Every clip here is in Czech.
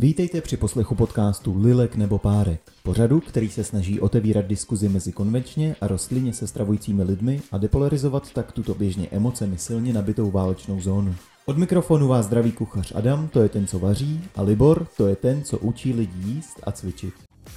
Vítejte při poslechu podcastu Lilek nebo Párek, pořadu, který se snaží otevírat diskuzi mezi konvenčně a rostlinně se stravujícími lidmi a depolarizovat tak tuto běžně emocemi silně nabitou válečnou zónu. Od mikrofonu vás zdraví kuchař Adam, to je ten, co vaří, a Libor, to je ten, co učí lidi jíst a cvičit.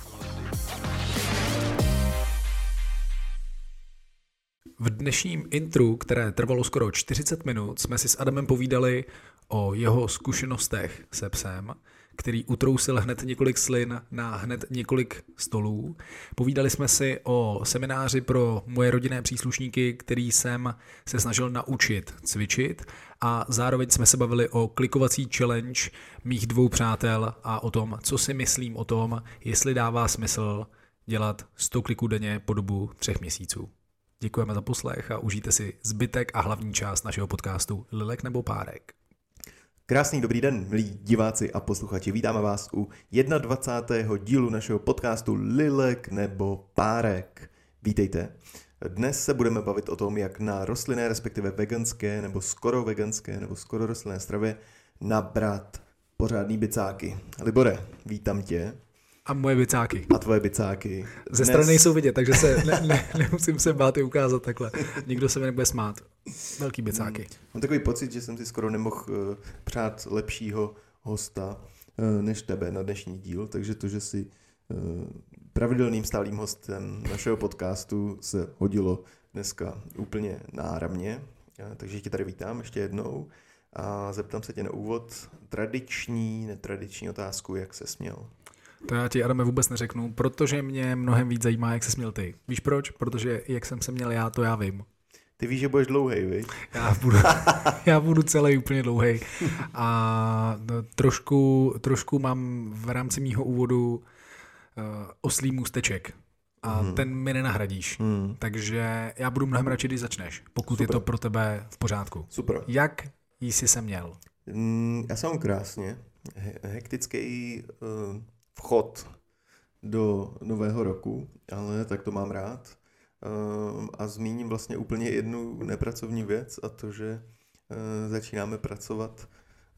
V dnešním intru, které trvalo skoro 40 minut, jsme si s Adamem povídali o jeho zkušenostech se psem, který utrousil hned několik slin na hned několik stolů. Povídali jsme si o semináři pro moje rodinné příslušníky, který jsem se snažil naučit cvičit, a zároveň jsme se bavili o klikovací challenge mých dvou přátel a o tom, co si myslím o tom, jestli dává smysl dělat 100 kliků denně po dobu 3 měsíců. Děkujeme za poslech a užijte si zbytek a hlavní část našeho podcastu Lilek nebo Párek. Krásný dobrý den, milí diváci a posluchači. Vítáme vás u 21. dílu našeho podcastu Lilek nebo Párek. Vítejte. Dnes se budeme bavit o tom, jak na rostlinné, respektive veganské nebo skoro rostlinné stravě nabrat pořádný bicáky. Libore, vítám tě. A moje bicáky. A tvoje bicáky. Ze strany nejsou vidět, takže se nemusím se bát i ukázat takhle. Nikdo se mi nebude smát. Velký bicáky. Mám takový pocit, že jsem si skoro nemohl přát lepšího hosta než tebe na dnešní díl, takže to, že jsi pravidelným stálým hostem našeho podcastu, se hodilo dneska úplně náramně. Takže tě tady vítám ještě jednou a zeptám se tě na úvod netradiční otázku, jak se směl. To já ti, Adame, vůbec neřeknu, protože mě mnohem víc zajímá, jak se směl ty. Víš proč? Protože jak jsem se měl já, to já vím. Ty víš, že budeš dlouhej, viď? Já budu celý úplně dlouhej. A trošku mám v rámci mýho úvodu oslý můsteček. A ten mi nenahradíš. Takže já budu mnohem radši, když začneš, pokud Super. Je to pro tebe v pořádku. Super. Jak jsi se měl? Já jsem mám krásně. Hektický vchod do nového roku, ale tak to mám rád. A zmíním vlastně úplně jednu nepracovní věc, a to, že začínáme pracovat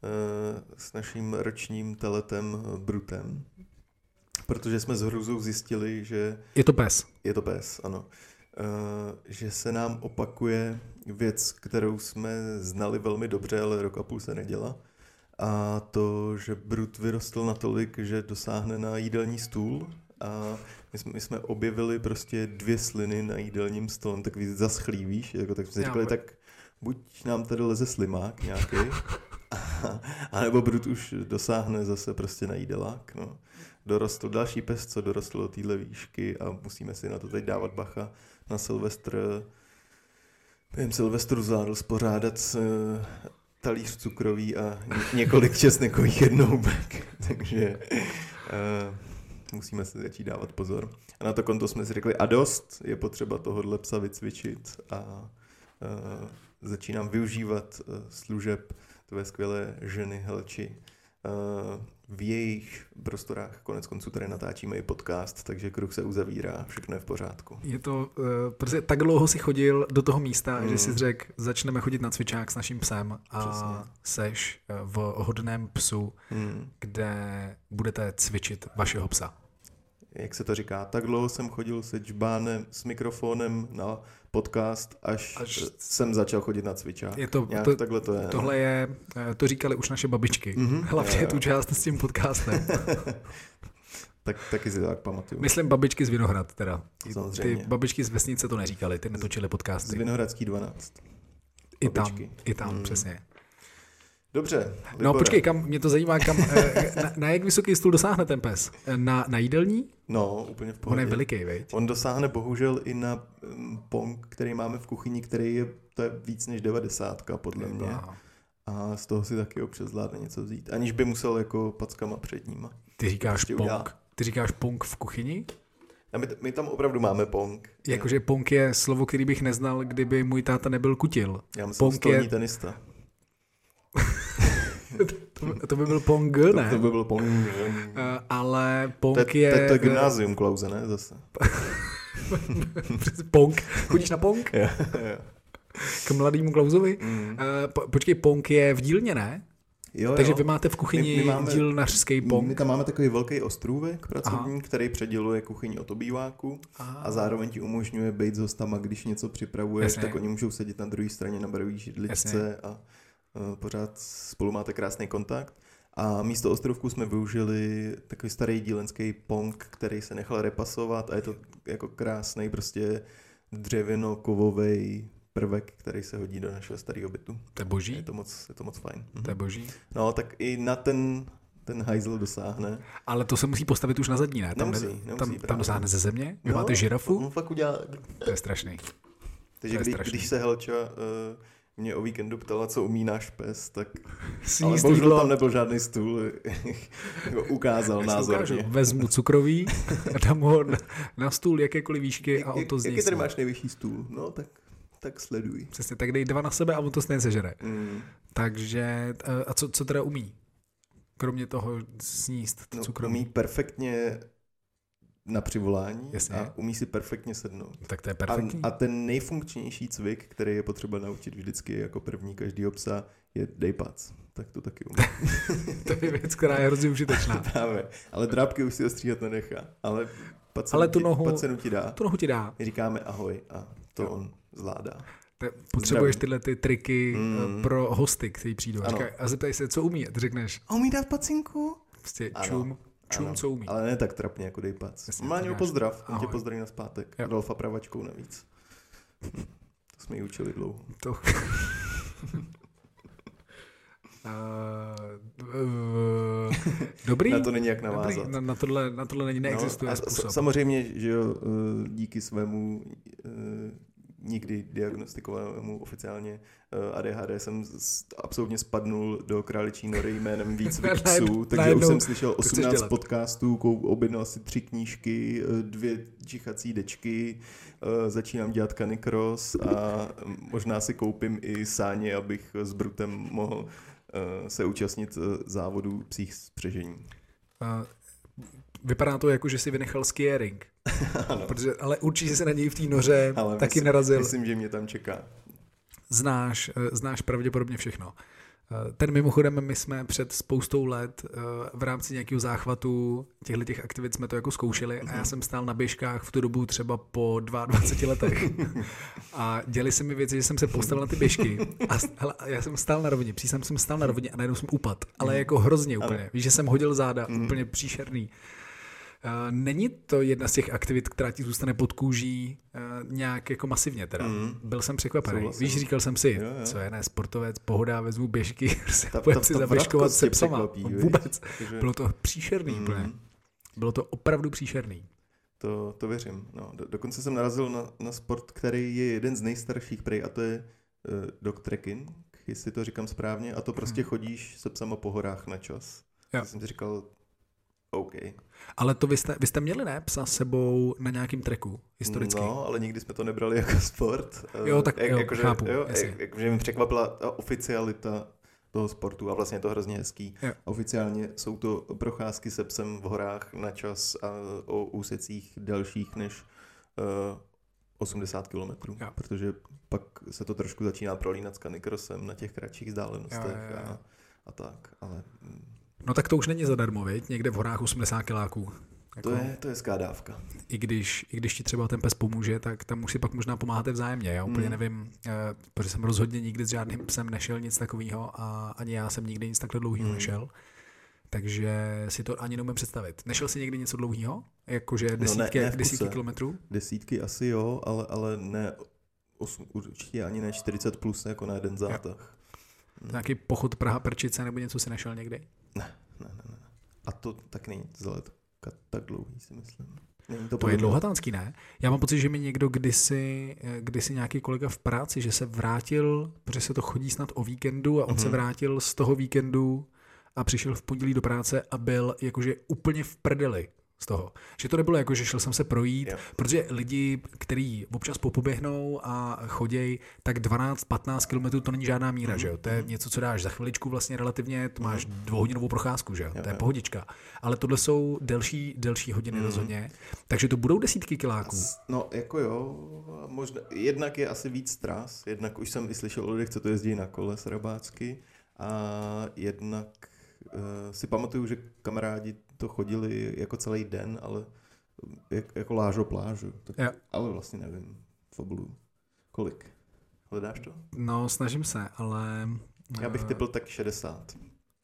s naším ročním teletem Brutem, protože jsme s hrůzou zjistili, že... Je to pes. Je to pes, ano. Že se nám opakuje věc, kterou jsme znali velmi dobře, ale rok a půl se neděla. A to, že Brut vyrostl natolik, že dosáhne na jídelní stůl, a my jsme objevili prostě 2 sliny na jídelním stole, tak víc zaschlý, víš, jako tak jsme říkali, tak buď nám tady leze slimák nějaký, anebo Brut už dosáhne zase prostě na jídelák, no. Dorostl další pes, co dorostl do téhle výšky, a musíme si na to teď dávat bacha na Silvestr. Během Silvestru zvládl spořádat talíř cukrový a několik česnekových jednohubek, takže musíme se začít dávat pozor. A na to konto jsme si řekli, a dost, je potřeba tohohle psa vycvičit, a začínám využívat služeb tvé skvělé ženy Helči v jejich prostorách. Konec konců tady natáčíme i podcast, takže kruh se uzavírá, všechno je v pořádku. Je to, protože tak dlouho si chodil do toho místa, že si řekl, začneme chodit na cvičák s naším psem, a přesně. Seš v hodném psu, kde budete cvičit vašeho psa. Jak se to říká, tak dlouho jsem chodil se džbánem, s mikrofonem na podcast, až jsem začal chodit na cvičák. Takhle to je. Tohle je, to říkali už naše babičky. Hlavně tu část s tím podcastem. Taky si tak pamatuju. Myslím babičky z Vinohrad teda. Samozřejmě. Ty babičky z vesnice to neříkali, ty netočily podcasty. Z Vinohradský 12. I tam, přesně. Dobře. No počkej, mě to zajímá, na jak vysoký stůl dosáhne ten pes? Na jídelní? No, úplně v pohodě. On je veliký, veď? On dosáhne bohužel i na pong, který máme v kuchyni, to je víc než 90 podle mě. A z toho si taky občas zvládne něco vzít. Aniž by musel jako packama před nima. Ty říkáš pong v kuchyni? A my tam opravdu máme pong. Jakože pong je slovo, který bych neznal, kdyby můj táta nebyl kutil. Já myslím stolní tenista. To by byl pong, ne? To by byl pong. Ale pong je... To je gymnázium Klauze, ne? Zase. Pong. Chodíš na pong? Jo. K mladýmu Klausovi? Počkej, pong je v dílně, ne? Jo, Takže vy máte v kuchyni dílnařský pong. My tam máme takový velký ostrůvek pracovní, který předěluje kuchyni od obýváku a zároveň ti umožňuje být s hostama, když něco připravuješ, tak oni můžou sedět na druhé straně na barový židličce a pořád spolu máte krásný kontakt. A místo ostrovku jsme využili takový starý dílenský pong, který se nechal repasovat a je to jako krásný prostě dřevěno-kovový prvek, který se hodí do našeho starého bytu. To je boží. Je to moc fajn. To je boží. No, tak i na ten hajzl dosáhne. Ale to se musí postavit už na zadní, ne? Tam dosáhne ze země? Vy máte žirafu? On fakt udělá. To je strašný. Takže když se Helča mě o víkendu ptala, co umí náš pes, tak ale bohužel tam nebyl žádný stůl, jako ukázal názorně. Vezmu cukroví a dám ho na stůl jakékoliv výšky a on to zní. Jaký tady máš nejvyšší stůl? No, tak sleduj. Přesně, tak dej 2 na sebe a on to stejně sežere. Takže, a co teda umí? Kromě toho sníst cukroví. Umí perfektně na přivolání. Jasně. A umí si perfektně sednout. Tak to je perfektní. A ten nejfunkčnější cvik, který je potřeba naučit vždycky jako první každýho psa, je dej pac. Tak to taky umí. To je věc, která je hrozně užitečná. Právě. Ale drápky už si ostříhat nenechá. Ale pacenu ti dá. Tu nohu ti dá. My říkáme ahoj a to on zvládá. Potřebuješ tyhle ty triky pro hosty, kteří přijdou. A zeptají se, co umí. A ty řekneš. A umí dát pacinku? Prostě čum, co umí. Ale ne tak trapně, jako dej pac. Má něho pozdrav. On tě pozdraví na zpátek. Adolfa pravačkou navíc. To jsme ji učili dlouho. Dobrý. Na to není jak navázat. Na tohle není neexistuje způsob. Samozřejmě, že jo, díky svému nikdy diagnostikovanému oficiálně ADHD jsem absolutně spadnul do králičí nory jménem výcvik psů, takže už jsem slyšel 18 podcastů, objednal si 3 knížky, 2 čichací dečky, začínám dělat canicross a možná si koupím i sáně, abych s Brutem mohl se účastnit závodu psích spřežení. Vypadá to jako, že si vynechal skiering. Ale určitě se na něj v té noře taky narazil. Myslím, že mě tam čeká. Znáš pravděpodobně všechno. Ten mimochodem, my jsme před spoustou let v rámci nějakého záchvatu těch aktivit jsme to jako zkoušeli a já jsem stál na běžkách v tu dobu třeba po 22 letech. A děli se mi věci, že jsem se postavil na ty běžky a já jsem stál na rovině, jsem stál na rovině a najednou jsem upadl, ale jako hrozně úplně. Víš, že jsem hodil záda, úplně příšerný. Není to jedna z těch aktivit, která ti zůstane pod kůží nějak jako masivně teda. Byl jsem překvapený. Víš, říkal jsem si, co je ne, sportovec, pohoda, vezmu běžky, pojď si zaběžkovat se psama. Vůbec. Bylo to příšerný úplně. Bylo to opravdu příšerný. To věřím. No, dokonce jsem narazil na sport, který je jeden z nejstarších prej, a to je dog trekking, jestli to říkám správně, a to prostě chodíš se psama po horách na čas. Já jsem si říkal, OK. Ale to vy jste měli, ne, psa s sebou na nějakým treku historicky? No, ale nikdy jsme to nebrali jako sport. Jo, tak chápu. Jakože mi překvapila ta oficialita toho sportu a vlastně je to hrozně hezký. Jo. Oficiálně jsou to procházky se psem v horách na čas a o úsecích delších než 80 kilometrů, protože pak se to trošku začíná prolínat s canicrossem na těch kratších vzdálenostech a tak, ale... No tak to už není zadarmo, viď? Někde v horách 80 kiláků. Jako, to je hezká dávka. I když ti třeba ten pes pomůže, tak tam už si pak možná pomáháte vzájemně. Já úplně nevím, protože jsem rozhodně nikdy s žádným psem nešel nic takového a ani já jsem nikdy nic takhle dlouhého nešel. Takže si to ani neumím představit. Nešel jsi někdy něco dlouhého? Jakože desítky kilometrů? Desítky asi jo, ale ne, určitě ani ne 40 plus jako na jeden zátah. Nějaký pochod Praha-Prčice nebo něco si nešel někdy? Ne. A to tak není tak dlouhý, si myslím. To je dlouhatánský, ne? Já mám pocit, že mi někdo kdysi nějaký kolega v práci, že se vrátil, protože se to chodí snad o víkendu a on se vrátil z toho víkendu a přišel v pondělí do práce a byl jakože úplně v prdeli z toho. Že to nebylo jako, že šel jsem se projít, protože lidi, kteří občas popoběhnou a choděj, tak 12-15 kilometrů to není žádná míra, že jo? To je něco, co dáš za chviličku vlastně relativně, to máš 2hodinovou procházku, že jo? To je pohodička. Ale tohle jsou delší hodiny rozhodně, takže to budou desítky kiláků. No jako jo, možná, jednak je asi víc tras, jednak už jsem i slyšel o lidech, co to jezdí na kole srabácky a jednak si pamatuju, že kamarádi to chodili jako celý den, ale jako lážo plážu. Tak, ale vlastně nevím, fabulu. Kolik? Hledáš to? No, snažím se, ale... Já bych typl tak 60.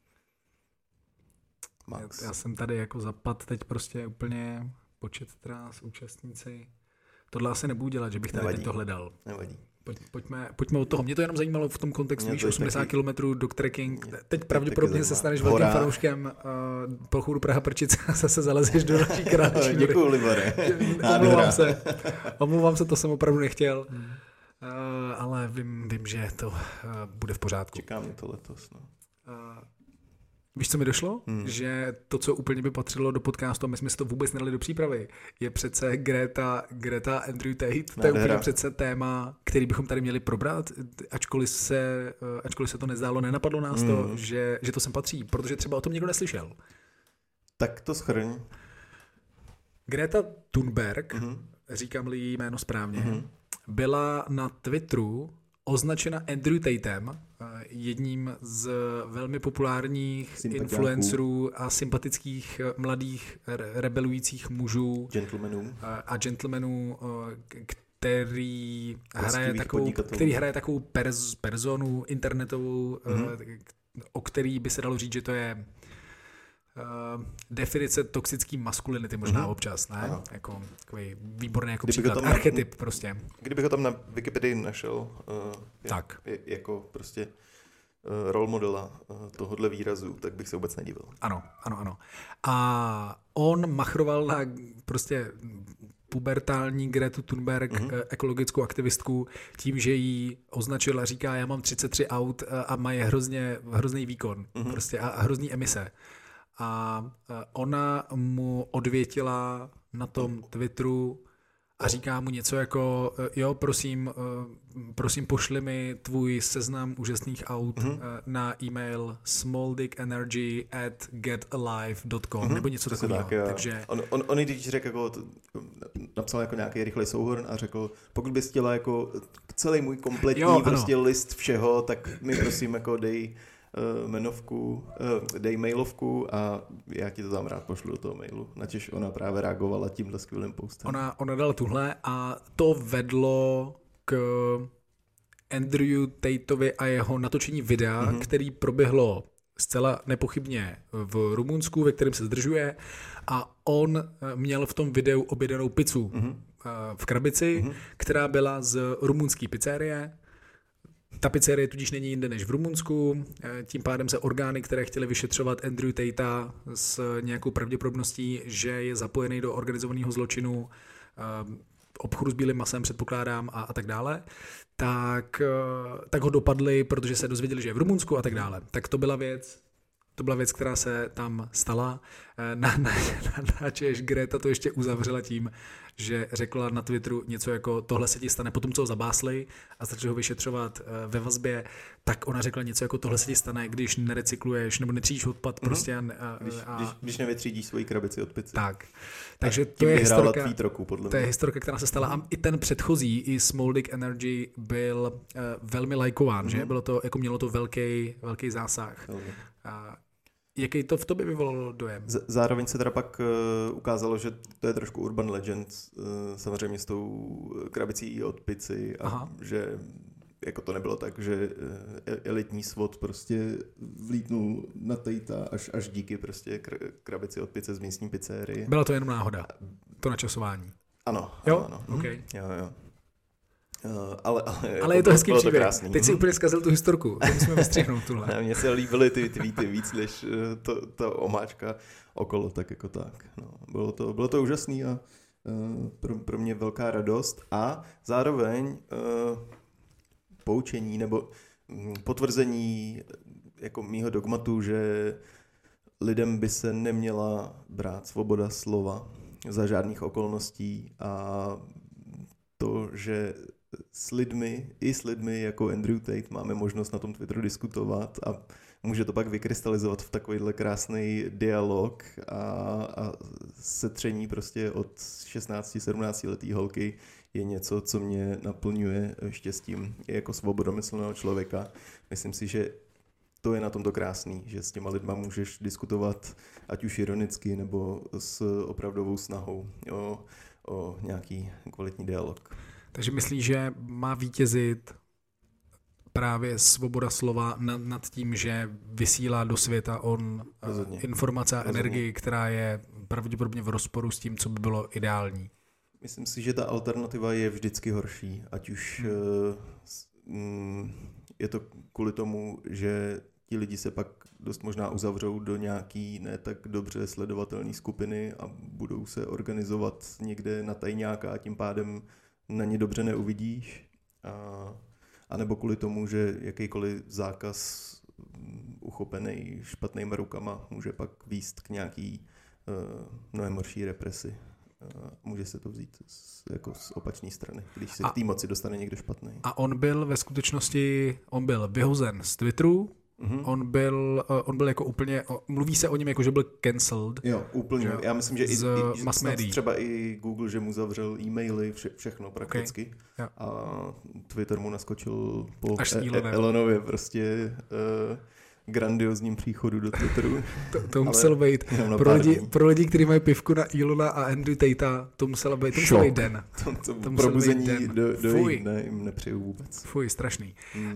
Max. Já jsem tady jako zapad teď prostě úplně počet trás, účastníci. Tohle asi nebudu dělat, že bych tady teď to hledal. Nevadí. Pojďme od toho. Mě to jenom zajímalo v tom kontextu, víš, 80 km do trekking. Teď pravděpodobně se staneš velkým fanouškem Pochodu Praha-Prčice a zase zalezeš do naší krátší. Děkuju, Libore. Omlouvám se, to jsem opravdu nechtěl. Ale vím, že to bude v pořádku. Čeká mě to letos. No. Víš, co mi došlo? Že to, co úplně by patřilo do podcastu, a my jsme si to vůbec nedali do přípravy, je přece Greta Andrew Tate. To je úplně přece téma, který bychom tady měli probrat, ačkoliv se to nezdálo, nenapadlo nás to, že to sem patří, protože třeba o tom nikdo neslyšel. Tak to shrň. Greta Thunberg, říkám-li její jméno správně, byla na Twitteru označena Andrew Tatem, jedním z velmi populárních influencerů a sympatických mladých rebelujících mužů a gentlemanů, který hraje takovou personu internetovou, o který by se dalo říct, že to je definice toxické maskulinity možná občas, ne? Ano. Jako takový výborný jako příklad, archetyp prostě. Kdybych ho tam na Wikipedii našel jako prostě role modela tohohle výrazu, tak bych se vůbec nedivil. Ano. A on machroval na prostě pubertální Gretu Thunberg, ekologickou aktivistku, tím, že jí označil a říká, já mám 33 aut a mají hrozný výkon prostě a hrozný emise. A ona mu odvětila na tom Twitteru a říká mu něco jako, jo, prosím pošli mi tvůj seznam úžasných aut na e-mail smalldickenergy@getalive.com nebo něco takového. Takže... On když řekl, jako, napsal jako nějaký rychlej souhrn a řekl, pokud bys chtěla jako celý můj kompletní prostě list všeho, tak mi prosím jako dej dej mailovku a já ti to tam rád pošlu do toho mailu. Načež ona právě reagovala tímhle skvělým postem. Ona dala tuhle a to vedlo k Andrew Tateovi a jeho natočení videa, který proběhlo zcela nepochybně v Rumunsku, ve kterém se zdržuje a on měl v tom videu objednanou pizzu v krabici, která byla z rumunské pizzerie. Ta pizzerie tudíž není jinde než v Rumunsku, tím pádem se orgány, které chtěly vyšetřovat Andrew Tate s nějakou pravděpodobností, že je zapojený do organizovaného zločinu, obchodu s bílým masem, předpokládám, a tak dále, tak ho dopadli, protože se dozvěděli, že je v Rumunsku a tak dále. Tak to byla věc, která se tam stala. Načež Greta to ještě uzavřela tím, že řekla na Twitteru něco jako tohle se ti stane potom, co ho zabásli a začali ho vyšetřovat ve vazbě, tak ona řekla něco jako tohle se ti stane, když nerecykluješ nebo netřídíš odpad prostě. Když nevytřídíš svoji krabici od pizzy. Tak. Takže to je historka, to je historka, která se stala a i ten předchozí, i Small Dick Energy byl velmi lajkován, že? Bylo to, jako mělo to velký zásah. Jaký to v tobě vyvolalo dojem? Zároveň se teda pak ukázalo, že to je trošku urban legend, samozřejmě s tou krabicí od pici a že jako to nebylo tak, že elitní svod prostě vlítnul na Tejta až díky prostě krabici od pice z místní pizzerie. Byla to jenom náhoda, to načasování. Ano. Okay. Jo. Ale je to hezký příběh. Teď si úplně zkazil tu historku. To musíme vystřihnout tuhle. Mně se líbily ty tweety víc, než ta omáčka okolo, tak jako tak. No, bylo to úžasný a pro mě velká radost a zároveň poučení nebo potvrzení jako mýho dogmatu, že lidem by se neměla brát svoboda slova za žádných okolností a to, že s lidmi jako Andrew Tate máme možnost na tom Twitteru diskutovat a může to pak vykrystalizovat v takovýhle krásný dialog a setření prostě od 16-17 letý holky je něco, co mě naplňuje štěstím jako svobodomyslného člověka. Myslím si, že to je na tom to krásný, že s těma lidma můžeš diskutovat ať už ironicky nebo s opravdovou snahou o nějaký kvalitní dialog. Takže myslíš, že má vítězit právě svoboda slova nad tím, že vysílá do světa informace a energii, která je pravděpodobně v rozporu s tím, co by bylo ideální? Myslím si, že ta alternativa je vždycky horší, ať už je to kvůli tomu, že ti lidi se pak dost možná uzavřou do nějaký ne tak dobře sledovatelné skupiny a budou se organizovat někde na tajňáka a tím pádem na ně dobře neuvidíš. A nebo kvůli tomu, že jakýkoliv zákaz uchopený špatnýma rukama může pak vést k nějaký mnohem horší represi. Může se to vzít jako z opačné strany, když se k té moci dostane někdo špatný. A on byl ve skutečnosti, vyhozen z Twitteru, on byl jako úplně, mluví se o něm jako, že byl cancelled. Jo, úplně. Já myslím, že i třeba i Google, že mu zavřel e-maily, všechno prakticky. Okay. A Twitter mu naskočil po Elonově prostě grandiozním příchodu do Twitteru. To muselo být pro lidi, kteří mají pivku na Elona a Andrew Tate, to muselo být den. To probuzení do jich jim nepřeju vůbec. Fuj, strašný.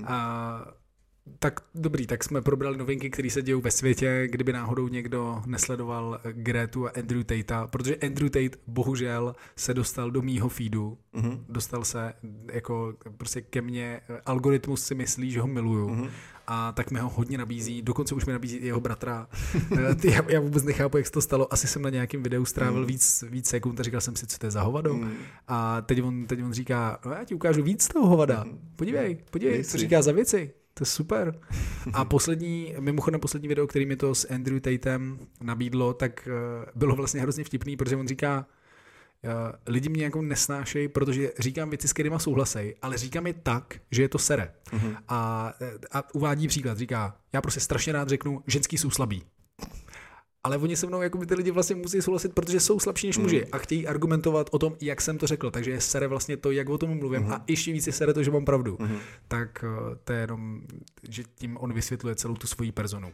Tak dobrý, tak jsme probrali novinky, které se dějou ve světě, kdyby náhodou někdo nesledoval Gretu a Andrew Tate, protože Andrew Tate bohužel se dostal do mýho feedu, dostal se jako prostě ke mně, algoritmus si myslí, že ho miluju a tak mi ho hodně nabízí, dokonce už mi nabízí i jeho bratra. Já vůbec nechápu, jak se to stalo, asi jsem na nějakém videu strávil víc sekund a říkal jsem si, co to je za hovado a teď on říká, no já ti ukážu víc toho hovada, podívej, co říká za věci. To je super. A mimochodem poslední video, který mi to s Andrew Tatem nabídlo, tak bylo vlastně hrozně vtipný, protože on říká, lidi mě jako nesnášejí, protože říkám věci, s kterýma souhlasej, ale říkám je tak, že je to sere. A uvádí příklad, říká, já prostě strašně rád řeknu, ženský jsou slabí. Ale oni se mnou, jako ty lidi vlastně musí souhlasit, protože jsou slabší než muži a chtějí argumentovat o tom, jak jsem to řekl. Takže je sere vlastně to, jak o tom mluvím a ještě víc je sere to, že mám pravdu. Tak to je jenom, že tím on vysvětluje celou tu svoji personu,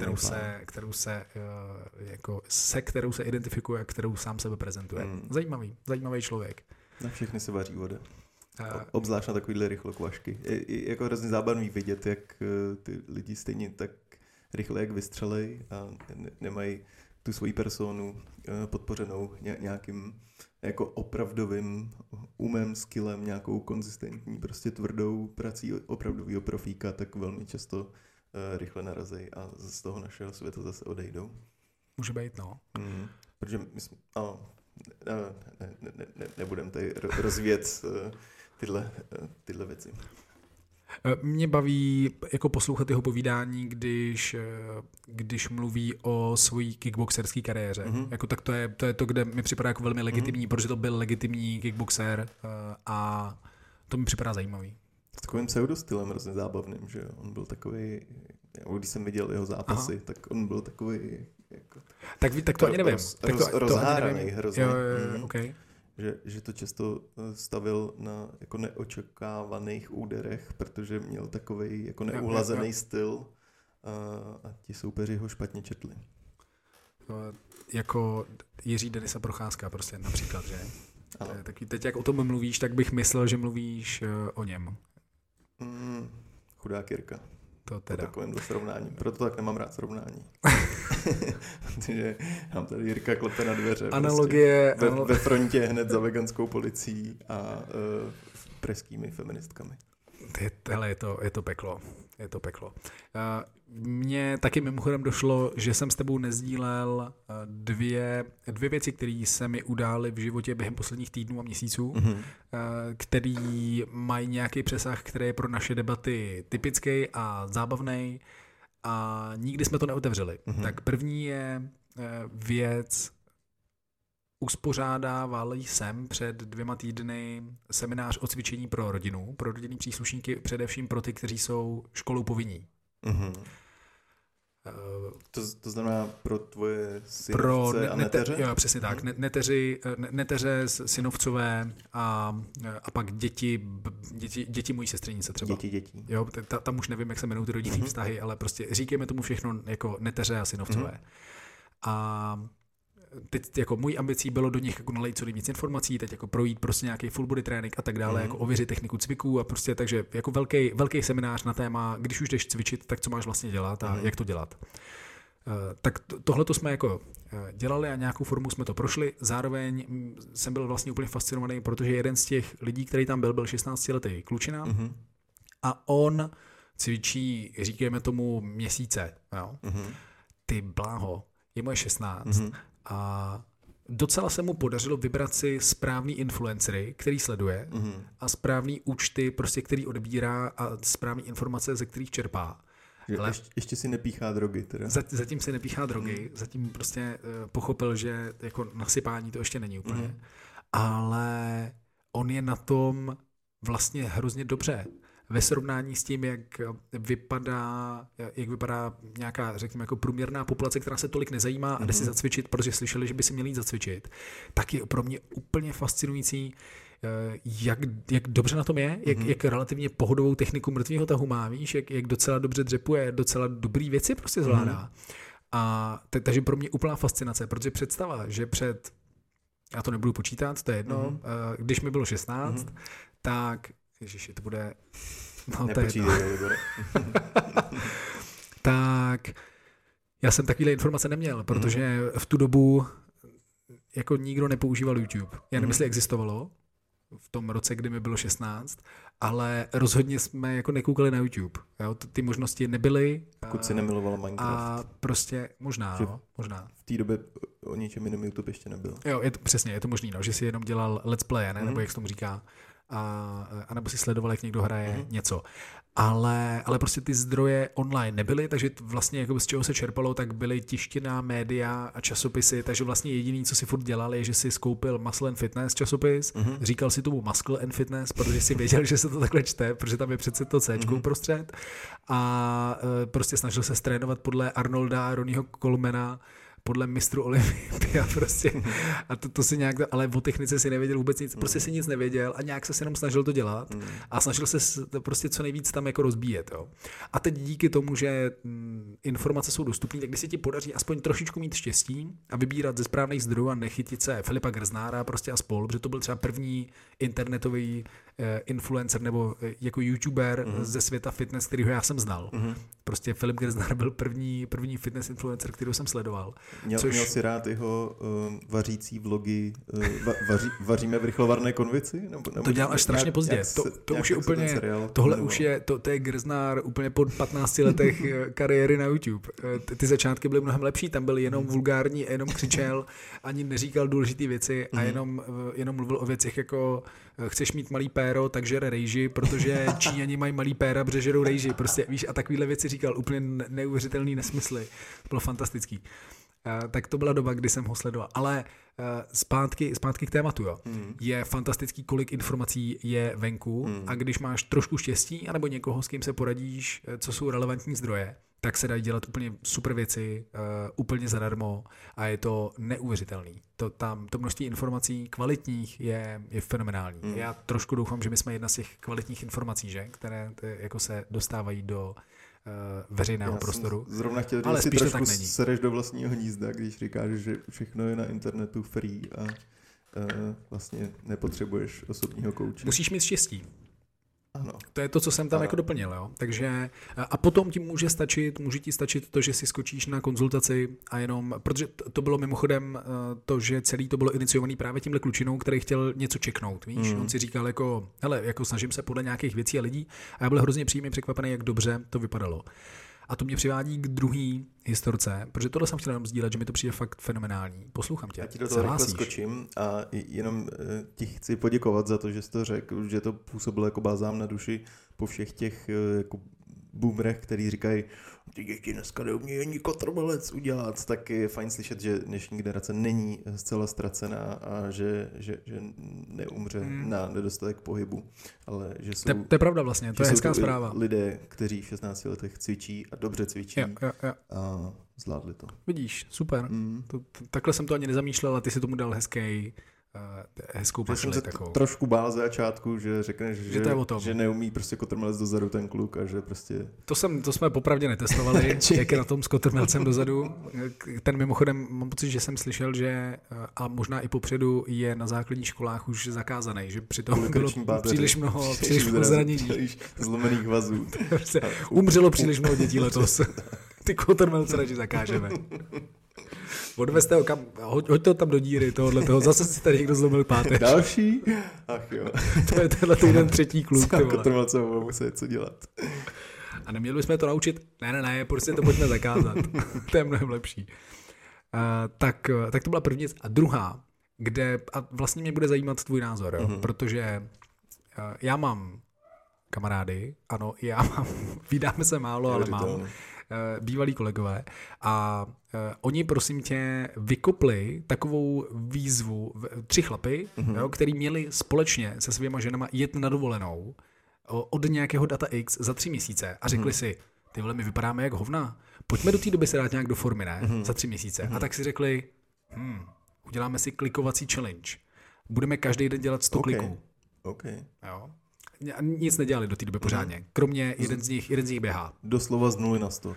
kterou se identifikuje a kterou sám sebe prezentuje. Zajímavý člověk. Na všechny se vaří voda. Obzvlášť na takovýhle rychlokvašky. Je jako hrozně zábavný vidět, jak ty lidi stejně tak rychle jak vystřelej a nemají tu svoji personu podpořenou nějakým jako opravdovým umem, skillem, nějakou konzistentní, prostě tvrdou prací opravdovýho profíka, tak velmi často rychle narazí a z toho našeho světa zase odejdou. Může být, no. Protože my jsme, nebudem tady rozvíjet tyhle věci. Mě baví jako poslouchat jeho povídání, když mluví o svojí kickboxerské kariéře. Jako, tak to je to, kde mi připadá jako velmi legitimní, protože to byl legitimní kickboxer a to mi připadá zajímavý. S takovým pseudostylem hrozně zábavným, že on byl takový, když jsem viděl jeho zápasy, tak on byl takový jako... Tak to ani nevím. Rozháraný hrozně. Okay. Že to často stavil na jako neočekávaných úderech, protože měl takovej jako neuhlazený styl a ti soupeři ho špatně četli. Jako Jiří Denisa Procházka prostě například, že? Takový, teď jak o tom mluvíš, tak bych myslel, že mluvíš o něm. Chudák Jirka. To teda. Po takovémhle srovnání. Proto tak nemám rád srovnání. Protože mám tady Jirka klepe na dveře. Analogie. Prostě ve frontě hned za veganskou policií a pražskými feministkami. Je to peklo. Je to peklo. Mně taky mimochodem došlo, že jsem s tebou nezdílel dvě věci, které se mi udály v životě během posledních týdnů a měsíců, který mají nějaký přesah, který je pro naše debaty typický a zábavný a nikdy jsme to neotevřeli. Tak první je věc, uspořádával jsem před 2 týdny seminář o cvičení pro rodinu, pro rodinný příslušníky, především pro ty, kteří jsou školou povinní. To znamená pro tvoje synovce a neteře? Jo, přesně tak. Neteře, synovcové a pak děti mojí sestřenice třeba. Děti. Jo, tam už nevím, jak se jmenují ty rodinný vztahy, ale prostě říkejme tomu všechno jako neteře a synovcové. A teď jako mojí ambicí bylo do nich jako nalejt co nejvíc informací, teď jako projít prostě nějaký full body trénink a tak dále, jako ověřit techniku cviků a prostě takže jako velký seminář na téma, když už jdeš cvičit, tak co máš vlastně dělat a jak to dělat. Tak tohle to jsme jako dělali a nějakou formu jsme to prošli. Zároveň jsem byl vlastně úplně fascinovaný, protože jeden z těch lidí, který tam byl 16letý klučina a on cvičí, říkejme tomu, měsíce. Jo? Ty bláho, je moje 16 a docela se mu podařilo vybrat si správný influencery, který sleduje a správný účty, prostě, který odbírá a správný informace, ze kterých čerpá. Ale ještě si nepíchá drogy teda. Zatím si nepíchá drogy, zatím prostě pochopil, že jako nasypání to ještě není úplně. Ale on je na tom vlastně hrozně dobře. Ve srovnání s tím, jak vypadá nějaká, řekněme, jako průměrná populace, která se tolik nezajímá a jde si zacvičit, protože slyšeli, že by si měli jít zacvičit, tak je pro mě úplně fascinující, jak dobře na tom je, jak relativně pohodovou techniku mrtvýho tahu má, víš, jak docela dobře dřepuje, docela dobrý věci prostě zvládá. A takže pro mě úplná fascinace, protože představa, že já to nebudu počítat, to je jedno, když mi bylo 16, tak ježiši, to bude... No, tak já jsem takovýhle informace neměl, protože v tu dobu jako nikdo nepoužíval YouTube. Já nevím, jestli existovalo v tom roce, kdy mi bylo 16, ale rozhodně jsme jako nekoukali na YouTube. Jo? Ty možnosti nebyly. Pokud si nemilovala Minecraft. A prostě možná. V té době o ničem jiném YouTube ještě nebyl. Jo, přesně, je to možný, že si jenom dělal let's play, ne? Nebo jak se tomu říká. A nebo si sledoval, jak někdo hraje něco. Ale prostě ty zdroje online nebyly, takže vlastně jako z čeho se čerpalo, tak byly tištěná média a časopisy, takže vlastně jediný, co si furt dělal, je, že si skoupil Muscle and Fitness časopis, říkal si tomu Muscle and Fitness, protože si věděl, že se to takhle čte, protože tam je přece to Cčko uprostřed a prostě snažil se trénovat podle Arnolda, Ronnieho Colemana, podle mistru Olympia prostě. A to si nějak, ale o technice si nevěděl vůbec nic, prostě si nic nevěděl a nějak se jenom snažil to dělat a snažil se prostě co nejvíc tam jako rozbíjet. Jo. A teď díky tomu, že informace jsou dostupné, tak když se ti podaří aspoň trošičku mít štěstí a vybírat ze správných zdrojů a nechytit se Filipa Grznára prostě a spol, protože to byl třeba první internetový influencer nebo jako youtuber ze světa fitness, kterýho já jsem znal. Prostě Filip Grznár byl první fitness influencer, kterýho jsem sledoval. Měl si rád jeho vařící vlogy, vaříme v rychlovarné konvici? Nebo to dělal až strašně pozdě. To už je úplně, tohle už je, to je Grznár úplně po 15 letech kariéry na YouTube. Ty začátky byly mnohem lepší, tam byl jenom vulgární, jenom křičel, ani neříkal důležité věci a jenom mluvil o věcech jako chceš mít malý péro, tak žere rejži, protože Číňani mají malý péra, protože žerou rejži. Prostě, víš, a takovýhle věci říkal, úplně neuvěřitelný nesmysly. Bylo fantastický. Tak to byla doba, kdy jsem ho sledoval. Ale zpátky k tématu. Jo. Je fantastický, kolik informací je venku a když máš trošku štěstí, anebo někoho, s kým se poradíš, co jsou relevantní zdroje, tak se dají dělat úplně super věci, úplně zadarmo a je to neuvěřitelný. To množství informací kvalitních je fenomenální. Já trošku doufám, že my jsme jedna z těch kvalitních informací, že? Které jako se dostávají do veřejného prostoru. Zrovna chtěl, že si trošku sereš do vlastního hnízda, když říkáš, že všechno je na internetu free a vlastně nepotřebuješ osobního kouče. Musíš mít štěstí. Ano. To je to, co jsem tam jako doplnil. Jo? Takže, a potom ti může ti stačit to, že si skočíš na konzultaci a jenom, protože to bylo mimochodem to, že celý to bylo iniciovaný právě tímhle klučinou, který chtěl něco čeknout, víš? On si říkal jako, hele, jako snažím se podle nějakých věcí a lidí a já byl hrozně příjemně překvapený, jak dobře to vypadalo. A to mě přivádí k druhé historce, protože tohle jsem chtěl jenom sdílet, že mi to přijde fakt fenomenální. Poslouchám tě. Já ti do toho rychle skočím a jenom ti chci poděkovat za to, že jsi to řekl, že to působilo jako balzám na duši po všech těch jako boomerech, který říkají, ty děti dneska neumějí ani kotrmelec udělat, tak je fajn slyšet, že dnešní generace není zcela ztracená a že neumře na nedostatek pohybu, ale že jsou... To je pravda vlastně, to je hezká zpráva. Lidé, kteří v 16 letech cvičí a dobře cvičí a zvládli to. Vidíš, super. Takhle jsem to ani nezamýšlel, a ty si tomu dal hezkou pašli takovou. Trošku bál za začátku, že řekneš, že neumí prostě kotrmelec dozadu ten kluk a že prostě... To jsme popravdě netestovali, jak je na tom s kotrmelcem dozadu. Ten mimochodem, mám pocit, že jsem slyšel, že a možná i popředu je na základních školách už zakázaný, že přitom bylo příliš mnoho zranění. Zlomených vazů. Umřelo příliš mnoho dětí letos. Ty kotrmelce radši zakážeme. Odvezte ho kam, hoď to tam do díry tohoto, zase si tady někdo zlomil páteř. Další? Ach jo. To je tenhle týden třetí kluk. Kotrmelce budou muset co dělat. A neměli bychom to naučit? Ne, prostě to pojďme zakázat. To je mnohem lepší. Tak to byla první věc. A druhá, kde, a vlastně mě bude zajímat tvůj názor, jo? Protože já mám kamarády, ano, vídáme se málo, ale mám. Bývalí kolegové a oni prosím tě vykopli takovou výzvu, 3 chlapy, jo, který měli společně se svýma ženama jet na dovolenou od nějakého data X za 3 měsíce a řekli si, ty vole, my vypadáme jak hovna, pojďme do té doby se dát nějak do formy, ne? Za 3 měsíce. A tak si řekli, uděláme si klikovací challenge. Budeme každý den dělat 100 kliků. Jo. Nic nedělali do té doby pořádně. Kromě jeden z nich běhá. Doslova z 0 na 100.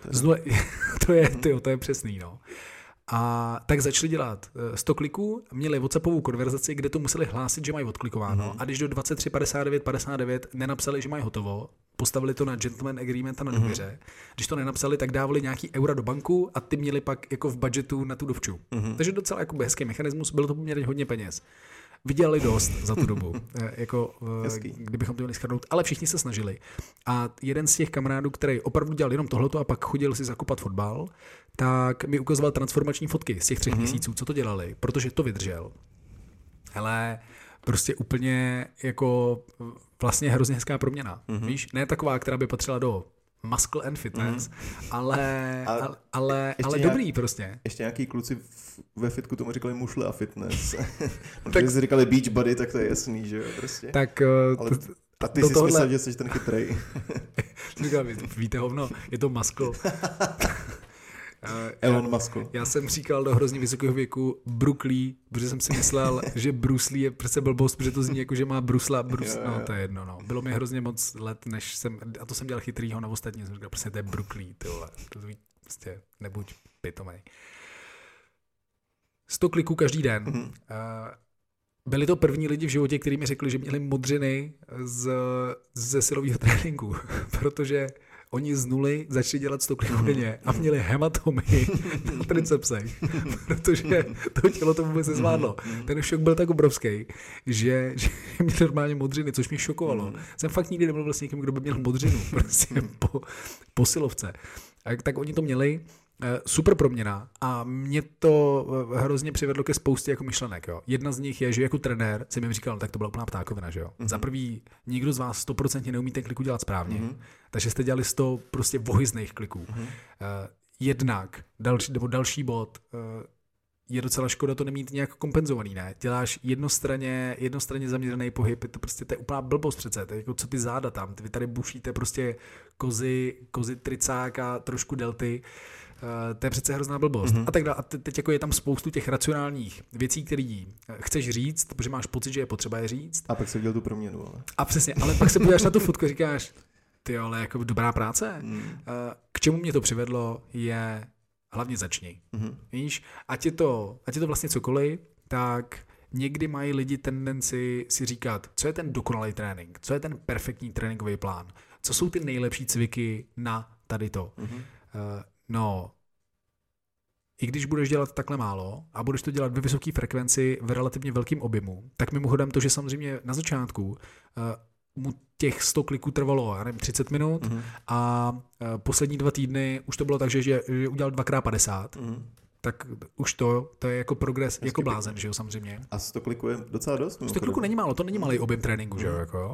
To je přesný, no. A tak začali dělat 100 kliků, měli WhatsAppovou konverzaci, kde to museli hlásit, že mají odklikováno. A když do 23:59 nenapsali, že mají hotovo, postavili to na gentleman agreement a na důvěře. Když to nenapsali, tak dávali nějaký eura do banku a ty měli pak jako v budgetu na tu dovču. Takže docela jako hezký mechanismus, bylo to poměrně hodně peněz. Vydělali dost za tu dobu, kdybychom to měli shrnout, ale všichni se snažili. A jeden z těch kamarádů, který opravdu dělal jenom tohleto a pak chodil si zakopat fotbal, tak mi ukazoval transformační fotky z těch 3 měsíců, co to dělali, protože to vydržel. Ale prostě úplně jako vlastně hrozně hezká proměna. Víš, ne taková, která by patřila do muscle and fitness, ale dobrý prostě. Ještě nějaký kluci ve fitku tomu říkali mušle a fitness. Když si říkali beach body, tak to je jasný, že jo, prostě. Tak, a ty si myslel, že jsi ten chytrej. Víte hovno, je to muscle. Elon Musk. Já jsem říkal do hrozně vysokého věku Bruce Lee, protože jsem si myslel, že Bruce Lee je přece blbost, protože to zní jako, že má Bruce, no to je jedno, no. Bylo mi hrozně moc let, než jsem, a to jsem dělal chytrýho na ostatní, jsem říkal, prostě to je Bruce Lee, ty vole, to prostě nebuď pitomej. 100 kliků každý den. Byli to první lidi v životě, kteří mi řekli, že měli modřiny ze silového tréninku, protože oni z 0 začali dělat 100 kliků denně a měli hematomy na tricepsech, protože to tělo to vůbec nezvládlo. Ten šok byl tak obrovský, že měli normálně modřiny, což mě šokovalo. Jsem fakt nikdy nemluvil s někým, kdo by měl modřinu prostě po silovce. Tak oni to měli. Super proměna a mě to hrozně přivedlo ke spoustě jako myšlenek. Jo. Jedna z nich je, že jako trenér jsem jim říkal, tak to byla úplná ptákovina, že jo. Za prvý, nikdo z vás 100% neumí ten kliku dělat správně, takže jste dělali 100 prostě vohyzných kliků. Jednak, další bod, je docela škoda to nemít nějak kompenzovaný, ne? Děláš jednostranně zaměřený pohyb, to je úplná blbost přece, to je jako co ty záda tam, vy tady bušíte prostě kozy tricák a trošku delty, to je přece hrozná blbost. A tak dále. A teď jako je tam spoustu těch racionálních věcí, které chceš říct, protože máš pocit, že je potřeba je říct. A pak se viděl tu proměnu. Ale. A přesně, ale pak se podíváš na tu fotku a říkáš, ty ale jako dobrá práce. K čemu mě to přivedlo je hlavně začni. Víš, ať je to vlastně cokoliv, tak někdy mají lidi tendenci si říkat, co je ten dokonalý trénink, co je ten perfektní tréninkový plán, co jsou ty nejlepší cviky na tady to. No, i když budeš dělat takhle málo a budeš to dělat ve vysoké frekvenci v relativně velkým objemu, tak mimochodem to, že samozřejmě na začátku mu těch 100 kliků trvalo, já nevím, 30 minut a poslední 2 týdny už to bylo tak, že udělal 2x50, tak už to je jako progres, jako blázen, že jo, samozřejmě. A 100 kliků je docela dost? 100 kliků není málo, to není malý objem tréninku, že jo, jako.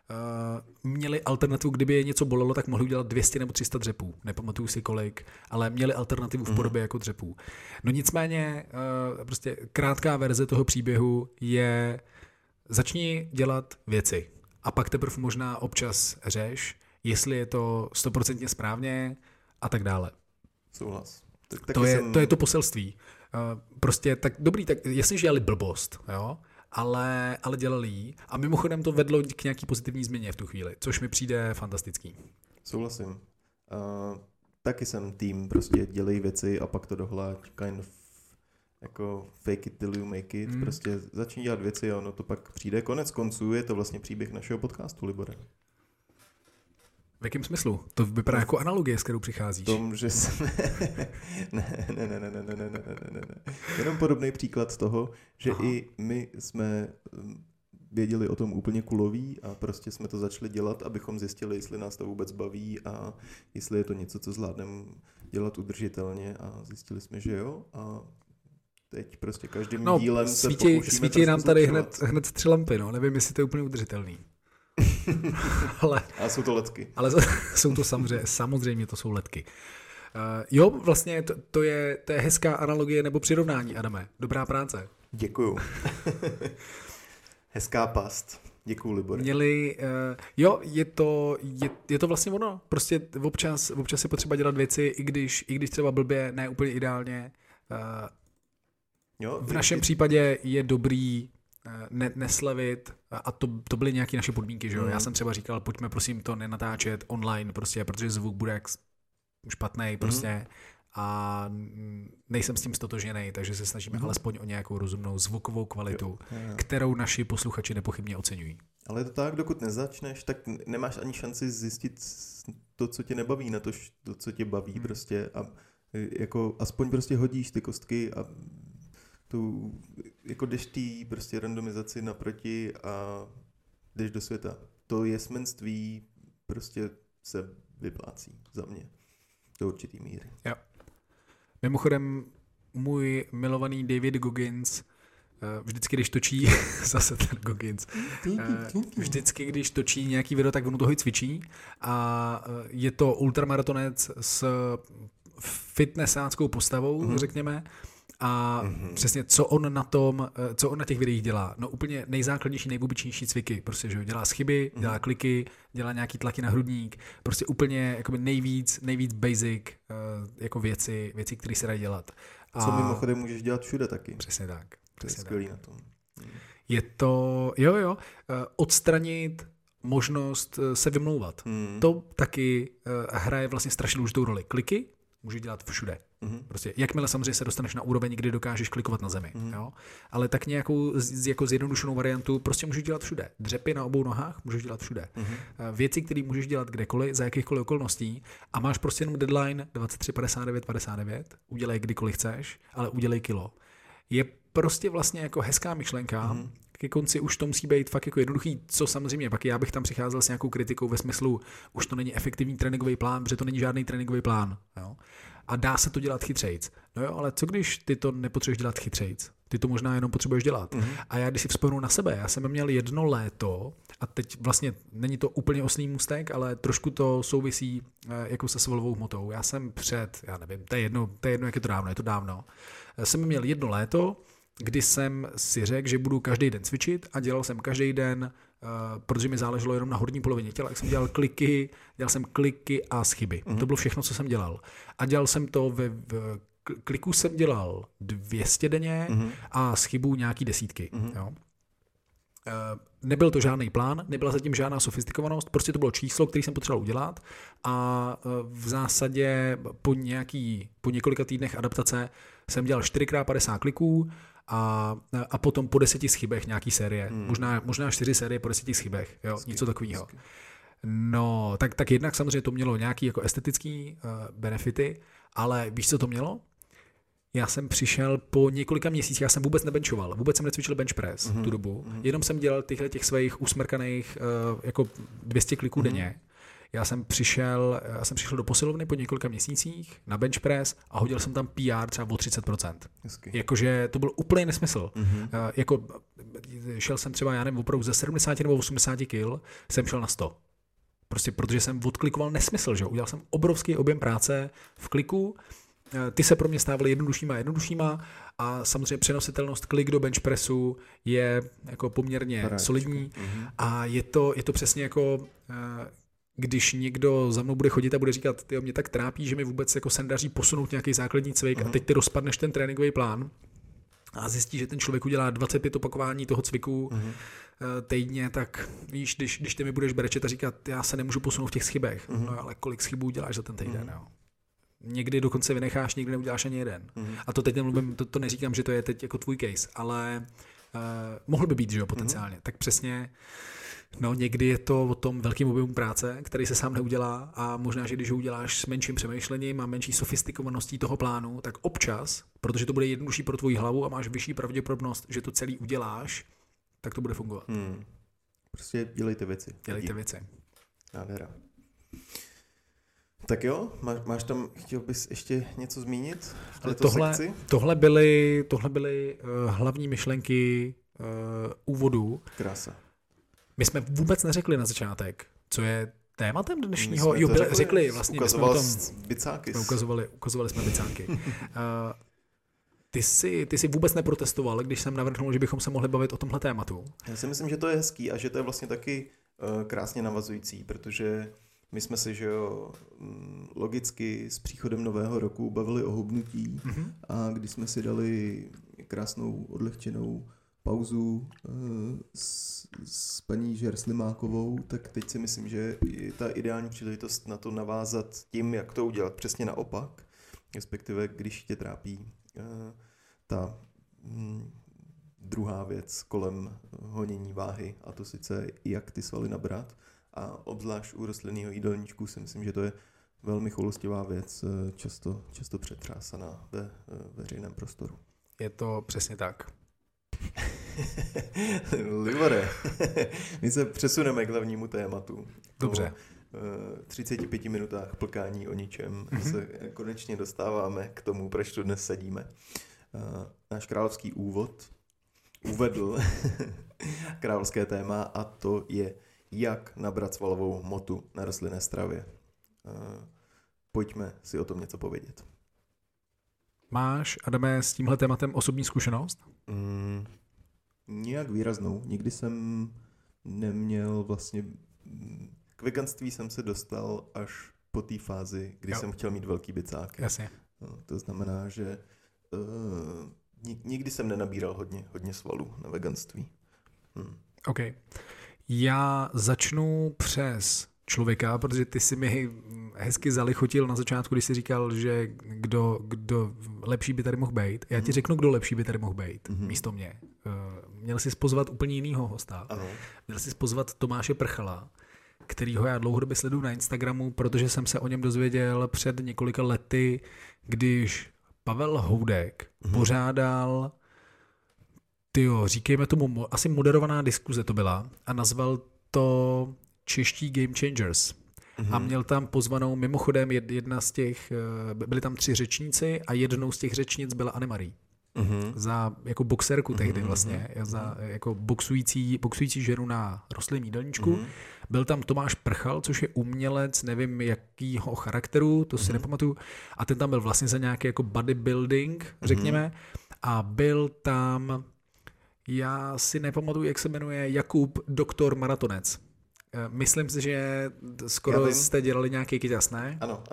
měli alternativu, kdyby je něco bolelo, tak mohli udělat 200 nebo 300 dřepů. Nepamatuju si kolik, ale měli alternativu v podobě jako dřepů. No nicméně, prostě krátká verze toho příběhu je začni dělat věci a pak teprve možná občas řeš, jestli je to 100% správně a tak dále. Souhlas. To je to poselství. Prostě tak dobrý, tak jasně, že dělali blbost, jo? Ale dělali ji a mimochodem to vedlo k nějaký pozitivní změně v tu chvíli, což mi přijde fantastický. Souhlasím. Taky jsem tým, prostě dělej věci a pak to dohled, kind of jako fake it till you make it, prostě začni dělat věci a ono to pak přijde. Konec konců je to vlastně příběh našeho podcastu, Libore. V jakém smyslu? To vypadá jako analogie, s kterou přicházíš. Tom, že jsme... ne. Jenom podobný příklad toho, že i my jsme věděli o tom úplně kulový a prostě jsme to začali dělat, abychom zjistili, jestli nás to vůbec baví a jestli je to něco, co zvládneme dělat udržitelně a zjistili jsme, že jo a teď prostě každým dílem se pokoušíme svítí nám tady hned 3 lampy, no, nevím, jestli to je úplně udržitelný. Ale jsou to ledky. Ale jsou to samozřejmě to jsou ledky. Jo, vlastně to je hezká analogie nebo přirovnání, Adame. Dobrá práce. Děkuju. Hezká past. Děkuju, Libore. Jo, je to vlastně ono. Prostě občas je potřeba dělat věci, i když třeba blbě, ne úplně ideálně. V našem případě je dobrý neslevit a to byly nějaké naše podmínky, že jo. Já jsem třeba říkal, pojďme prosím to nenatáčet online, prostě, protože zvuk bude špatný prostě a nejsem s tím stotožený, takže se snažíme alespoň o nějakou rozumnou zvukovou kvalitu, kterou naši posluchači nepochybně oceňují. Ale je to tak, dokud nezačneš, tak nemáš ani šanci zjistit to, co tě nebaví, na to, co tě baví prostě a jako aspoň prostě hodíš ty kostky a tu, jako jdeš tý prostě randomizaci naproti a jdeš do světa. To jesmenství prostě se vyplácí za mě do určitý míry. Jo. Mimochodem můj milovaný David Goggins vždycky, když točí zase ten Goggins, vždycky, když točí nějaký video, tak on toho i cvičí a je to ultramaratonec s fitnessáckou postavou, řekněme. A přesně, co on na těch videích dělá? No úplně nejzákladnější, nejobyčejnější cviky. Prostě, že dělá chyby, dělá kliky, dělá nějaký tlaky na hrudník. Prostě úplně jakoby nejvíc basic jako věci, které se dají dělat. Co mimochodem můžeš dělat všude taky. Přesně tak. To je skvělý na tom. Je to, odstranit možnost se vymlouvat. To taky hraje vlastně strašně důležitou roli. Kliky můžeš dělat všude. Prostě, jakmile samozřejmě se dostaneš na úroveň, kdy dokážeš klikovat na zemi. Jo? Ale tak nějakou jako zjednodušenou variantu prostě můžeš dělat všude. Dřepy na obou nohách můžeš dělat všude. Věci, které můžeš dělat kdekoliv, za jakýchkoliv okolností a máš prostě jenom deadline 23:59, udělej kdykoliv chceš, ale udělej kilo. Je prostě vlastně jako hezká myšlenka, ke konci už to musí být fakt jako jednoduchý, co samozřejmě, pak já bych tam přicházel s nějakou kritikou ve smyslu, už to není efektivní tréninkový plán, protože to není žádný tréninkový plán. Jo? A dá se to dělat chytřejc. No jo, ale co když ty to nepotřebuješ dělat chytřejc? Ty to možná jenom potřebuješ dělat. A já když si vzpomenu na sebe, já jsem měl 1 léto a teď vlastně není to úplně oslý můstek, ale trošku to souvisí jako se svalovou hmotou. Já jsem já nevím, to je jedno, jak je to dávno. Jsem měl 1 léto, kdy jsem si řekl, že budu každý den cvičit a dělal jsem každý den, protože mi záleželo jenom na horní polovině těla, jak jsem dělal kliky a schyby. To bylo všechno, co jsem dělal. A dělal jsem to v kliku jsem dělal 200 denně a schybu nějaký desítky. Jo. Nebyl to žádný plán, nebyla zatím žádná sofistikovanost, prostě to bylo číslo, který jsem potřeboval udělat a v zásadě po několika týdnech adaptace jsem dělal 4x50 kliků a potom po 10 schybech nějaký série. Možná 4 série po 10 schybech, jo, něco takového. No, tak jednak samozřejmě to mělo nějaký jako estetický benefity, ale víš, co to mělo? Já jsem přišel po několika měsících, já jsem vůbec nebenčoval, vůbec jsem necvičil bench press tu dobu, jenom jsem dělal těch svých usmrkaných jako 200 kliků denně. Já jsem přišel do posilovny po několika měsících na bench press a hodil jsem tam PR třeba o 30%. Jakože to byl úplný nesmysl. Jako šel jsem třeba, já nevím, opravdu ze 70 nebo 80 kg jsem šel na 100. Prostě protože jsem odklikoval nesmysl, že? Udělal jsem obrovský objem práce v kliku, ty se pro mě stávaly jednoduššíma a samozřejmě přenositelnost klik do bench pressu je jako poměrně solidní a je to přesně jako když někdo za mnou bude chodit a bude říkat, tyjo, mě tak trápí, že mi vůbec jako se nedaří posunout nějaký základní cvik a teď ty rozpadneš ten tréninkový plán a zjistí, že ten člověk udělá 25 opakování toho cviku týdně, tak víš, když ty mi budeš brečet a říkat, já se nemůžu posunout v těch schybech, no ale kolik schybů děláš za ten týden, jo. Někdy dokonce vynecháš, někdy neuděláš ani jeden. A to teď nemluvím, to neříkám, že to je teď jako tvůj case, ale mohl by být, že jo, potenciálně. Tak přesně, no někdy je to o tom velkým objemu práce, který se sám neudělá a možná, že když ho uděláš s menším přemýšlením a menší sofistikovaností toho plánu, tak občas, protože to bude jednodušší pro tvoji hlavu a máš vyšší pravděpodobnost, že to celý uděláš, tak to bude fungovat. Prostě dělejte věci. Dělejte věci. Nádhera. Tak jo, máš tam, chtěl bys ještě něco zmínit v této sekci? Tohle byly hlavní myšlenky úvodu. Krása. My jsme vůbec neřekli na začátek, co je tématem dnešního. Řekli vlastně. Ukazovali jsme bicáky. Ty jsi vůbec neprotestoval, když jsem navrhnul, že bychom se mohli bavit o tomhle tématu. Já si myslím, že to je hezký a že to je vlastně taky krásně navazující, protože my jsme se, že jo, logicky s příchodem nového roku bavili o hubnutí a když jsme si dali krásnou odlehčenou pauzu s paní Žerslimákovou, tak teď si myslím, že je ta ideální příležitost na to navázat tím, jak to udělat přesně naopak, respektive když tě trápí ta druhá věc kolem honění váhy, a to sice jak ty svaly nabrat. A obzvlášť u rostlinného jídelníčku si myslím, že to je velmi choulostivá věc, často přetřásaná ve veřejném prostoru. Je to přesně tak. Libore, my se přesuneme k hlavnímu tématu. Dobře. Po 35 minutách plkání o ničem se konečně dostáváme k tomu, proč tu dnes sedíme. Náš královský úvod uvedl královské téma a to je jak nabrat svalovou hmotu na rostlinné stravě. Pojďme si o tom něco povědět. Máš, Adame, s tímhle tématem osobní zkušenost? Nějak výraznou. Nikdy jsem neměl vlastně... K veganství jsem se dostal až po té fázi, kdy jsem chtěl mít velký bicáky. Jasně. To znamená, že nikdy jsem nenabíral hodně svalů na veganství. OK. Já začnu přes člověka, protože ty si mi hezky zalichotil na začátku, když jsi říkal, že kdo lepší by tady mohl být. Já ti řeknu, kdo lepší by tady mohl být místo mě. Měl jsi pozvat úplně jinýho hosta. Ano. Měl jsi pozvat Tomáše Prchala, kterýho já dlouhodobě sleduju na Instagramu, protože jsem se o něm dozvěděl před několika lety, když Pavel Houdek pořádal, říkejme tomu, asi moderovaná diskuze to byla, a nazval to Čeští Game Changers. A měl tam pozvanou, mimochodem jedna z těch, byli tam 3 řečníci a jednou z těch řečnic byla Anne-Marie. Za jako boxerku tehdy vlastně, za jako boxující ženu na rostlinném jídelníčku. Byl tam Tomáš Prchal, což je umělec, nevím jakýho charakteru, to si nepamatuju, a ten tam byl vlastně za nějaký jako bodybuilding, řekněme, a byl tam, já si nepamatuju, jak se jmenuje, Jakub Doktor Maratonec. Myslím si, že skoro jste dělali nějaký kyťas, ne? Ano.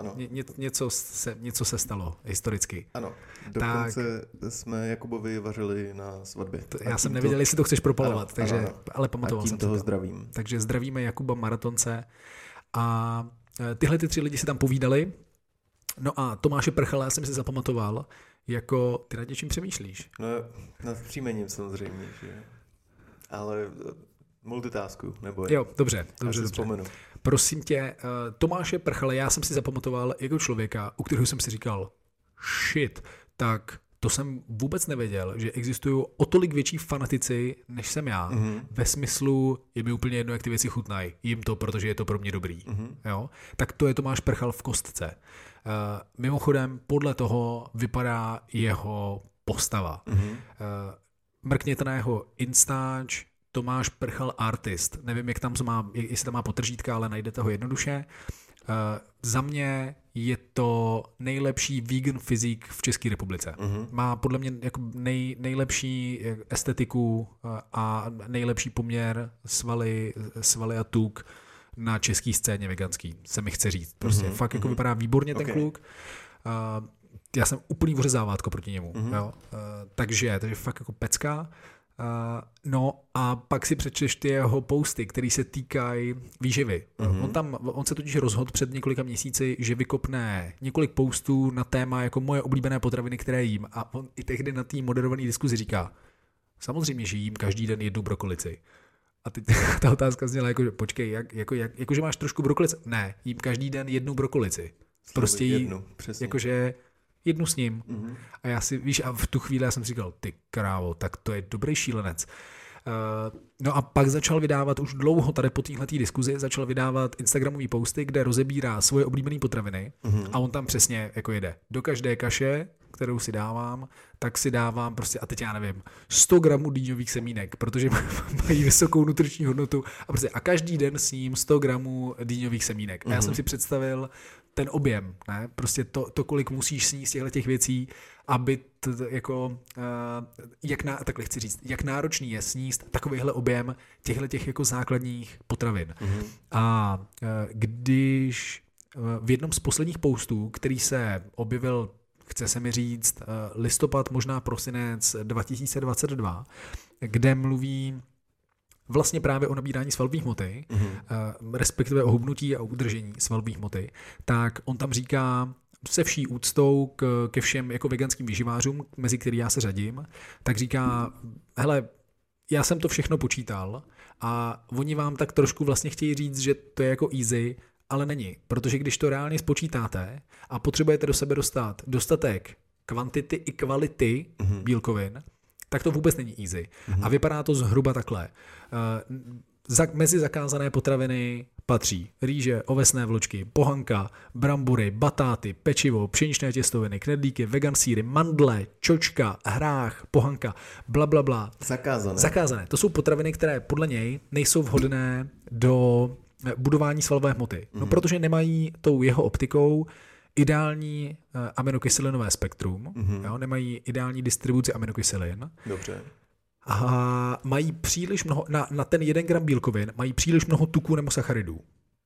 Něco se stalo historicky. Ano, dokonce jsme Jakubovi vařili na svatbě. Já jsem nevěděl, jestli to chceš propalovat, ale pamatoval jsem toho to. zdravím. Takže zdravíme Jakuba Maratonce. A tyhle 3 lidi si tam povídali. No a Tomáše Prchala já jsem si zapamatoval, jako ty nad něčím přemýšlíš. No, nad příjmením samozřejmě, že? Ale... multitasku, nebo jo, dobře. Vzpomenu. Prosím tě, Tomáše Prchala, já jsem si zapamatoval jako člověka, u kterého jsem si říkal, shit, tak to jsem vůbec nevěděl, že existují o tolik větší fanatici, než jsem já, ve smyslu, je mi úplně jedno, jak ty věci chutnají, jim to, protože je to pro mě dobrý. Jo? Tak to je Tomáš Prchal v kostce. Mimochodem, podle toho vypadá jeho postava. Mrkněte na jeho Instač, Tomáš Prchal Artist. Nevím, jestli tam má podtržítka, ale najdete ho jednoduše. Za mě je to nejlepší vegan fyzik v České republice. Má podle mě jako nejlepší estetiku a nejlepší poměr svaly a tuk na české scéně veganský, se mi chce říct. Prostě fakt jako vypadá výborně ten kluk. Já jsem úplný ořezávátko proti němu. Jo? Takže fakt jako pecka. No a pak si přečteš ty jeho posty, které se týkají výživy. On se totiž rozhodl před několika měsíci, že vykopne několik postů na téma jako moje oblíbené potraviny, které jím. A on i tehdy na té moderované diskuzi říká, samozřejmě, že jím každý den jednu brokolici. A teď ta otázka zněla, jako, počkej, jakože máš trošku brokolici? Ne, jím každý den jednu brokolici. Prostě jednu, přesně. Jakože jednu s ním. A já si, víš, a v tu chvíli já jsem si říkal, ty krávo, tak to je dobrý šílenec. No a pak začal vydávat už dlouho tady po téhletý diskuzi, začal vydávat instagramový posty, kde rozebírá svoje oblíbené potraviny a on tam přesně jako jede. Do každé kaše, kterou si dávám, tak si dávám prostě, a teď já nevím, 100 gramů dýňových semínek, protože mají vysokou nutriční hodnotu a každý den s ním 100 gramů dýňových semínek. A já jsem si představil ten objem, ne? Prostě to, kolik musíš sníst těchto věcí, aby takhle chci říct, jak náročný je sníst takovýhle objem těchto jako základních potravin. A když v jednom z posledních postů, který se objevil, chce se mi říct, listopad, možná prosinec 2022, kde mluví vlastně právě o nabírání svalové hmoty, respektive o hubnutí a udržení svalové hmoty, tak on tam říká se vší úctou ke všem jako veganským výživářům, mezi který já se řadím, tak říká, hele, já jsem to všechno počítal a oni vám tak trošku vlastně chtějí říct, že to je jako easy, ale není, protože když to reálně spočítáte a potřebujete do sebe dostat dostatek kvantity i kvality bílkovin, tak to vůbec není easy. A vypadá to zhruba takhle. Mezi zakázané potraviny patří rýže, ovesné vločky, pohanka, brambory, batáty, pečivo, pšeničné těstoviny, knedlíky, vegan sýry, mandle, čočka, hrách, pohanka, blablabla. Zakázané. To jsou potraviny, které podle něj nejsou vhodné do budování svalové hmoty. No, protože nemají tou jeho optikou ideální aminokyselinové spektrum, jo, nemají ideální distribuci aminokyselin. Dobře. A mají příliš mnoho, na ten 1 gram bílkovin mají příliš mnoho tuků nebo sacharidů.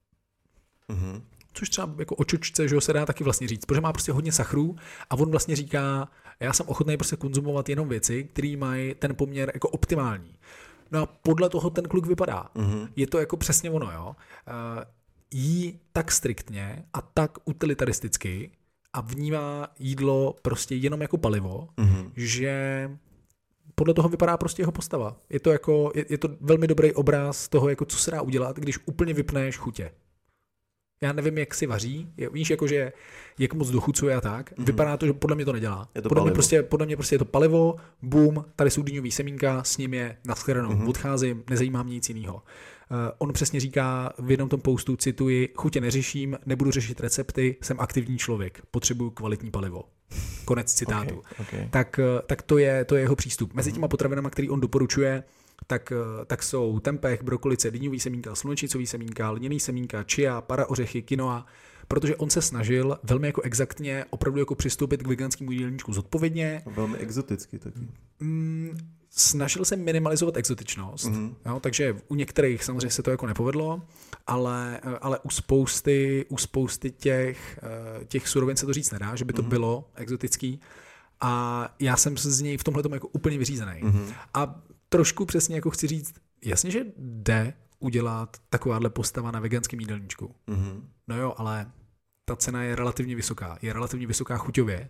Což třeba jako o čočce, že se dá taky vlastně říct, protože má prostě hodně sachrů a on vlastně říká, já jsem ochotný prostě konzumovat jenom věci, které mají ten poměr jako optimální. No a podle toho ten kluk vypadá. Je to jako přesně ono, jo. Jí tak striktně a tak utilitaristicky a vnímá jídlo prostě jenom jako palivo, že podle toho vypadá prostě jeho postava. Je to velmi dobrý obraz toho, jako co se dá udělat, když úplně vypneš chutě. Já nevím, jak si vaří, víš, jakože jak moc dochucuje a tak. Vypadá to, že podle mě to nedělá. Podle mě prostě je to palivo, boom, tady jsou dýňový semínka, s ním je nashledanou, odcházím, nezajímá mě nic jiného. On přesně říká v jednom tom postu, cituji, chutě neřeším, nebudu řešit recepty, jsem aktivní člověk, potřebuju kvalitní palivo. Konec citátu. Okay. Tak to je jeho přístup. Mezi těma potravinama, který on doporučuje, tak jsou tempeh, brokolice, dýňový semínka, slunečnicový semínka, lněný semínka, chia, paraořechy, quinoa, protože on se snažil velmi jako exaktně opravdu jako přistoupit k veganskému jídelníčku zodpovědně. Velmi exoticky taky. Snažil se minimalizovat exotičnost, jo, takže u některých samozřejmě se to jako nepovedlo, ale u spousty těch surovin se to říct nedá, že by to bylo exotický a já jsem z něj v tomhletom jako úplně vyřízený. A trošku přesně jako chci říct, jasně, že jde udělat takováhle postava na veganském jídelníčku. No jo, ale ta cena je relativně vysoká chuťově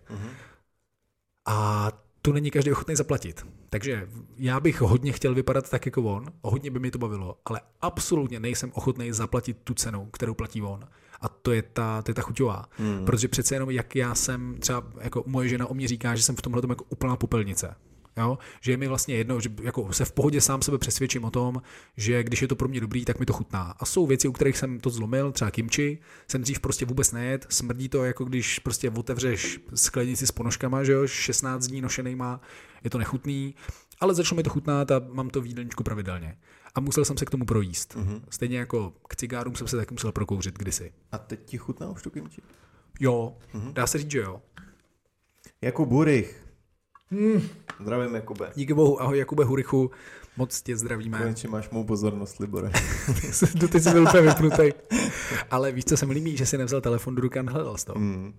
a tu není každý ochotný zaplatit. Takže já bych hodně chtěl vypadat tak jako on, hodně by mi to bavilo, ale absolutně nejsem ochotný zaplatit tu cenu, kterou platí on. a to je ta chuťová. Protože přece jenom jak já jsem, třeba jako moje žena o mě říká, že jsem v tomhle tom jako úplná popelnice. Jo? Že je mi vlastně jedno, že jako se v pohodě sám sebe přesvědčím o tom, že když je to pro mě dobrý, tak mi to chutná. A jsou věci, u kterých jsem to zlomil, třeba kimchi, jsem dřív prostě vůbec nejet, smrdí to, jako když prostě otevřeš sklenici s ponožkama, že jo, 16 dní nošenejma, je to nechutný, ale začalo mi to chutnat a mám to v jídelníčku pravidelně. A musel jsem se k tomu projíst. Stejně jako k cigárům jsem se taky musel prokouřit kdysi. A teď ti chutná už to kimchi? Jo, dá se říct, že jo. Jakub Hurich. Zdravím, Jakube. Díky bohu, ahoj Jakube Hurichu, moc tě zdravíme. Konečně máš mou pozornost, Libore. Ty jsi byl úplně vypnutý. Ale víš, co se mi líbí, že jsi nevzal telefon do ruky a nehledal jsi to.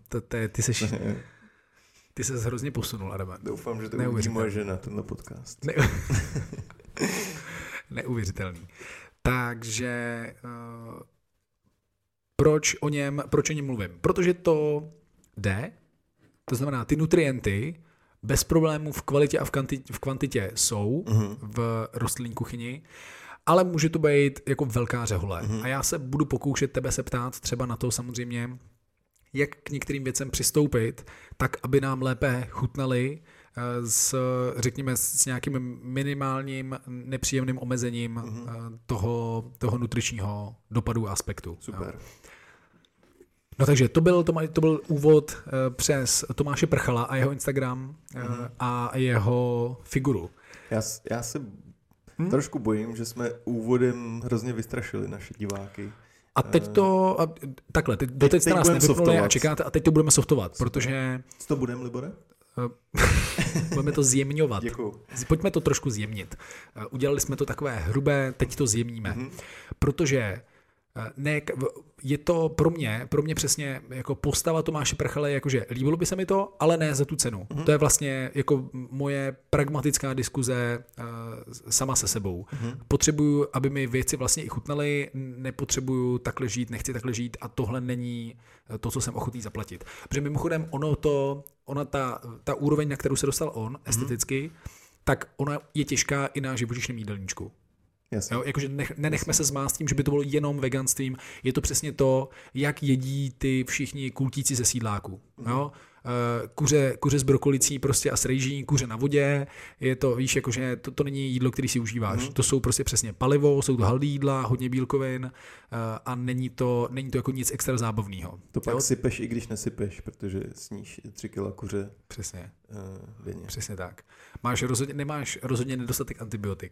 Ty jsi hrozně posunul, Adame. Doufám, že to uvidí moje žena, tenhle podcast. Neuvěřitelný. Takže proč o něm mluvím? Protože to jde, to znamená, ty nutrienty bez problémů v kvalitě a v kvantitě jsou v rostlinné kuchyni, ale může to být jako velká řehole. A já se budu pokoušet tebe se ptát třeba na to samozřejmě, jak k některým věcem přistoupit, tak aby nám lépe chutnaly řekněme, s nějakým minimálním nepříjemným omezením toho nutričního dopadu a aspektu. Super. Jo. No takže to byl úvod přes Tomáše Prchala a jeho Instagram a jeho figuru. Já se trošku bojím, že jsme úvodem hrozně vystrašili naše diváky. A teď to, takhle, doteď jste nás nevypnuli a čekáte a teď to budeme softovat, protože... Co to budeme, Libore? Budeme to zjemňovat. Děkuju. Pojďme to trošku zjemnit. Udělali jsme to takové hrubé, teď to zjemníme. Protože je to pro mě přesně jako postava Tomáše Prchala, jakože líbilo by se mi to, ale ne za tu cenu. To je vlastně jako moje pragmatická diskuze sama se sebou. Potřebuju, aby mi věci vlastně i chutnaly, nepotřebuju takhle žít, nechci takhle žít a tohle není to, co jsem ochotný zaplatit. Protože mimochodem ta úroveň, na kterou se dostal on esteticky, tak ona je těžká i na živočišném jídelníčku. Jo, jakože nenechme se zmást tím, že by to bylo jenom veganstvím. Je to přesně to, jak jedí ty všichni kultíci ze sídláků. Jo? Kuře s brokolicí prostě a s rejží, kuře na vodě. Je to, víš, jakože to není jídlo, který si užíváš. To jsou prostě přesně palivo, jsou to healthy jídla, hodně bílkovin a není to jako nic extra zábavného. To pak sypeš, i když nesypeš, protože sníš 3 kg kuře. Přesně. Denně. Přesně tak. Nemáš rozhodně nedostatek antibiotik.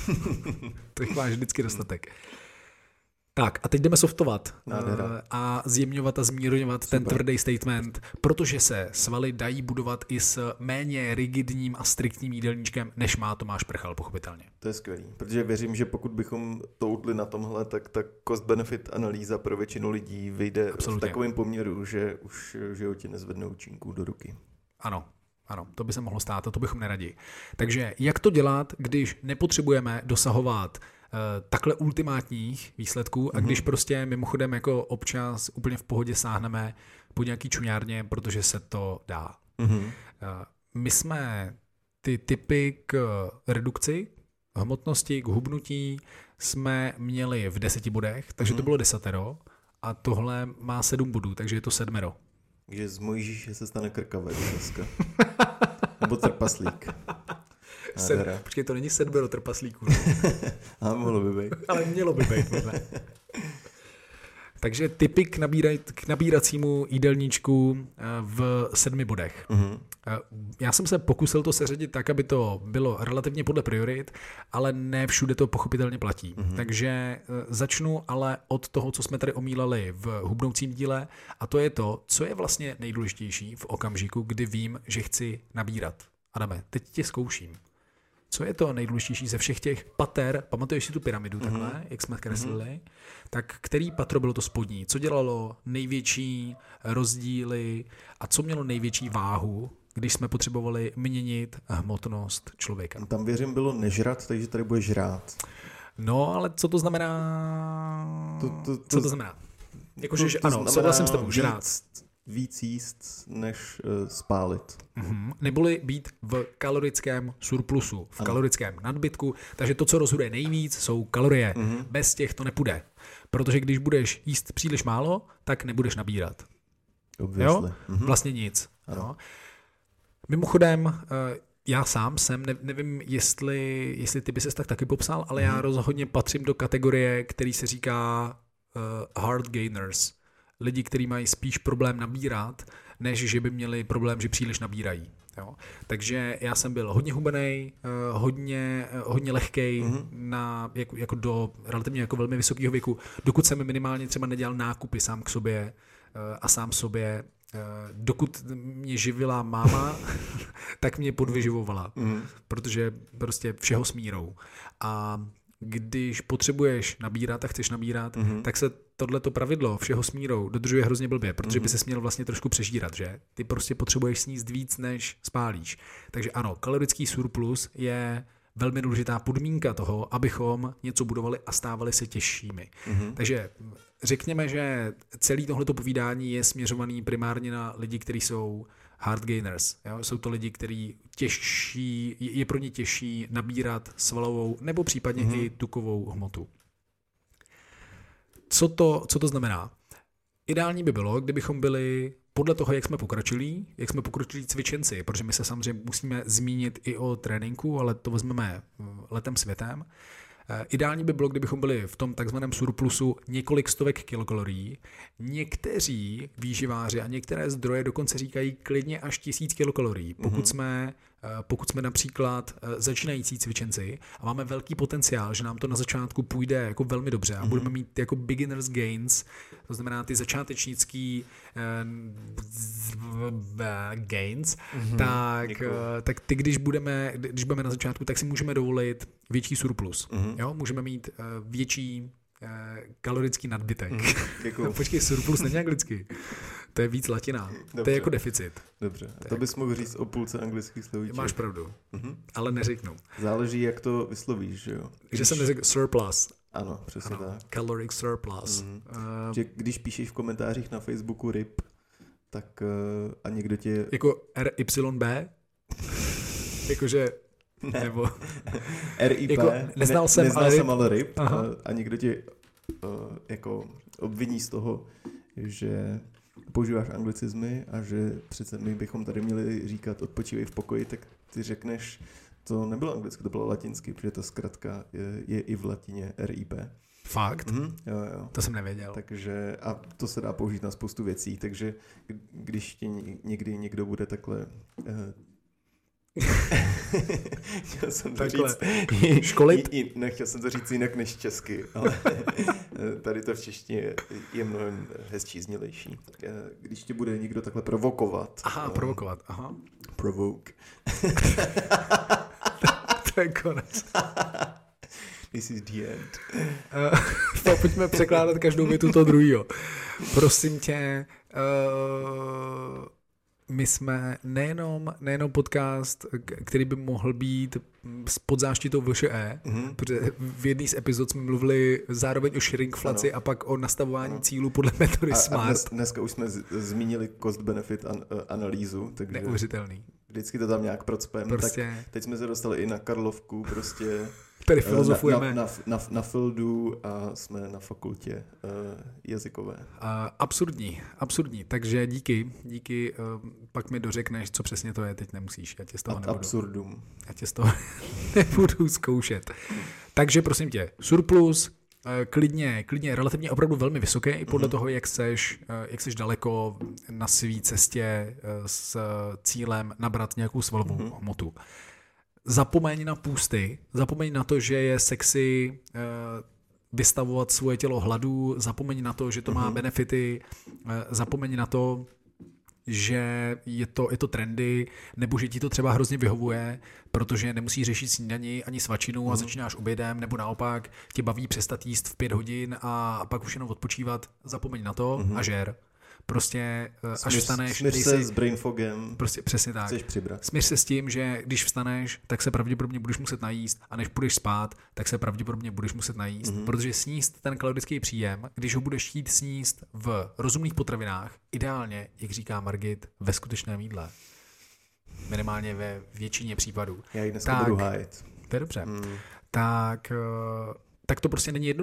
To jich máš vždycky dostatek. Tak a teď jdeme softovat a zjemňovat a zmírňovat ten tvrdý statement, protože se svaly dají budovat i s méně rigidním a striktním jídelníčkem, než má Tomáš Prchal, pochopitelně. To je skvělý, protože věřím, že pokud bychom toutli na tomhle, tak ta cost-benefit analýza pro většinu lidí vyjde v takovém poměru, že už životě nezvedne účinků do ruky. Ano, to by se mohlo stát a to bychom neradi. Takže jak to dělat, když nepotřebujeme dosahovat takhle ultimátních výsledků a když prostě mimochodem jako občas úplně v pohodě sáhneme po nějaký čuňárně, protože se to dá. My jsme ty typy k redukci hmotnosti, k hubnutí jsme měli v 10 bodech, takže to bylo 10 a tohle má 7 bodů, takže je to 7. Takže z Mojžíše se stane krkavec dneska. Nebo trpaslík. Počkej, to není 7 trpaslíků. A mohlo by být. Ale mělo by být. Takže tipy k nabíracímu jídelníčku v 7 bodech. Já jsem se pokusil to seřadit tak, aby to bylo relativně podle priorit, ale ne všude to pochopitelně platí. Takže začnu ale od toho, co jsme tady omílali v hubnoucím díle, a to je to, co je vlastně nejdůležitější v okamžiku, kdy vím, že chci nabírat. Adame, teď tě zkouším. Co je to nejdůležitější ze všech těch pater, pamatuješ si tu pyramidu takhle, jak jsme kreslili, tak který patro bylo to spodní? Co dělalo největší rozdíly a co mělo největší váhu, když jsme potřebovali měnit hmotnost člověka? Tam věřím bylo nežrat, takže tady bude žrát. No, ale co to znamená? Co to znamená? Jakože, ano, souhlasím s tebou, žrát. Víc jíst, než spálit. Neboli být v kalorickém surplusu, v kalorickém nadbytku, takže to, co rozhoduje nejvíc, jsou kalorie. Bez těch to nepůjde. Protože když budeš jíst příliš málo, tak nebudeš nabírat. Obviously. Jo? Vlastně nic. Jo? Mimochodem, já sám nevím, jestli ty by ses tak taky popsal, ale já rozhodně patřím do kategorie, který se říká hard gainers. Lidi, kteří mají spíš problém nabírat, než že by měli problém, že příliš nabírají. Jo? Takže já jsem byl hodně hubenej, hodně lehkej jako do relativně jako velmi vysokého věku, dokud jsem minimálně třeba nedělal nákupy sám k sobě a sám sobě. Dokud mě živila máma, tak mě podvyživovala, protože prostě všeho s mírou. A když potřebuješ nabírat a chceš nabírat, tak se tohleto pravidlo všeho s mírou dodržuje hrozně blbě, protože by ses měl vlastně trošku přežírat, že? Ty prostě potřebuješ sníst víc, než spálíš. Takže ano, kalorický surplus je velmi důležitá podmínka toho, abychom něco budovali a stávali se těžšími. Takže řekněme, že celý tohleto povídání je směřovaný primárně na lidi, kteří jsou hard gainers. Jo? Jsou to lidi, kteří je pro ně těžší nabírat svalovou nebo případně i tukovou hmotu. Co to znamená? Ideální by bylo, kdybychom byli podle toho, jak jsme pokročili cvičenci, protože my se samozřejmě musíme zmínit i o tréninku, ale to vezmeme letem světem. Ideální by bylo, kdybychom byli v tom takzvaném surplusu několik stovek kilokalorií. Někteří výživáři a některé zdroje dokonce říkají klidně až 1000 kilokalorií, pokud jsme například začínající cvičenci a máme velký potenciál, že nám to na začátku půjde jako velmi dobře a budeme mít jako beginners gains, to znamená ty začátečnický gains, tak ty, když budeme na začátku, tak si můžeme dovolit větší surplus. Jo? Můžeme mít větší kalorický nadbytek. Počkej, surplus není anglicky. To je víc latina. Dobře. To je jako deficit. Dobře. A to bys mohl říct o půlce anglických slovíček. Máš pravdu. Ale neřeknu. Záleží, jak to vyslovíš, že jo? Že jsem neřekl surplus. Ano, přesně tak. Caloric surplus. Že když píšeš v komentářích na Facebooku RIP, tak a někdo tě... Jako RYB? Jakože... Ne. Nebo... RIP. Jako, neznal jsem ale RIP. A někdo tě jako obviní z toho, že používáš anglicizmy a že přece my bychom tady měli říkat odpočívej v pokoji, tak ty řekneš, to nebylo anglicky, to bylo latinsky, protože ta zkratka je i v latině RIP. Fakt? Jo. To jsem nevěděl. Takže, a to se dá použít na spoustu věcí, takže když ti někdy někdo bude takhle... chtěl jsem to říct... Školit? Nechtěl jsem to říct jinak než česky, ale tady to v češtině je mnohem hezčí, znělejší. Když tě bude někdo takhle provokovat. Provokovat. Provoke. To je konec. This is the end. Pojďme překládat každou větu toho druhýho. Prosím tě, my jsme nejenom podcast, který by mohl být pod záštitou VŠE, protože v jedné z epizod jsme mluvili zároveň o shrinkflaci a pak o nastavování cílů podle metody SMART. Dneska už jsme zmínili cost-benefit analýzu. Takže neuvěřitelný. Vždycky to tam nějak procpem. Prostě... Tak teď jsme se dostali i na Karlovku, prostě... Tady filozofujeme. Na Fildu a jsme na fakultě jazykové. Absurdní. Takže díky, pak mi dořekneš, co přesně to je, teď nemusíš. Já tě z toho nebudu. Absurdum. Já tě z toho nebudu zkoušet. Takže prosím tě, surplus, klidně relativně opravdu velmi vysoký, i podle toho, jak seš daleko na své cestě s cílem nabrat nějakou svalovou hmotu. Zapomeň na půsty, zapomeň na to, že je sexy vystavovat svoje tělo hladu, zapomeň na to, že to má benefity, zapomeň na to, že je to trendy, nebo že ti to třeba hrozně vyhovuje, protože nemusíš řešit snídani ani svačinu a začínáš obědem, nebo naopak tě baví přestat jíst v 5 hodin a pak už jenom odpočívat, zapomeň na to a žer. Prostě až vstaneš... Smíř se s brain fogem, prostě přesně tak. Chceš přibrat. Smíř se s tím, že když vstaneš, tak se pravděpodobně budeš muset najíst a než půjdeš spát, tak se pravděpodobně budeš muset najíst, protože sníst ten kalorický příjem, když ho budeš chtít sníst v rozumných potravinách, ideálně, jak říká Margit, ve skutečném jídle. Minimálně ve většině případů. Já ji dneska budu hájit. To je dobře. Tak to prostě není jednoduchý.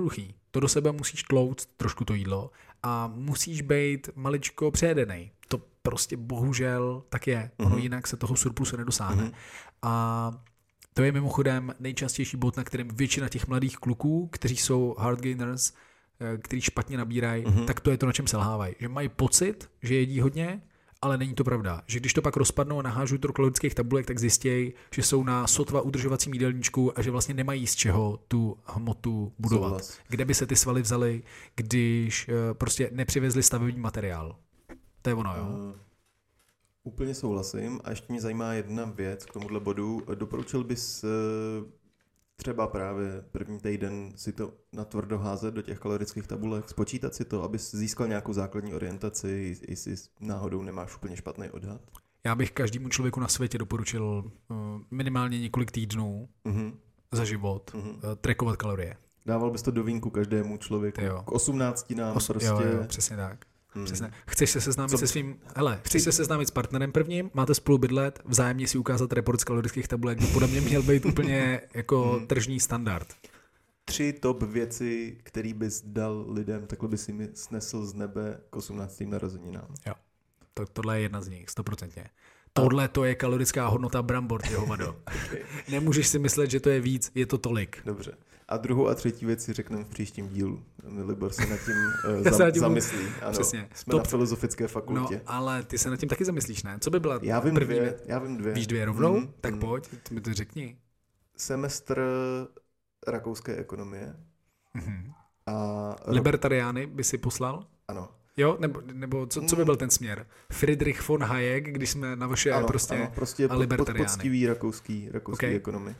To do sebe musíš tlouct trošku to jídlo a musíš být maličko přejedenej. To prostě bohužel tak je. Ono jinak se toho surplusu nedosáhne. A to je mimochodem nejčastější bod, na kterém většina těch mladých kluků, kteří jsou hard gainers, kteří špatně nabírají, tak to je to, na čem selhávají. Že mají pocit, že jedí hodně, ale není to pravda. Že když to pak rozpadnou a nahážou do kalorických tabulek, tak zjistějí, že jsou na sotva udržovacím jídelníčku a že vlastně nemají z čeho tu hmotu budovat. Souhlas. Kde by se ty svaly vzaly, když prostě nepřivezli stavební materiál. To je ono, jo? Úplně souhlasím a ještě mě zajímá jedna věc k tomuhle bodu. Doporučil bys třeba právě první týden si to natvrdo házet do těch kalorických tabulek, spočítat si to, abys získal nějakou základní orientaci, jestli náhodou nemáš úplně špatný odhad? Já bych každému člověku na světě doporučil minimálně několik týdnů za život trackovat kalorie. Dával bys to do vínku každému člověku? Jo. K 18 nám prostě... Jo, přesně tak. Přesně. Chceš se seznámit se svým... Chceš se seznámit s partnerem prvním, máte spolu bydlet, vzájemně si ukázat report z kalorických tabulek, by podle mě měl být úplně jako tržní standard. 3 top věci, který bys dal lidem, takhle bys si mi snesl z nebe k 18. narozeninám. Jo, tohle je jedna z nich, 100%. Tohle to je kalorická hodnota brambor, ty hovado. Okay. Nemůžeš si myslet, že to je víc, je to tolik. Dobře. A druhou a třetí věc si řekneme v příštím dílu. Libor se nad tím zamyslí. Ano, přesně. Jsme na filozofické fakultě. No, ale ty se nad tím taky zamyslíš, ne? Co by byla Já vím první dvě. Víš 2 rovnou? Tak pojď, ty mi to řekni. Semestr rakouské ekonomie. A Libertariány by si poslal? Ano. Jo? Nebo co by byl ten směr? Friedrich von Hayek, když jsme na vaše ano, prostě a libertariány. Poctivý rakouský ekonomy.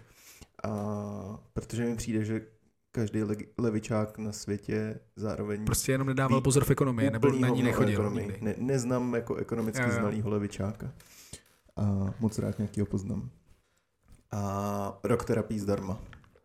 A protože mi přijde, že každý levičák na světě zároveň... Prostě jenom nedával pozor v ekonomii, nebo na ní nechodil. Neznám jako ekonomicky znalýho levičáka. A moc rád nějakýho poznám. A rok terapii zdarma.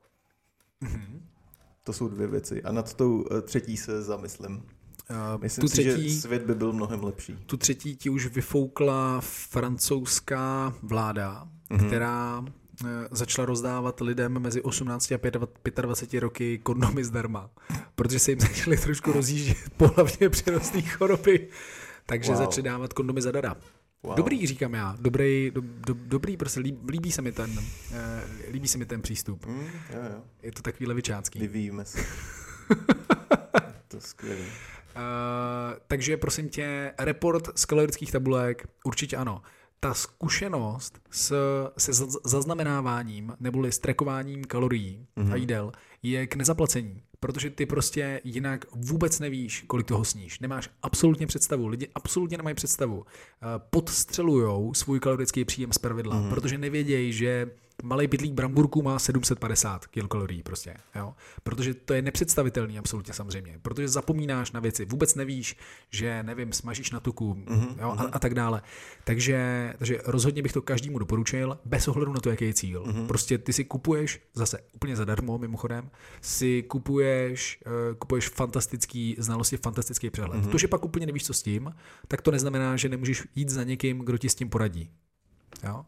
To jsou 2 věci. A nad tou třetí se zamyslím. Myslím si, že svět by byl mnohem lepší. Tu třetí ti už vyfoukla francouzská vláda, která začala rozdávat lidem mezi 18 a 25 roky kondomy zdarma, protože se jim začaly trošku rozjíždět pohlavně přenosné choroby, takže začali dávat kondomy zadara. Wow. Dobrý, říkám já. Dobrý, prostě líbí se mi ten přístup. Jo. Je to takový levičácký. Vyvíjíme se. To skvělý. Takže prosím tě, report z kalorických tabulek, určitě ano. Ta zkušenost se zaznamenáváním neboli s trackováním kalorií a jídel je k nezaplacení, protože ty prostě jinak vůbec nevíš, kolik toho sníš. Nemáš absolutně představu, lidi absolutně nemají představu. Podstřelujou svůj kalorický příjem zpravidla, protože nevědějí, že malej pytlík bramburků má 750 kilokalorií prostě, jo? Protože to je nepředstavitelný absolutně samozřejmě, protože zapomínáš na věci, vůbec nevíš, že nevím, smažíš na tuku, jo? A tak dále. Takže rozhodně bych to každému doporučil, bez ohledu na to, jaký je cíl. Prostě ty si kupuješ, zase úplně zadarmo mimochodem, si kupuješ fantastický znalosti, fantastický přehled. To, že pak úplně nevíš, co s tím, tak to neznamená, že nemůžeš jít za někým, kdo ti s tím poradí. Jo?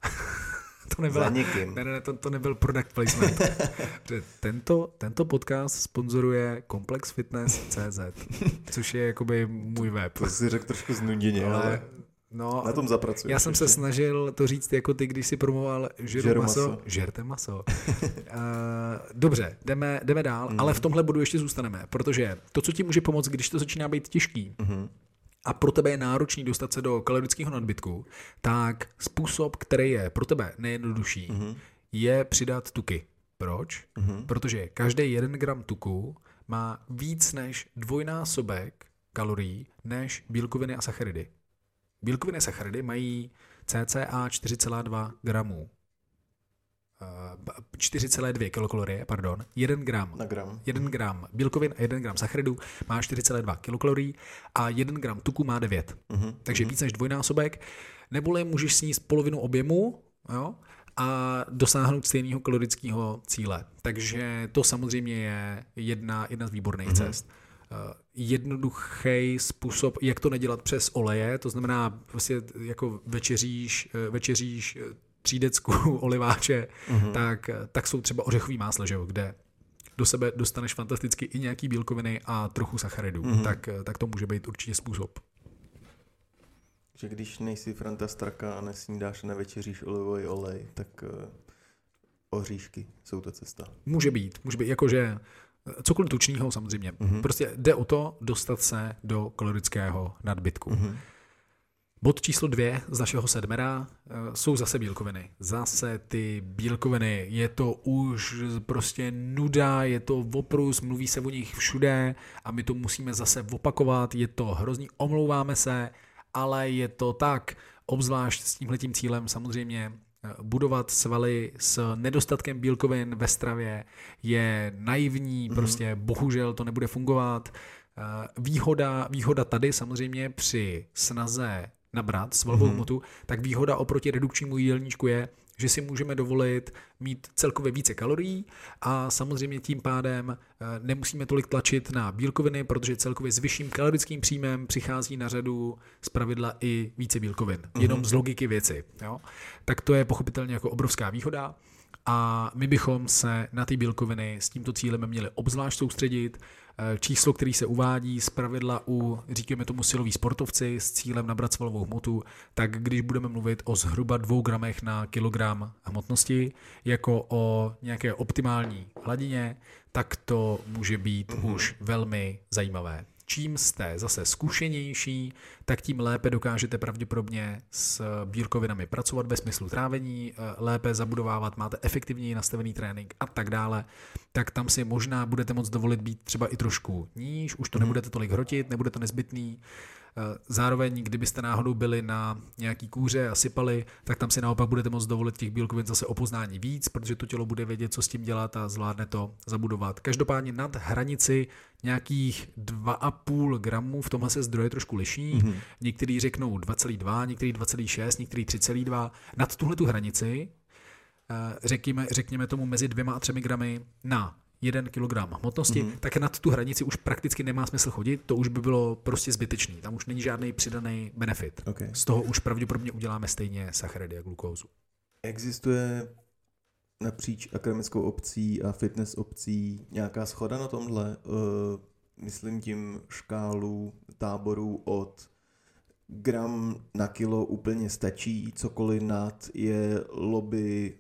To nebyl product placement. Tento podcast sponzoruje Complex Fitness CZ, což je jakoby můj web. To si řekl trošku znuděně, ale na tom zapracuji. Já jsem se snažil to říct jako ty, když si promoval žerte maso. Dobře, jdeme dál, ale v tomhle bodu ještě zůstaneme, protože to, co ti může pomoct, když to začíná být těžký, a pro tebe je náročný dostat se do kalorického nadbytku, tak způsob, který je pro tebe nejjednodušší, je přidat tuky. Proč? Protože každý 1 gram tuku má víc než 2násobek kalorií než bílkoviny a sacharidy. Bílkoviny a sacharidy mají cca 4,2 gramů. 4,2 kilokalorie, pardon, 1 gram. 1 gram bílkovin a 1 gram sacharidů má 4,2 kilokalorií a 1 gram tuku má 9. Takže víc než 2násobek, neboli můžeš sníst polovinu objemu, jo, a dosáhnout stejného kalorického cíle. Takže to samozřejmě je jedna z výborných cest. Jednoduchý způsob, jak to nedělat přes oleje, to znamená vlastně jako večeříš 3 decku oliváče, tak jsou třeba ořechový máslo, že jo, kde do sebe dostaneš fantasticky i nějaký bílkoviny a trochu sacharidů. Tak to může být určitě způsob. Že když nejsi Franta Straka a nesnídáš a nevečeříš olivový olej, tak oříšky jsou ta cesta. Může být, jakože cokoliv tučného samozřejmě. Prostě jde o to dostat se do kalorického nadbytku. Bod číslo 2 z našeho sedmera jsou zase bílkoviny. Zase ty bílkoviny, je to už prostě nuda, je to oprus, mluví se o nich všude a my to musíme zase opakovat, je to hrozný, omlouváme se, ale je to tak, obzvlášť s tímhletím cílem samozřejmě budovat svaly s nedostatkem bílkovin ve stravě je naivní, prostě bohužel to nebude fungovat. Výhoda tady samozřejmě při snaze nabrat svalovou hmotu, tak výhoda oproti redukčnímu jídelníčku je, že si můžeme dovolit mít celkově více kalorií a samozřejmě tím pádem nemusíme tolik tlačit na bílkoviny, protože celkově s vyšším kalorickým příjmem přichází na řadu zpravidla i více bílkovin. Jenom z logiky věci. Jo? Tak to je pochopitelně jako obrovská výhoda a my bychom se na ty bílkoviny s tímto cílem měli obzvlášť soustředit. Číslo, který se uvádí zpravidla u, říkáme tomu, siloví sportovci s cílem nabrat svalovou hmotu, tak když budeme mluvit o zhruba 2 gramech na kilogram hmotnosti, jako o nějaké optimální hladině, tak to může být už velmi zajímavé. Čím jste zase zkušenější, tak tím lépe dokážete pravděpodobně s bílkovinami pracovat ve smyslu trávení, lépe zabudovávat, máte efektivněji nastavený trénink a tak dále, tak tam si možná budete moct dovolit být třeba i trošku níž, už to nebudete tolik hrotit, nebude to nezbytný. Zároveň, kdybyste náhodou byli na nějaký kůře a sypali, tak tam si naopak budete moct dovolit těch bílkovin zase o poznání víc, protože to tělo bude vědět, co s tím dělat a zvládne to zabudovat. Každopádně nad hranici nějakých 2,5 gramů v tomhle se zdroje trošku liší. Někteří řeknou 2,2, někteří 2,6, někteří 3,2. Nad tuhletu hranici, řekněme tomu mezi 2 a 3 gramy na 1 kilogram hmotnosti, tak nad tu hranici už prakticky nemá smysl chodit, to už by bylo prostě zbytečný, tam už není žádný přidaný benefit. Okay. Z toho už pravděpodobně uděláme stejně sacharidy a glukózu. Existuje napříč akademickou obcí a fitness obcí nějaká shoda na tomhle? Myslím tím škálu táborů od gram na kilo úplně stačí, cokoliv nad je lobby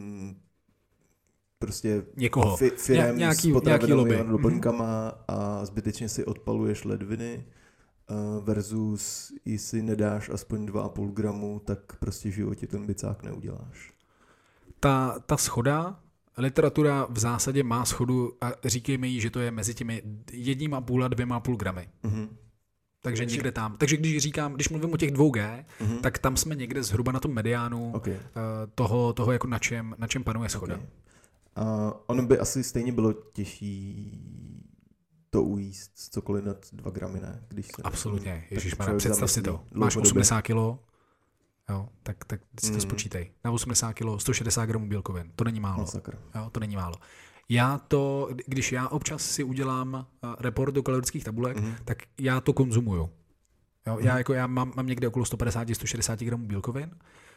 prostě někoho. Firem s potravinovými doplňkama a zbytečně si odpaluješ ledviny versus jestli nedáš aspoň 2,5 gramu, tak prostě v životě ten bicák neuděláš. Ta shoda, literatura v zásadě má shodu a říkejme jí, že to je mezi těmi 1,5 a 2,5 gramy. Takže někde tam. Takže když mluvím o těch 2G, tak tam jsme někde zhruba na tom mediánu toho jako na čem panuje shoda. Okay. Ono by asi stejně bylo těžší to ujíst cokoliv nad 2 gramy, ne? Když se absolutně, ježišmarja, představ si to. Máš 80 kilo, jo, tak si to spočítej. Na 80 kilo 160 gramů bílkovin, to není málo. Jo, to není málo. Když já občas si udělám report do kalorických tabulek, tak já to konzumuju. Jo, já mám někde okolo 150-160 gramů bílkovin,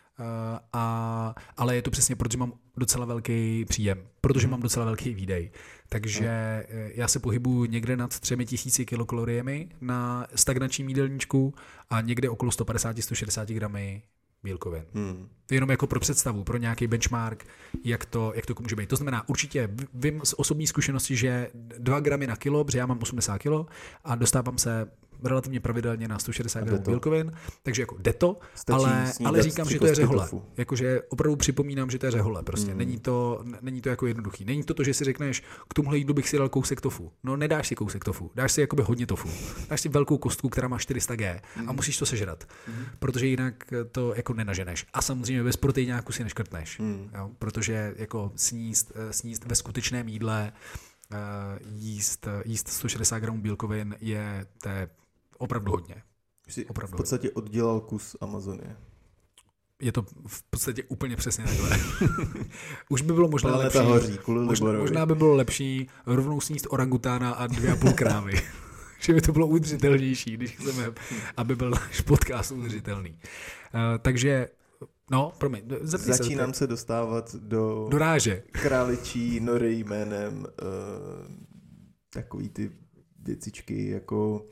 ale je to přesně, protože mám docela velký příjem, protože mám docela velký výdej. Takže já se pohybuju někde nad 3000 kilokaloriemi na stagnačním jídelníčku a někde okolo 150-160 gramy bílkovin. Jenom jako pro představu, pro nějaký benchmark, jak to může být. To znamená, určitě vím z osobní zkušenosti, že 2 gramy na kilo, protože já mám 80 kilo a dostávám se relativně pravidelně na 160 gramů bílkovin, takže jako jde to, ale říkám, že to je řehole. Jakože opravdu připomínám, že to je řehole. Prostě není to jako jednoduchý. Není to, že si řekneš, k tomuhle jídlu bych si dal kousek tofu. No nedáš si kousek tofu, dáš si jakoby hodně tofu. Dáš si velkou kostku, která má 400 G a musíš to sežrat, protože jinak to jako nenaženeš. A samozřejmě bez proteináku si neškrtneš, jo? Protože jako sníst ve skutečném jídle jíst 160 gramů bílkovin je opravdu hodně. Jsi v podstatě oddělal kus Amazonie. Je to v podstatě úplně přesně takhle. Už by bylo možná lepší. Možná by bylo lepší rovnou sníst orangutána a 2,5 krávy. Že by to bylo udržitelnější, když chceme, aby byl náš podcast udržitelný. Takže No, promiň. Začínám se dostávat do ráže. Králičí nory jménem takový ty věcičky jako...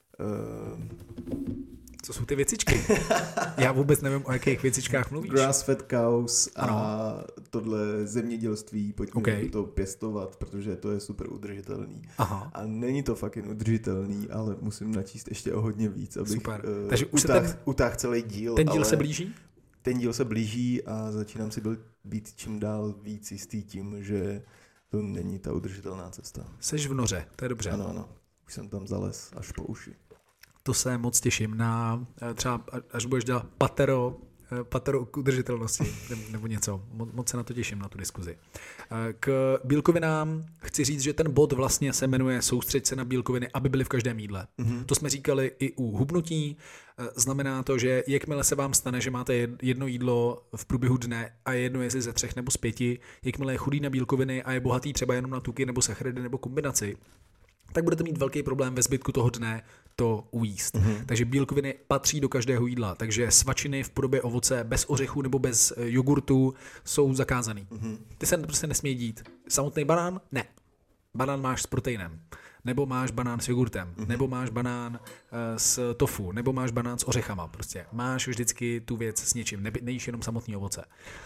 Co jsou ty věcičky? Já vůbec nevím, o jakých věcičkách mluvíš. Grass-fed cows a tohle zemědělství, pojďme to pěstovat, protože to je super udržitelný. Aha. A není to fucking udržitelný, ale musím načíst ještě o hodně víc, abych Takže už utáhl celý díl. Ten díl se blíží? Ten díl se blíží a začínám si být čím dál víc jistý tím, že to není ta udržitelná cesta. Seš v noře, to je dobře. Ano. Už jsem tam zalez až po uši. To se moc těším na třeba, až budeš dělat patero k udržitelnosti nebo něco. Moc se na to těším, na tu diskuzi. K bílkovinám chci říct, že ten bod vlastně se jmenuje Soustřeď se na bílkoviny, aby byly v každém jídle. Mm-hmm. To jsme říkali i u hubnutí. Znamená to, že jakmile se vám stane, že máte jedno jídlo v průběhu dne a je jedno jestli ze 3 nebo z 5, jakmile je chudý na bílkoviny a je bohatý třeba jenom na tuky nebo sacharidy nebo kombinaci, tak budete mít velký problém ve zbytku toho dne to ujíst. Mm-hmm. Takže bílkoviny patří do každého jídla. Takže svačiny v podobě ovoce bez ořechů nebo bez jogurtu jsou zakázaný. Mm-hmm. Ty se prostě nesmí dít. Samotný banán? Ne. Banán máš s proteinem. Nebo máš banán s jogurtem. Mm-hmm. Nebo máš banán s tofu. Nebo máš banán s ořechama. Prostě máš vždycky tu věc s něčím. Nejíš jenom samotný ovoce.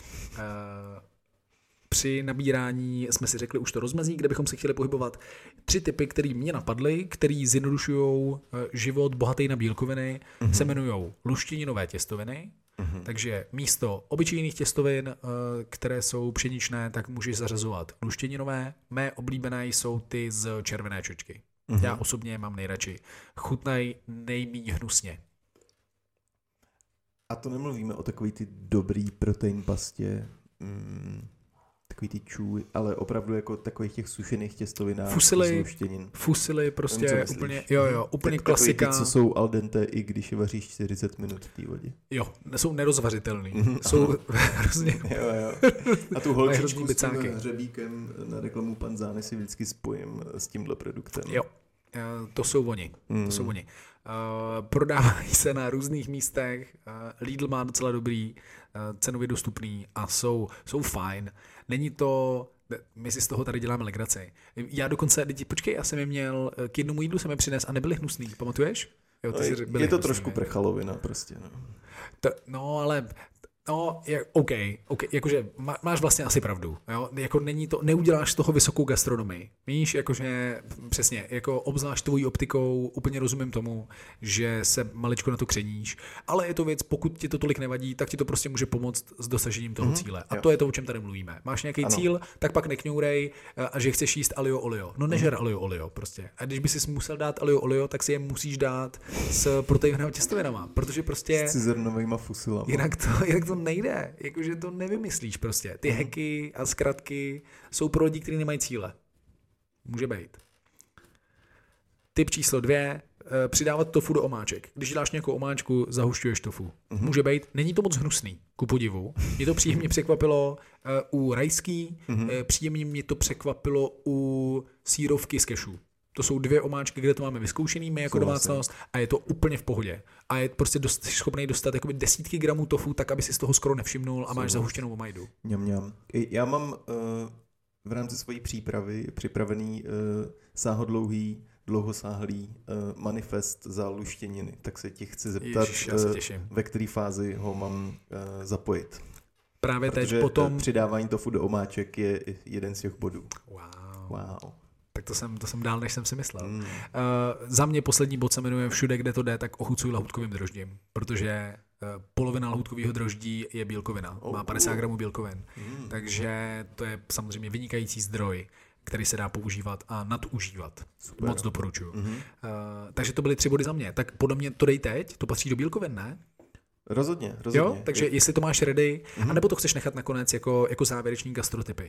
Při nabírání jsme si řekli už to rozmezí, kde bychom se chtěli pohybovat. 3 typy, které mě napadly, které zjednodušují život bohatý na bílkoviny, se jmenují luštěninové těstoviny. Takže místo obyčejných těstovin, které jsou pšeničné, tak můžeš zařazovat luštěninové. Mé oblíbené jsou ty z červené čočky. Já osobně je mám nejradši. Chutnají nejméně hnusně. A to nemluvíme o takový ty dobrý protein pastě, takový ty čůj, ale opravdu jako takových těch sušených těstovinách z luštěnin. Fusily prostě úplně, úplně klasika. Takový ty, co jsou al dente, i když je vaříš 40 minut v té vodě. Jo, jsou nerozvařitelný. Jsou hrozně... Jo. A tu holčičku s tím hřebíkem na reklamu Panzány si vždycky spojím s tímhle produktem. Jo, to jsou oni. Prodávají se na různých místech. Lidl má docela dobrý, cenově dostupný a jsou fajn. Není to, my si z toho tady děláme legraci. Já dokonce, počkej, já jsem je měl, k jednomu jídlu jsem je přines a nebyly hnusný, pamatuješ? Jo, ty je to hnusný, trošku prechalovina prostě. OK, jakože máš vlastně asi pravdu, jo? Jako neuděláš z toho vysokou gastronomii, víš, jakože přesně, jako obzvlášť tvojí optikou, úplně rozumím tomu, že se maličko na to křeníš, ale je to věc, pokud ti to tolik nevadí, tak ti to prostě může pomoct s dosažením toho cíle. A to je to, o čem tady mluvíme. Máš nějaký cíl, tak pak nekňourej, a že chceš jíst alio olio. No nežer alio olio prostě. A když by si musel dát alio olio, tak si je musíš dát s proteinovými těstovinama, protože prostě s cizernovejma fusilama. Jinak to nejde, jakože to nevymyslíš prostě. Ty hacky a zkratky jsou pro lidi, kteří nemají cíle. Může být. Tip číslo 2, přidávat tofu do omáček. Když děláš nějakou omáčku, zahušťuješ tofu. Může být, není to moc hnusný, ku podivu. Mě to příjemně překvapilo u rajský, příjemně mě to překvapilo u sírovky z kešu. To jsou 2 omáčky, kde to máme vyzkoušený my jako domácnost a je to úplně v pohodě. A je prostě schopný dostat jakoby desítky gramů tofu, tak aby si z toho skoro nevšimnul a máš zahuštěnou omajdu. Mňam. Já mám v rámci své přípravy připravený sáhodlouhý, dlouhosáhlý manifest za luštěniny. Tak se ti chci zeptat, ve které fázi ho mám zapojit. Právě protože teď potom... přidávání tofu do omáček je jeden z těch bodů. Wow. Tak to jsem dál, než jsem si myslel. Za mě poslední bod se jmenuje Všude, kde to jde, tak ochucuj lahůdkovým droždím, protože polovina lahůdkového droždí je bílkovina. Má 50 gramů bílkovin. Takže to je samozřejmě vynikající zdroj, který se dá používat a nadužívat. Super. Moc doporučuju. Takže to byly 3 body za mě. Tak podle mě to dej teď, to patří do bílkovin, ne? Rozhodně. Jo? Takže jestli to máš ready, anebo to chceš nechat nakonec jako závěreční gastrotypy.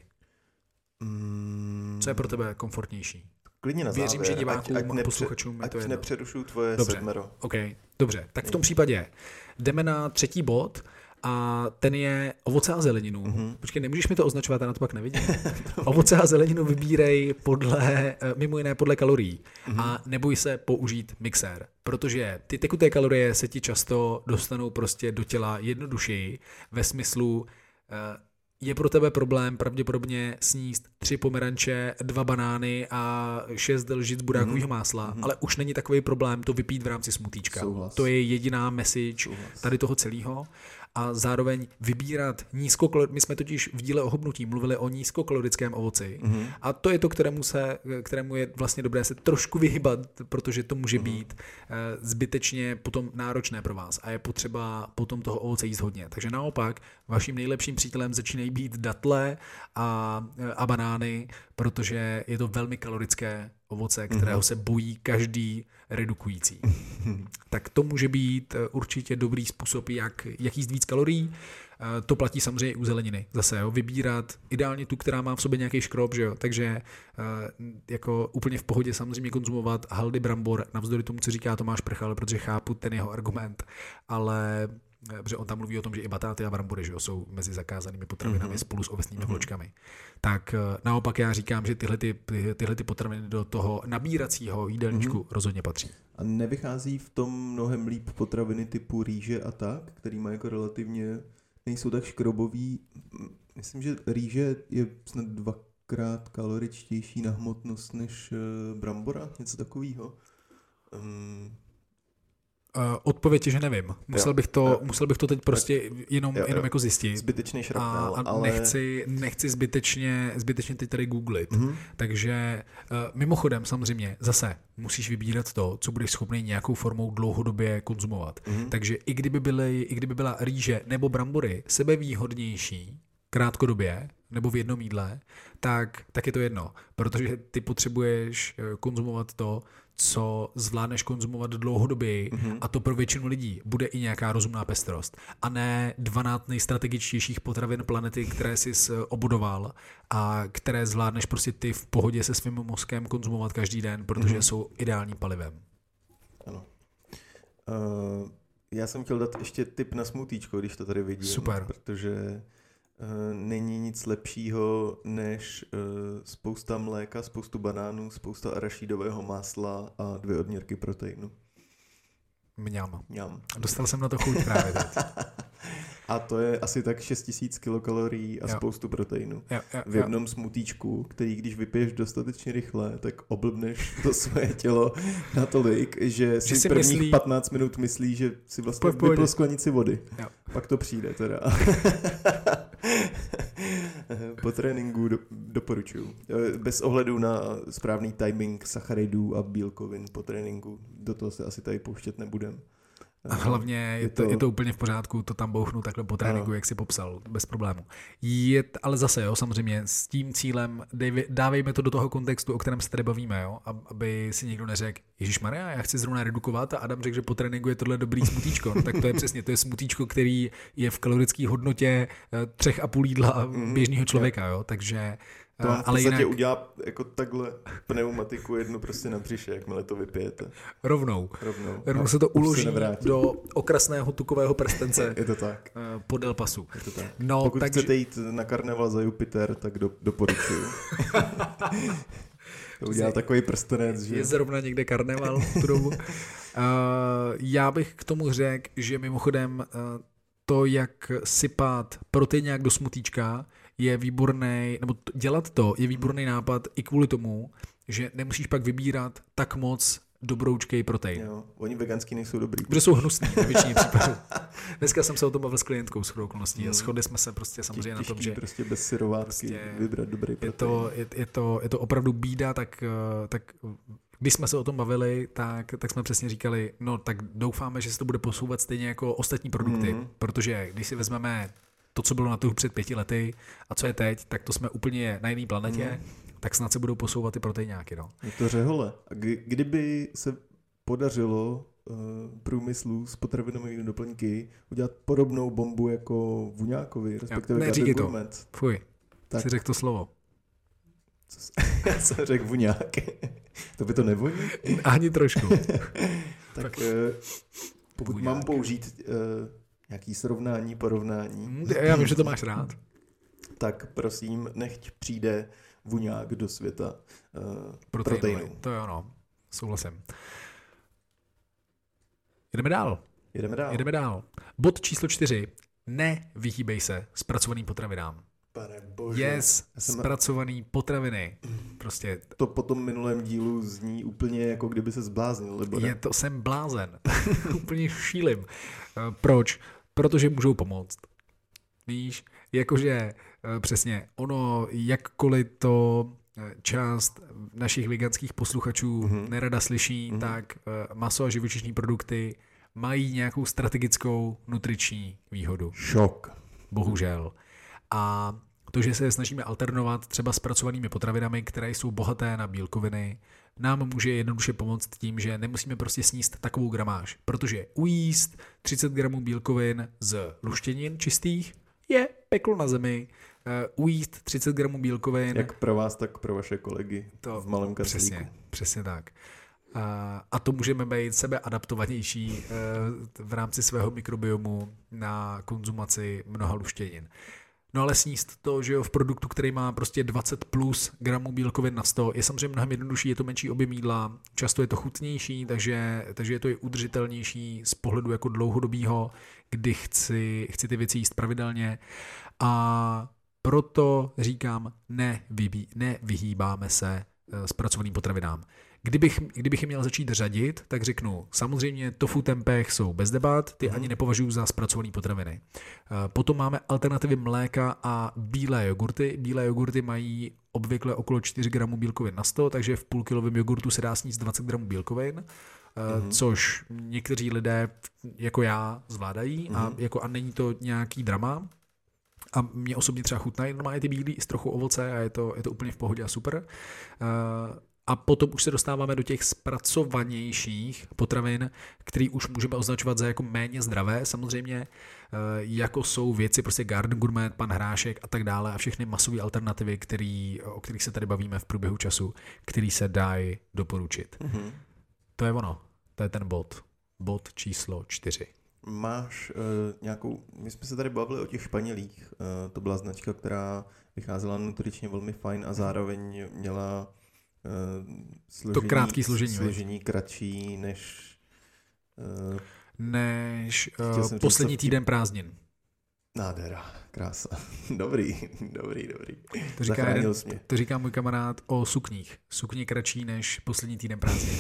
Co je pro tebe komfortnější? Klidně na závěr. Věřím, že divákům a posluchačům je to jedno. Nepřerušuju tvoje Dobře. sedmero. OK, dobře. Tak v tom případě jdeme na 3. bod a ten je ovoce a zeleninu. Počkej, nemůžeš mi to označovat, já na to pak nevidím. Ovoce a zeleninu vybírej mimo jiné podle kalorií a neboj se použít mixér, protože ty tekuté kalorie se ti často dostanou prostě do těla jednodušeji ve smyslu je pro tebe problém pravděpodobně sníst 3 pomeranče, 2 banány a 6 lžic burákového másla, ale už není takový problém to vypít v rámci smutíčka. Souhlas. To je jediná message tady toho celého. A zároveň vybírat my jsme totiž v díle o hubnutí mluvili o nízkokalorickém ovoci a to je to, kterému je vlastně dobré se trošku vyhybat, protože to může být zbytečně potom náročné pro vás a je potřeba potom toho ovoce jíst hodně. Takže naopak vaším nejlepším přítelem začínají být datle a banány, protože je to velmi kalorické ovoce, kterého se bojí každý redukující. Tak to může být určitě dobrý způsob, jak jíst víc kalorií. To platí samozřejmě i u zeleniny. Zase vybírat ideálně tu, která má v sobě nějaký škrob, že jo? Takže jako úplně v pohodě samozřejmě konzumovat haldy brambor, navzdory tomu, co říká Tomáš Prchal, protože chápu ten jeho argument, ale protože on tam mluví o tom, že i batáty a brambory, že jo, jsou mezi zakázanými potravinami spolu s ovesnými vločkami. Tak naopak já říkám, že tyhle potraviny do toho nabíracího jídelníčku rozhodně patří. A nevychází v tom mnohem líp potraviny typu rýže a tak, který má jako relativně, nejsou tak škrobový. Myslím, že rýže je snad 2x kaloričtější na hmotnost než brambora, něco takového. Odpověď je, že nevím. Musel bych to teď prostě jenom jako zjistit. Zbytečný šrapnel, ale nechci zbytečně teď tady googlit. Takže mimochodem samozřejmě zase musíš vybírat to, co budeš schopný nějakou formou dlouhodobě konzumovat. Takže i kdyby byla rýže nebo brambory sebevýhodnější krátkodobě nebo v jednom jídle, tak je to jedno, protože ty potřebuješ konzumovat to, co zvládneš konzumovat dlouhodobě a to pro většinu lidí bude i nějaká rozumná pestrost a ne 12 nejstrategičtějších potravin planety, které jsi obodoval a které zvládneš prostě ty v pohodě se svým mozkem konzumovat každý den, protože jsou ideálním palivem. Ano. Já jsem chtěl dát ještě tip na smutíčko, když to tady vidím. Super. Protože není nic lepšího než spousta mléka, spoustu banánů, spousta arašídového másla a 2 odměrky proteinu. Mňam. Dostal jsem na to chuť právě teď. A to je asi tak 6000 kilokalorií a spoustu proteinu. V jednom smutíčku, který když vypiješ dostatečně rychle, tak oblbneš to své tělo natolik, že si prvních 15 minut myslí, že si vlastně vypil sklenici vody. Jo. Pak to přijde teda. Po tréninku doporučuju. Bez ohledu na správný timing sacharidů a bílkovin po tréninku. Do toho se asi tady pouštět nebudem. A hlavně je to úplně v pořádku, to tam bouchnu takhle po tréninku, jak si popsal, bez problému. Ale zase, samozřejmě, s tím cílem dávejme to do toho kontextu, o kterém se tady bavíme, jo, aby si někdo neřekl, ježišmarja, já chci zrovna redukovat a Adam řekl, že po tréninku je tohle dobrý smutíčko. No, tak to je přesně, to je smutíčko, který je v kalorické hodnotě 3,5 jídla běžného člověka, jo, takže to vám v podstatě udělá jako takhle pneumatiku jednu prostě na břiše, jakmile to vypijete. Rovnou se to uloží do okrasného tukového prstence. Je to tak. Podél pasu. Je to tak. No, pokud chcete jít na karneval za Jupiter, tak doporučuju. To udělal takový prstenec, že... Je zrovna někde karneval v tu dobu. Já bych k tomu řekl, že mimochodem to, jak sypat proteiňák do smutíčka, je výborný, nebo dělat to je výborný nápad i kvůli tomu, že nemusíš pak vybírat tak moc dobroučkej protein. Jo, oni veganský nejsou dobrý. Protože jsou hnusný ve většině případů. Dneska jsem se o tom bavil s klientkou shodou okolností a shodli jsme se prostě samozřejmě na tom, že prostě bez syrovátky prostě vybrat dobrý protein. Je to opravdu bída, tak když jsme se o tom bavili, tak jsme přesně říkali, no tak doufáme, že se to bude posouvat stejně jako ostatní produkty, protože když si vezmeme to, co bylo na trhu před 5 lety a co je teď, tak to jsme úplně na jiné planetě, tak snad se budou posouvat ty proteiňáky. No. Je to řehole. A kdyby se podařilo průmyslu s potravinovými doplňky udělat podobnou bombu jako Vuňákovi, respektive neříkej to. Fuj, tak. Si řekl to slovo. Já jsem řekl Vuňák. To by to nevoní? Ani trošku. Tak pokud mám použít nějaký srovnání, porovnání. Já vím, že to máš rád. Tak prosím, nechť přijde Vuňák do světa proteinů. To je ono, souhlasím. Jdeme dál. Bod číslo 4. Nevyhýbej se zpracovaným potravinám. Pane bože. Yes, zpracovaný potraviny. Prostě. To po tom minulém dílu zní úplně jako kdyby se zbláznil, Libore. Jsem blázen. Úplně šílim. Proč? Protože můžou pomoct. Víš, jakože přesně ono, jakkoliv to část našich veganských posluchačů nerada slyší, tak maso a živočišní produkty mají nějakou strategickou nutriční výhodu. Šok. Bohužel. A to, že se snažíme alternovat třeba zpracovanými potravinami, které jsou bohaté na bílkoviny, nám může jednoduše pomoct tím, že nemusíme prostě sníst takovou gramáž. Protože ujíst 30 gramů bílkovin z luštěnin čistých je peklo na zemi. Ujíst 30 gramů bílkovin... Jak pro vás, tak pro vaše kolegy v malém kaslíku. Přesně tak. A to můžeme být sebeadaptovanější v rámci svého mikrobiomu na konzumaci mnoha luštěnin. No ale sníst to, že jo, v produktu, který má prostě 20 plus gramů bílkovin na 100, je samozřejmě mnohem jednodušší, je to menší objem jídla, často je to chutnější, takže je to i udržitelnější z pohledu jako dlouhodobýho, kdy chci ty věci jíst pravidelně. A proto říkám, nevyhýbáme se zpracovaným potravinám. Kdybych je měl začít řadit, tak řeknu, samozřejmě tofu, tempeh jsou bez debat, ty ani nepovažuji za zpracované potraviny. Potom máme alternativy mléka a bílé jogurty. Bílé jogurty mají obvykle okolo 4 gramů bílkovin na 100, takže v půlkilovém jogurtu se dá sníst 20 gramů bílkovin, což někteří lidé jako já zvládají a není to nějaký drama. A mě osobně třeba chutnají normálně ty bílí s trochu ovoce a je to úplně v pohodě a super. A potom už se dostáváme do těch zpracovanějších potravin, které už můžeme označovat za jako méně zdravé, samozřejmě, jako jsou věci prostě Garden Gourmet, Pan Hrášek a tak dále a všechny masové alternativy, o kterých se tady bavíme v průběhu času, který se dají doporučit. To je ono, to je ten bod číslo 4. Máš nějakou, my jsme se tady bavili o těch španělích, to byla značka, která vycházela nutričně velmi fajn a zároveň měla složení kratší než poslední týden prázdnin. Nádhera, krása. Dobrý. To říká můj kamarád o sukních. Sukně kratší než poslední týden prázdnin.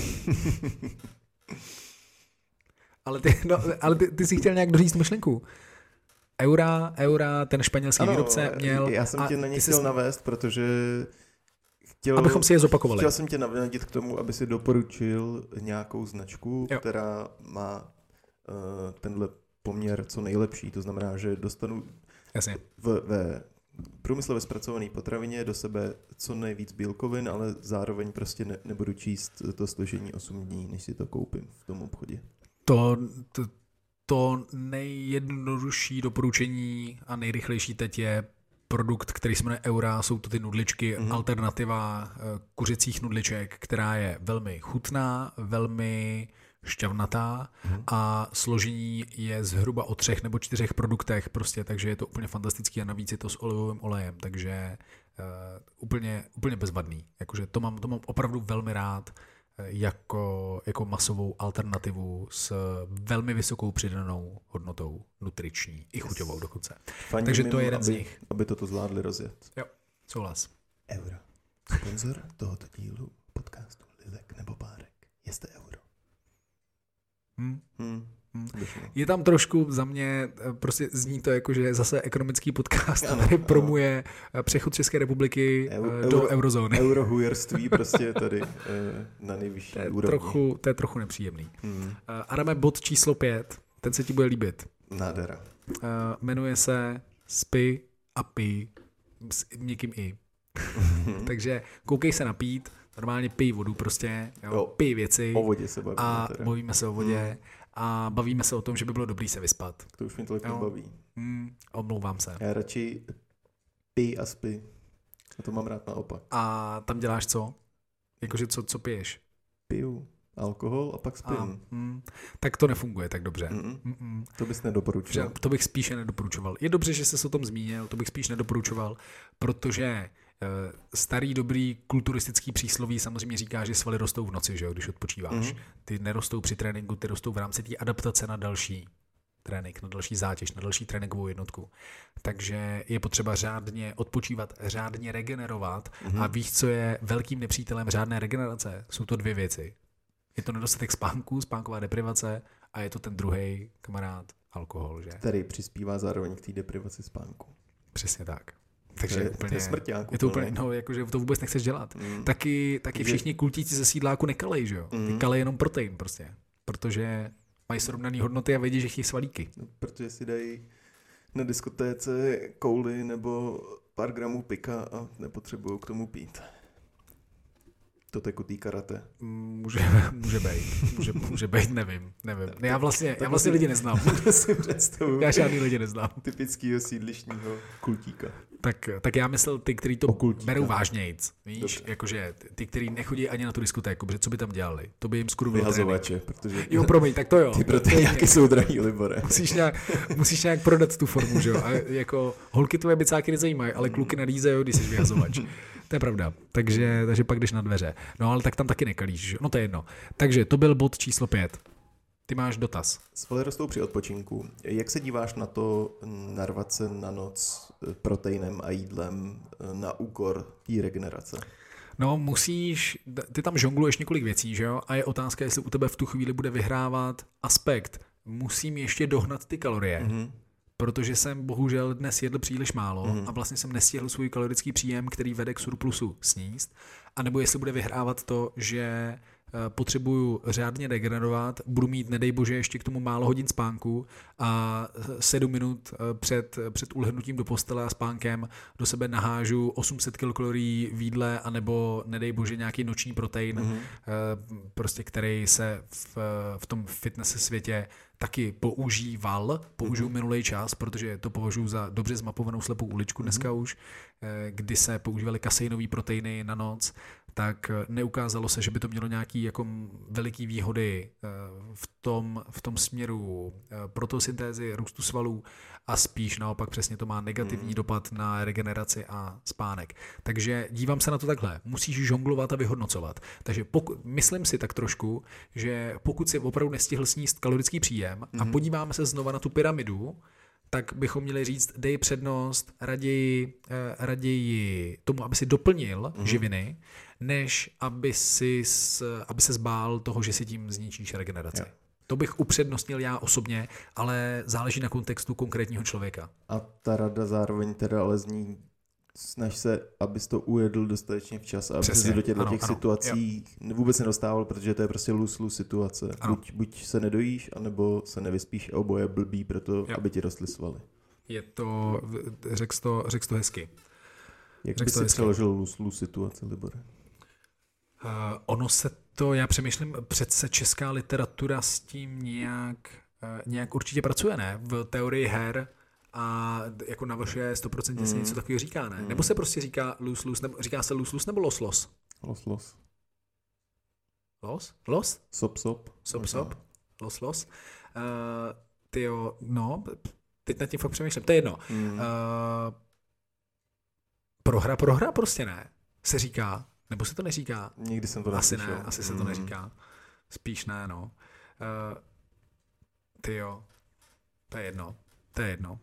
Ale ty jsi chtěl nějak doříct myšlenku. Eura, ten španělský výrobce měl... Já jsem tě na ně chtěl navést, protože abychom si je zopakovali. Chtěl jsem tě navnadit k tomu, aby si doporučil nějakou značku, která má tenhle poměr co nejlepší. To znamená, že dostanu ve průmyslově zpracované potravině do sebe co nejvíc bílkovin, ale zároveň prostě nebudu číst to složení 8 dní, než si to koupím v tom obchodě. To nejjednodušší doporučení a nejrychlejší teď je produkt, který se jmenuje Eura, jsou to ty nudličky, alternativa kuřecích nudliček, která je velmi chutná, velmi šťavnatá a složení je zhruba o 3 nebo 4 produktech prostě, takže je to úplně fantastický a navíc je to s olivovým olejem, takže úplně bezvadný. Jakože to mám opravdu velmi rád jako masovou alternativu s velmi vysokou přidanou hodnotou nutriční i chuťovou dokonce. Takže to je jeden z nich. Aby toto zvládli rozjet. Jo, souhlas. Euro. Sponzor tohoto dílu podcastu Lilek nebo Párek. Jste Euro. Je tam trošku za mě, prostě zní to jako, že zase ekonomický podcast tady promuje přechod České republiky do eurozóny. Eurohujerství prostě tady na nejvyšší úrovni. To je trochu nepříjemný. Adame, bod číslo 5, ten se ti bude líbit. Nádhera. Jmenuje se Spy a pij s měkkým i. Takže koukej se napít, normálně pij vodu prostě, pij věci. O vodě se bavíme. A bavíme se o vodě. A bavíme se o tom, že by bylo dobrý se vyspat. To už mě tolik nebaví. Omlouvám se. Já radši pij a spí. A to mám rád naopak. A tam děláš co? Jakože co piješ? Piju. alkohol a pak spím. Tak to nefunguje tak dobře. To bys nedoporučoval. To bych spíše nedoporučoval. Je dobře, že jsi o tom zmínil, to bych spíš nedoporučoval, protože starý, dobrý kulturistický přísloví samozřejmě říká, že svaly rostou v noci, že jo, když odpočíváš. Ty nerostou při tréninku, ty rostou v rámci té adaptace na další trénink, na další zátěž, na další tréninkovou jednotku. Takže je potřeba řádně odpočívat, řádně regenerovat a víš, co je velkým nepřítelem řádné regenerace? Jsou to 2 věci. Je to nedostatek spánku, spánková deprivace a je to ten druhej kamarád, alkohol, že? Který přispívá zároveň k té deprivaci spánku. Přesně tak. Takže to je smrťák. Je to úplně, no, jakože to vůbec nechceš dělat. Taky všichni kultíci ze sídláku nekalej, že jo? Ty kalej jenom protein prostě, protože mají srovnaný hodnoty a vědí, že chtějí svalíky. No, protože si dají na diskotéce kouli nebo pár gramů pika a nepotřebují k tomu pít. To tekutý karate. Může být, nevím. Já vlastně lidi neznám. Si představuji. Já žádný lidi neznám. Typickýho sídlišního kultíka. Tak já myslel ty, kteří to berou vážnějc. Víš, dobře. Jakože ty, kteří nechodí ani na tu diskotéku, protože co by tam dělali? To by jim skurvilo vyhazovače, protože... Jo, promiň, tak to jo. Ty proteináky jsou drahý, Libore. Musíš nějak prodat tu formu, že jo? A jako holky tvoje bicáky nezajímají, ale kluky nadízejí, když jsi vyhazovač. To je pravda. Takže pak jdeš na dveře. No ale tak tam taky nekalíš, že? No to je jedno. Takže to byl bod číslo 5. Ty máš dotaz. Svaly rostou při odpočinku. Jak se díváš na to narvat se na noc proteinem a jídlem na úkor té regenerace? No ty tam žongluješ několik věcí, že jo? A je otázka, jestli u tebe v tu chvíli bude vyhrávat aspekt. Musím ještě dohnat ty kalorie. Protože jsem bohužel dnes jedl příliš málo a vlastně jsem nestihl svůj kalorický příjem, který vede k surplusu, sníst. A nebo jestli bude vyhrávat to, že potřebuju řádně regenerovat, budu mít, nedej bože, ještě k tomu málo hodin spánku a 7 minut před ulhnutím do postele a spánkem do sebe nahážu 800 kilokalorií v jídle, anebo nedej bože nějaký noční protein, prostě který se v tom fitness světě taky použiju minulý čas, protože to považuji za dobře zmapovanou slepou uličku dneska už, kdy se používaly kaseinové proteiny na noc, tak neukázalo se, že by to mělo nějaký jako veliký výhody v tom směru protosyntézy, růstu svalů a spíš naopak přesně to má negativní dopad na regeneraci a spánek. Takže dívám se na to takhle. Musíš žonglovat a vyhodnocovat. Takže myslím si tak trošku, že pokud si opravdu nestihl sníst kalorický příjem a podíváme se znova na tu pyramidu, tak bychom měli říct, dej přednost raději tomu, aby si doplnil živiny, než aby se zbál toho, že si tím zničíš regeneraci. Jo. To bych upřednostnil já osobně, ale záleží na kontextu konkrétního člověka. A ta rada zároveň teda ale zní, snaž se, abys to ujedl dostatečně včas a aby se do těch situací vůbec nedostával, protože to je prostě lose-lose situace. Buď se nedojíš, anebo se nevyspíš a oboje blbý proto, aby ti rostly svaly. Je to, řekl to hezky. Jak bys si přeložil lose-lose situace, Libore? Ono se to, já přemýšlím, přece česká literatura s tím nějak určitě pracuje, ne? V teorii her a jako na vaše 100% se něco takového říká, ne? Nebo se prostě říká lose-lose, nebo říká se lose-lose nebo los-los? Los-los. Los? Sop-sop. Sop-sop. Los-los. Tyjo, no, teď nad tím fakt přemýšlím, to je jedno. Prohra prostě ne, se říká. Nebo se to neříká? Nikdy jsem to neslyšel. Asi ne, asi se to neříká. Spíš ne, no. Tyjo, to je jedno.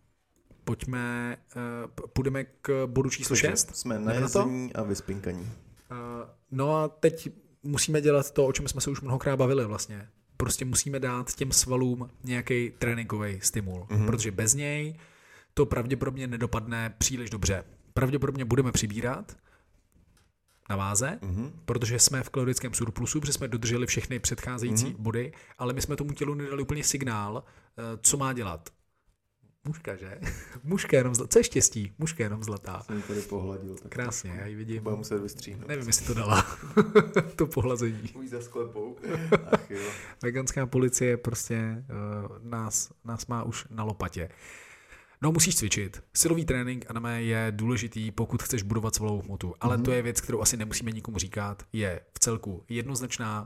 Půjdeme k bodu číslo 6. Jsme najezení a vyspinkaní. No a teď musíme dělat to, o čem jsme se už mnohokrát bavili vlastně. Prostě musíme dát těm svalům nějaký tréninkový stimul, protože bez něj to pravděpodobně nedopadne příliš dobře. Pravděpodobně budeme přibírat na váze, protože jsme v kalorickém surplusu, protože jsme dodrželi všechny předcházející body, ale my jsme tomu tělu nedali úplně signál, co má dělat. Mužka, že? Mužka jenom zlatá. Co je štěstí? Mužka jenom zlatá. Jsem ji tady pohladil. Tak krásně, já ji vidím. Budu muset vystříhnout. Nevím, jestli to dala. To pohlazení. Už za sklepou. Ach jo. Veganská policie prostě nás má už na lopatě. No, musíš cvičit. Silový trénink, anime, je důležitý, pokud chceš budovat svalovou hmotu. Ale to je věc, kterou asi nemusíme nikomu říkat. Je v celku jednoznačná.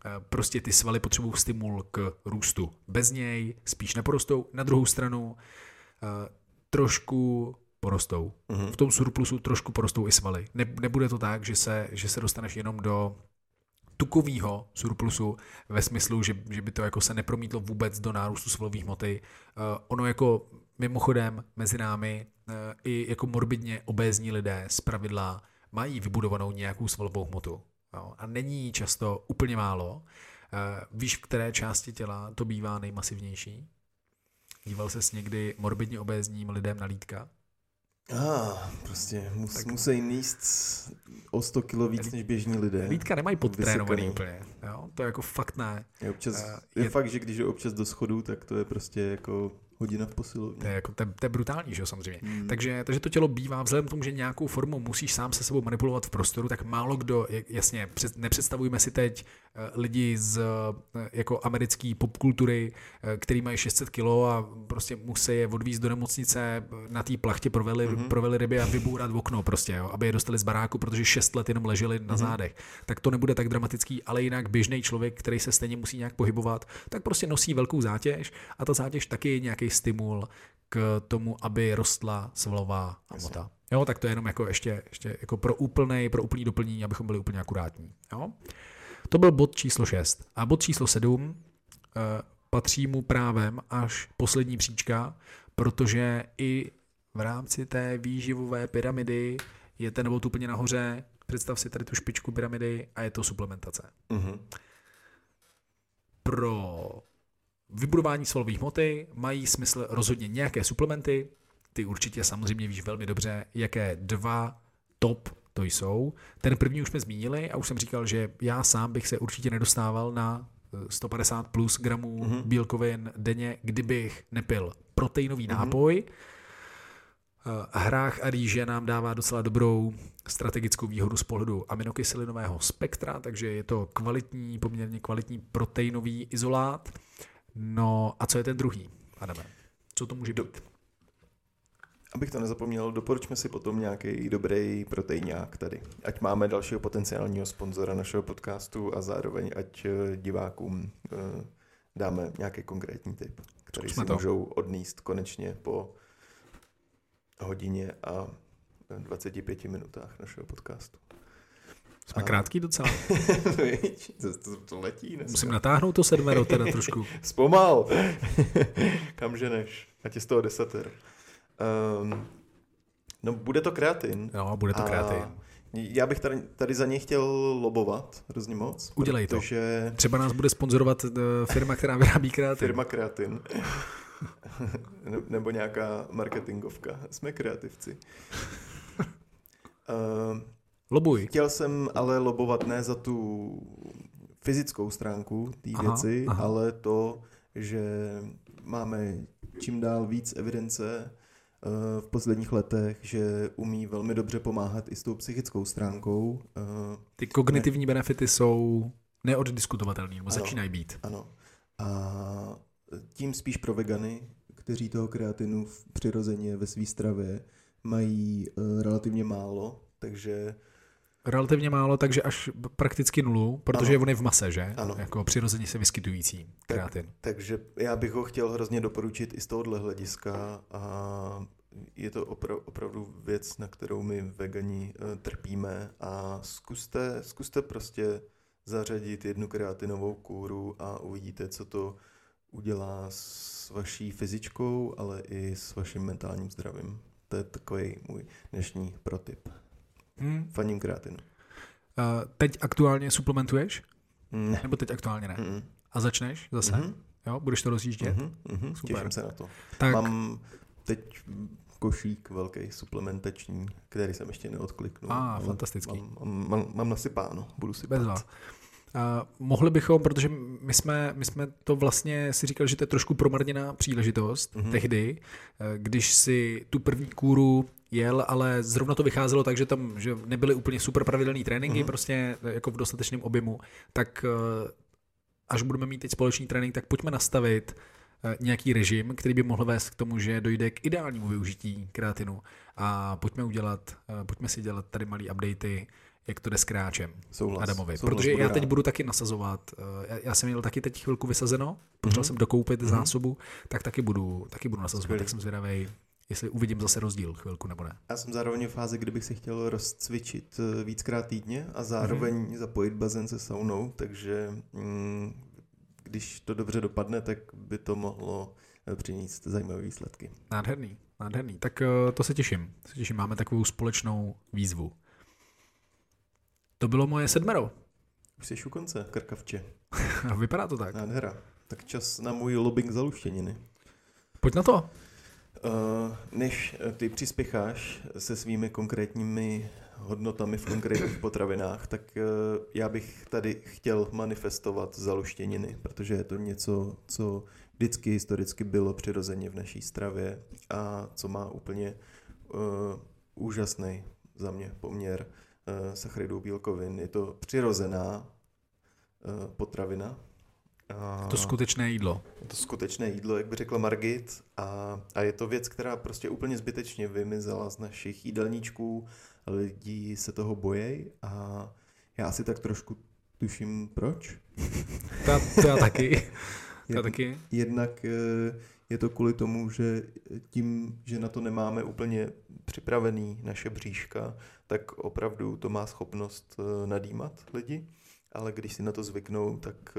prostě ty svaly potřebují stimul k růstu. Bez něj spíš neporostou. Na druhou stranu trošku porostou. V tom surplusu trošku porostou i svaly. Nebude to tak, že se dostaneš jenom do tukového surplusu ve smyslu, že by to jako se nepromítlo vůbec do nárůstu svalové hmoty. Ono jako mimochodem mezi námi i jako morbidně obézní lidé zpravidla mají vybudovanou nějakou svalovou hmotu. Jo? A není často úplně málo. Víš, v které části těla to bývá nejmasivnější? Díval ses někdy morbidně obézním lidem na lítka? Prostě musí níst o 100 kilo víc než běžní lidé. Lítka nemají podtrénovaný úplně. Jo? To je jako fakt ne. Je fakt, že když je občas do schodu, tak to je prostě jako hodina v posilovně. To je brutální, že jo, samozřejmě. Takže to tělo bývá, vzhledem k tomu, že nějakou formou musíš sám se sebou manipulovat v prostoru, tak málo kdo, jasně, nepředstavujme si teď lidi z jako americké popkultury, který mají 600 kilo a prostě musí je odvízt do nemocnice, na té plachtě proveli ryby a vybourat v okno prostě, jo, aby je dostali z baráku, protože 6 let jenom leželi na zádech. Tak to nebude tak dramatický, ale jinak běžný člověk, který se stejně musí nějak pohybovat, tak prostě nosí velkou zátěž a ta zátěž taky je nějaký stimul k tomu, aby rostla svalová hmota. Jo, tak to je jenom jako ještě jako pro úplný doplnění, abychom byli úplně akurátní. Jo? To byl bod číslo 6. A bod číslo 7 patří mu právem až poslední příčka, protože i v rámci té výživové pyramidy je ten bod úplně nahoře. Představ si tady tu špičku pyramidy a je to suplementace. Pro vybudování svalové hmoty mají smysl rozhodně nějaké suplementy. Ty určitě samozřejmě víš velmi dobře, jaké 2 top to jsou. Ten první už jsme zmínili a už jsem říkal, že já sám bych se určitě nedostával na 150 plus gramů bílkovin denně, kdybych nepil proteinový nápoj. Hrách a rýže nám dává docela dobrou strategickou výhodu z pohledu aminokyselinového spektra, takže je to poměrně kvalitní proteinový izolát. No a co je ten druhý, Adame? Co to může být? Abych to nezapomněl, doporučme si potom nějaký dobrý proteinák tady. Ať máme dalšího potenciálního sponzora našeho podcastu a zároveň ať divákům dáme nějaký konkrétní tip, který si můžou odníst konečně po hodině a 25 minutách našeho podcastu. Jsme krátký docela. to letí dneska. Musím natáhnout to 7 teda trošku. Zpomal. Kam ženeš? Ať je z toho 10. No bude to kreatin. No, bude to kreatin. Já bych tady za něj chtěl lobovat hrozně moc. Udělej protože... to. Třeba nás bude sponzorovat firma, která vyrábí kreatin. Firma Kreatin. Nebo nějaká marketingovka. Jsme kreativci. Lobuj. Chtěl jsem ale lobovat ne za tu fyzickou stránku té věci, ale to, že máme čím dál víc evidence v posledních letech, že umí velmi dobře pomáhat i s tou psychickou stránkou. Ty kognitivní benefity jsou neoddiskutovatelný, nebo začínají být. Ano. A tím spíš pro vegany, kteří toho kreatinu přirozeně ve své stravě mají relativně málo, takže... Relativně málo, takže až prakticky nulu, protože on je v mase, že? Ano. Jako přirozeně se vyskytující kreatin. Takže já bych ho chtěl hrozně doporučit i z tohohle hlediska a je to opravdu věc, na kterou my vegani trpíme a zkuste prostě zařadit 1 kreatinovou kůru a uvidíte, co to udělá s vaší fyzičkou, ale i s vaším mentálním zdravím. To je takový můj dnešní protip. Faním kreatinu. Teď aktuálně suplementuješ? Ne. Nebo teď aktuálně ne? A začneš zase? Jo, budeš to rozjíždět? Super. Těším se na to. Tak. Mám teď košík velký suplementační, který jsem ještě neodkliknul. Fantastický. Mám nasypáno, budu sypat. Bezva. Mohli bychom, protože my jsme to vlastně si říkali, že to je trošku promarněná příležitost tehdy, když si tu první kůru jel, ale zrovna to vycházelo tak, že tam že nebyly úplně super pravidelný tréninky, prostě jako v dostatečném objemu, tak až budeme mít teď společný trénink, tak pojďme nastavit nějaký režim, který by mohl vést k tomu, že dojde k ideálnímu využití kreatinu a pojďme si dělat tady malý updaty, jak to jde s kráčem Adamovi. Souhlas, protože já teď budu taky nasazovat, já jsem měl taky teď chvilku vysazeno, potřeboval jsem dokoupit zásobu, tak taky budu nasazovat, tak jsem zvědavej, jestli uvidím zase rozdíl chvilku nebo ne. Já jsem zároveň v fázi, kdybych si chtěl rozcvičit víckrát týdně a zároveň zapojit bazén se saunou, takže když to dobře dopadne, tak by to mohlo přinést zajímavé výsledky. Nádherný. Tak to se těším. Máme takovou společnou výzvu. To bylo moje 7. Už jsi u konce, krkavče. Vypadá to tak. Nádhera. Tak čas na můj lobbing za luštěniny. Pojď na to. Než ty přispěcháš se svými konkrétními hodnotami v konkrétních potravinách, tak já bych tady chtěl manifestovat zaluštěniny, protože je to něco, co vždycky historicky bylo přirozeně v naší stravě a co má úplně úžasný za mě poměr sacharidů, bílkovin. Je to přirozená potravina. Je to skutečné jídlo. Je to skutečné jídlo, jak by řekla Margit, a je to věc, která prostě úplně zbytečně vymizela z našich jídelníčků, lidi se toho bojejí a já asi tak trošku tuším proč. To já taky. Jednak je to kvůli tomu, že tím, že na to nemáme úplně připravený naše bříška, tak opravdu to má schopnost nadýmat lidi. Ale když si na to zvyknou, tak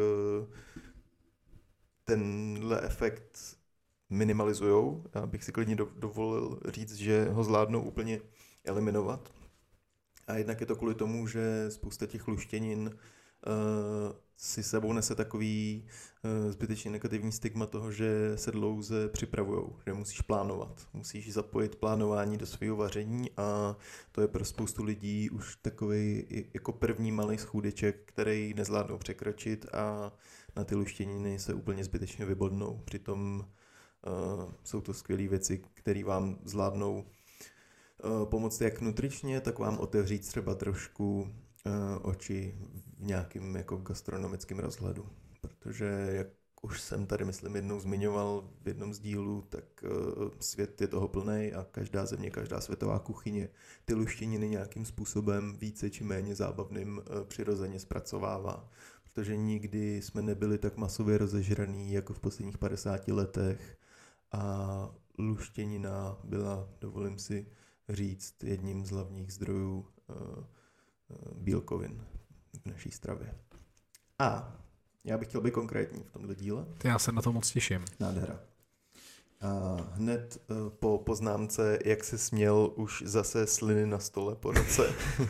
tenhle efekt minimalizujou. Já bych si klidně dovolil říct, že ho zvládnou úplně eliminovat. A jednak je to kvůli tomu, že spousta těch luštěnin si sebou nese takový zbytečně negativní stigma toho, že se dlouze připravujou, že musíš plánovat. Musíš zapojit plánování do svého vaření a to je pro spoustu lidí už takový jako první malý schůdeček, který nezvládnou překročit a na ty luštěniny se úplně zbytečně vybodnou. Přitom jsou to skvělé věci, které vám zvládnou pomoct jak nutričně, tak vám otevřít třeba trošku oči v nějakým jako gastronomickém rozhledu. Protože jak už jsem tady, myslím, jednou zmiňoval v jednom z dílů, tak svět je toho plnej a každá země, každá světová kuchyně ty luštěniny nějakým způsobem více či méně zábavným přirozeně zpracovává. Protože nikdy jsme nebyli tak masově rozežraný jako v posledních 50 letech a luštěnina byla, dovolím si říct, jedním z hlavních zdrojů bílkovin v naší stravě. A já bych chtěl být konkrétní v tomhle díle. Já se na to moc těším. Nádhera. A hned po poznámce, jak se směl už zase sliny na stole po roce.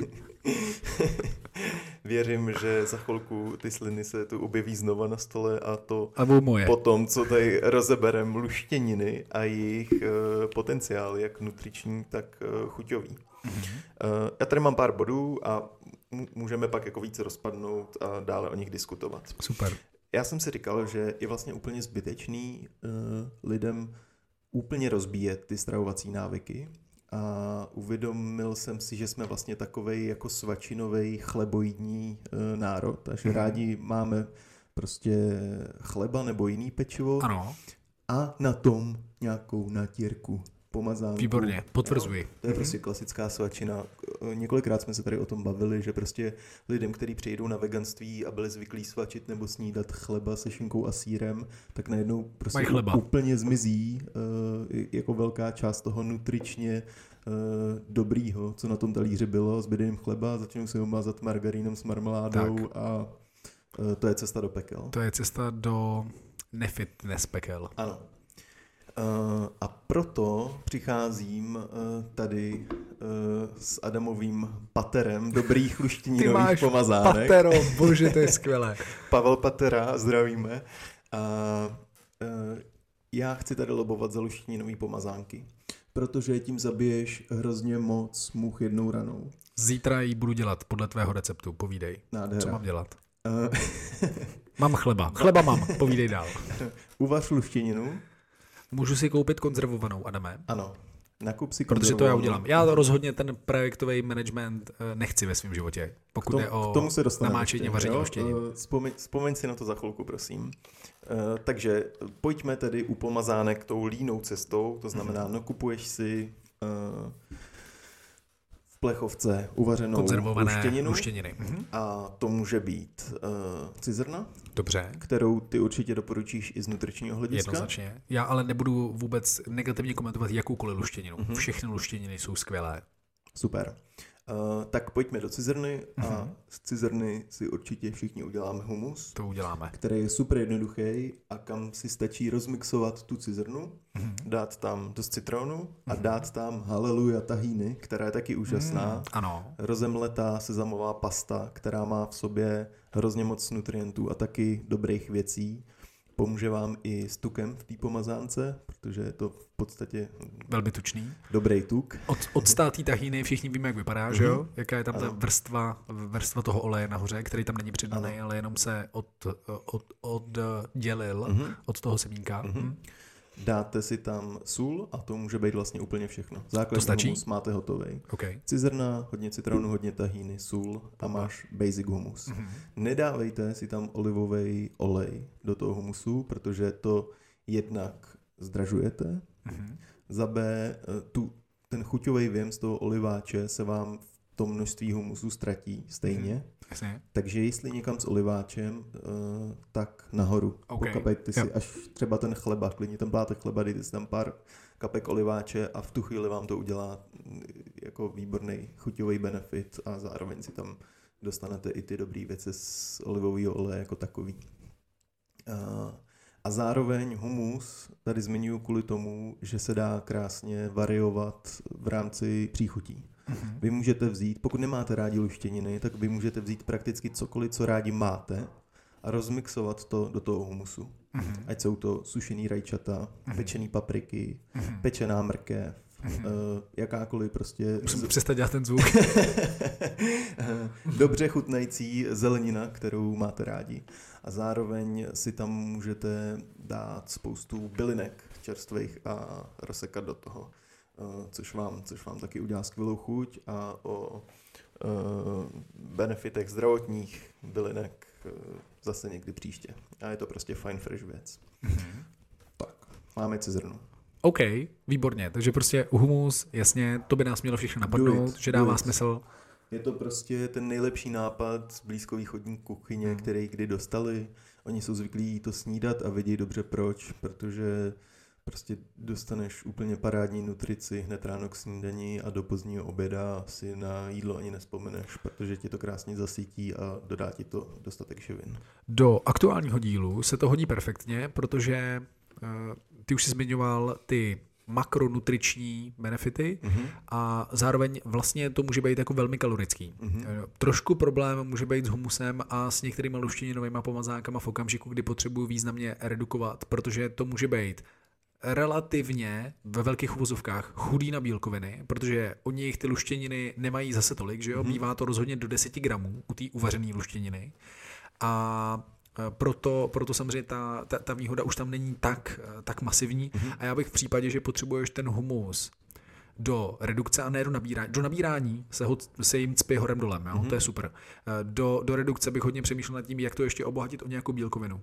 Věřím, že za chvilku ty sliny se tu objeví znova na stole a to potom, co tady rozeberem luštěniny a jejich potenciál, jak nutriční, tak chuťový. Já tady mám pár bodů a můžeme pak jako více rozpadnout a dále o nich diskutovat. Super. Já jsem si říkal, že je vlastně úplně zbytečný lidem úplně rozbíjet ty stravovací návyky a uvědomil jsem si, že jsme vlastně takovej jako svačinovej chleboidní národ a že rádi máme prostě chleba nebo jiný pečivo. Ano. A na tom nějakou natírku, pomazánku. Výborně, potvrzuji. To je prostě klasická svačina. Několikrát jsme se tady o tom bavili, že prostě lidem, kteří přejdou na veganství a byli zvyklí svačit nebo snídat chleba se šunkou a sýrem, tak najednou prostě úplně zmizí jako velká část toho nutričně dobrýho, co na tom talíři bylo, zbydeným chleba, začnou se ho mazat margarínem s marmeládou tak. A to je cesta do pekel. To je cesta do nefitness pekel. Ano. A proto přicházím tady s Adamovým paterem dobrých luštěninových pomazánek. Patero, bože, to je skvělé. Pavel Patera, zdravíme. Já chci tady lobovat za luštěninové pomazánky, protože tím zabiješ hrozně moc much jednou ranou. Zítra ji budu dělat podle tvého receptu, povídej. Nádhera. Co mám dělat? Mám chleba. Chleba mám, povídej dál. Uvař luštěninu. Můžu si koupit konzervovanou, Adame? Ano. Nakup si protože to já udělám. Já rozhodně ten projektový management nechci ve svém životě, pokud je o namáčení vaření luštěnin. Vzpomeň si na to za chvilku, prosím. Takže pojďme tedy u pomazánek tou línou cestou, to znamená, nakupuješ si v plechovce uvařenou konzervované luštěniny. A to může být cizrna, dobře, kterou ty určitě doporučíš i z nutričního hlediska. Jednoznačně. Já ale nebudu vůbec negativně komentovat jakoukoliv luštěninu. Všechny luštěniny jsou skvělé. Super. Tak pojďme do cizrny a z cizrny si určitě všichni uděláme humus. To uděláme. Který je super jednoduchý a kam si stačí rozmixovat tu cizrnu, dát tam dost citronu a dát tam haleluja tahíny, která je taky úžasná. Ano. Rozemletá sezamová pasta, která má v sobě hrozně moc nutrientů a taky dobrých věcí. Pomůže vám i s tukem v té pomazánce, protože je to v podstatě velmi tučný. Dobrý tuk. Od státí tahíny všichni víme, jak vypadá, že jo? Jaká je tam ta vrstva toho oleje nahoře, který tam není přidaný, ale jenom se oddělil od toho semínka. Dáte si tam sůl a to může být vlastně úplně všechno. Základní humus máte hotovej. Okay. Cizrna, hodně citronu, hodně tahíny, sůl a máš basic humus. Nedávejte si tam olivový olej do toho humusu, protože to jednak zdražujete. Za B, ten chuťový věm z toho oliváče se vám v tom množství humusu ztratí stejně. Takže jestli někam s oliváčem, tak nahoru. Pokapejte si až třeba ten chleba, klidně tam dáte chleba, dejte si tam pár kapek oliváče a v tu chvíli vám to udělá jako výborný chuťový benefit a zároveň si tam dostanete i ty dobré věci z olivového oleje jako takový. A zároveň humus tady zmiňuji kvůli tomu, že se dá krásně variovat v rámci příchutí. Vy můžete vzít, pokud nemáte rádi luštěniny, tak vy můžete vzít prakticky cokoliv, co rádi máte a rozmixovat to do toho humusu. Ať jsou to sušený rajčata, pečený papriky, pečená mrkev, jakákoliv prostě... Musím přestat dělat ten zvuk. Dobře chutnající zelenina, kterou máte rádi. A zároveň si tam můžete dát spoustu bylinek čerstvých a rozsekat do toho. Což vám taky udělá skvělou chuť a o benefitech zdravotních bylinek zase někdy příště. A je to prostě fine fresh věc. Tak, máme cizrnu. OK, výborně. Takže prostě humus, jasně, to by nás mělo všechno napadnout, že dává smysl. Je to prostě ten nejlepší nápad z blízkovýchodní kuchyně, který kdy dostali. Oni jsou zvyklí to snídat a vědí dobře proč, protože prostě dostaneš úplně parádní nutrici hned ráno k snídani a do pozdního oběda si na jídlo ani nevzpomeneš, protože ti to krásně zasytí a dodá ti to dostatek živin. Do aktuálního dílu se to hodí perfektně, protože ty už jsi zmiňoval ty makronutriční benefity a zároveň vlastně to může být jako velmi kalorický. Trošku problém může být s humusem a s některými luštěninovými pomazánkama v okamžiku, kdy potřebuji významně redukovat, protože to může být relativně ve velkých uvozovkách chudý na bílkoviny, protože od nich ty luštěniny nemají zase tolik, že jo? Bývá to rozhodně do 10 gramů u té uvařené luštěniny a proto samozřejmě ta výhoda už tam není tak masivní a já bych v případě, že potřebuješ ten humus do redukce a ne do nabírání. Do nabírání se jim cpí horem dolem, jo? To je super. Do redukce bych hodně přemýšlel nad tím, jak to ještě obohatit o nějakou bílkovinu.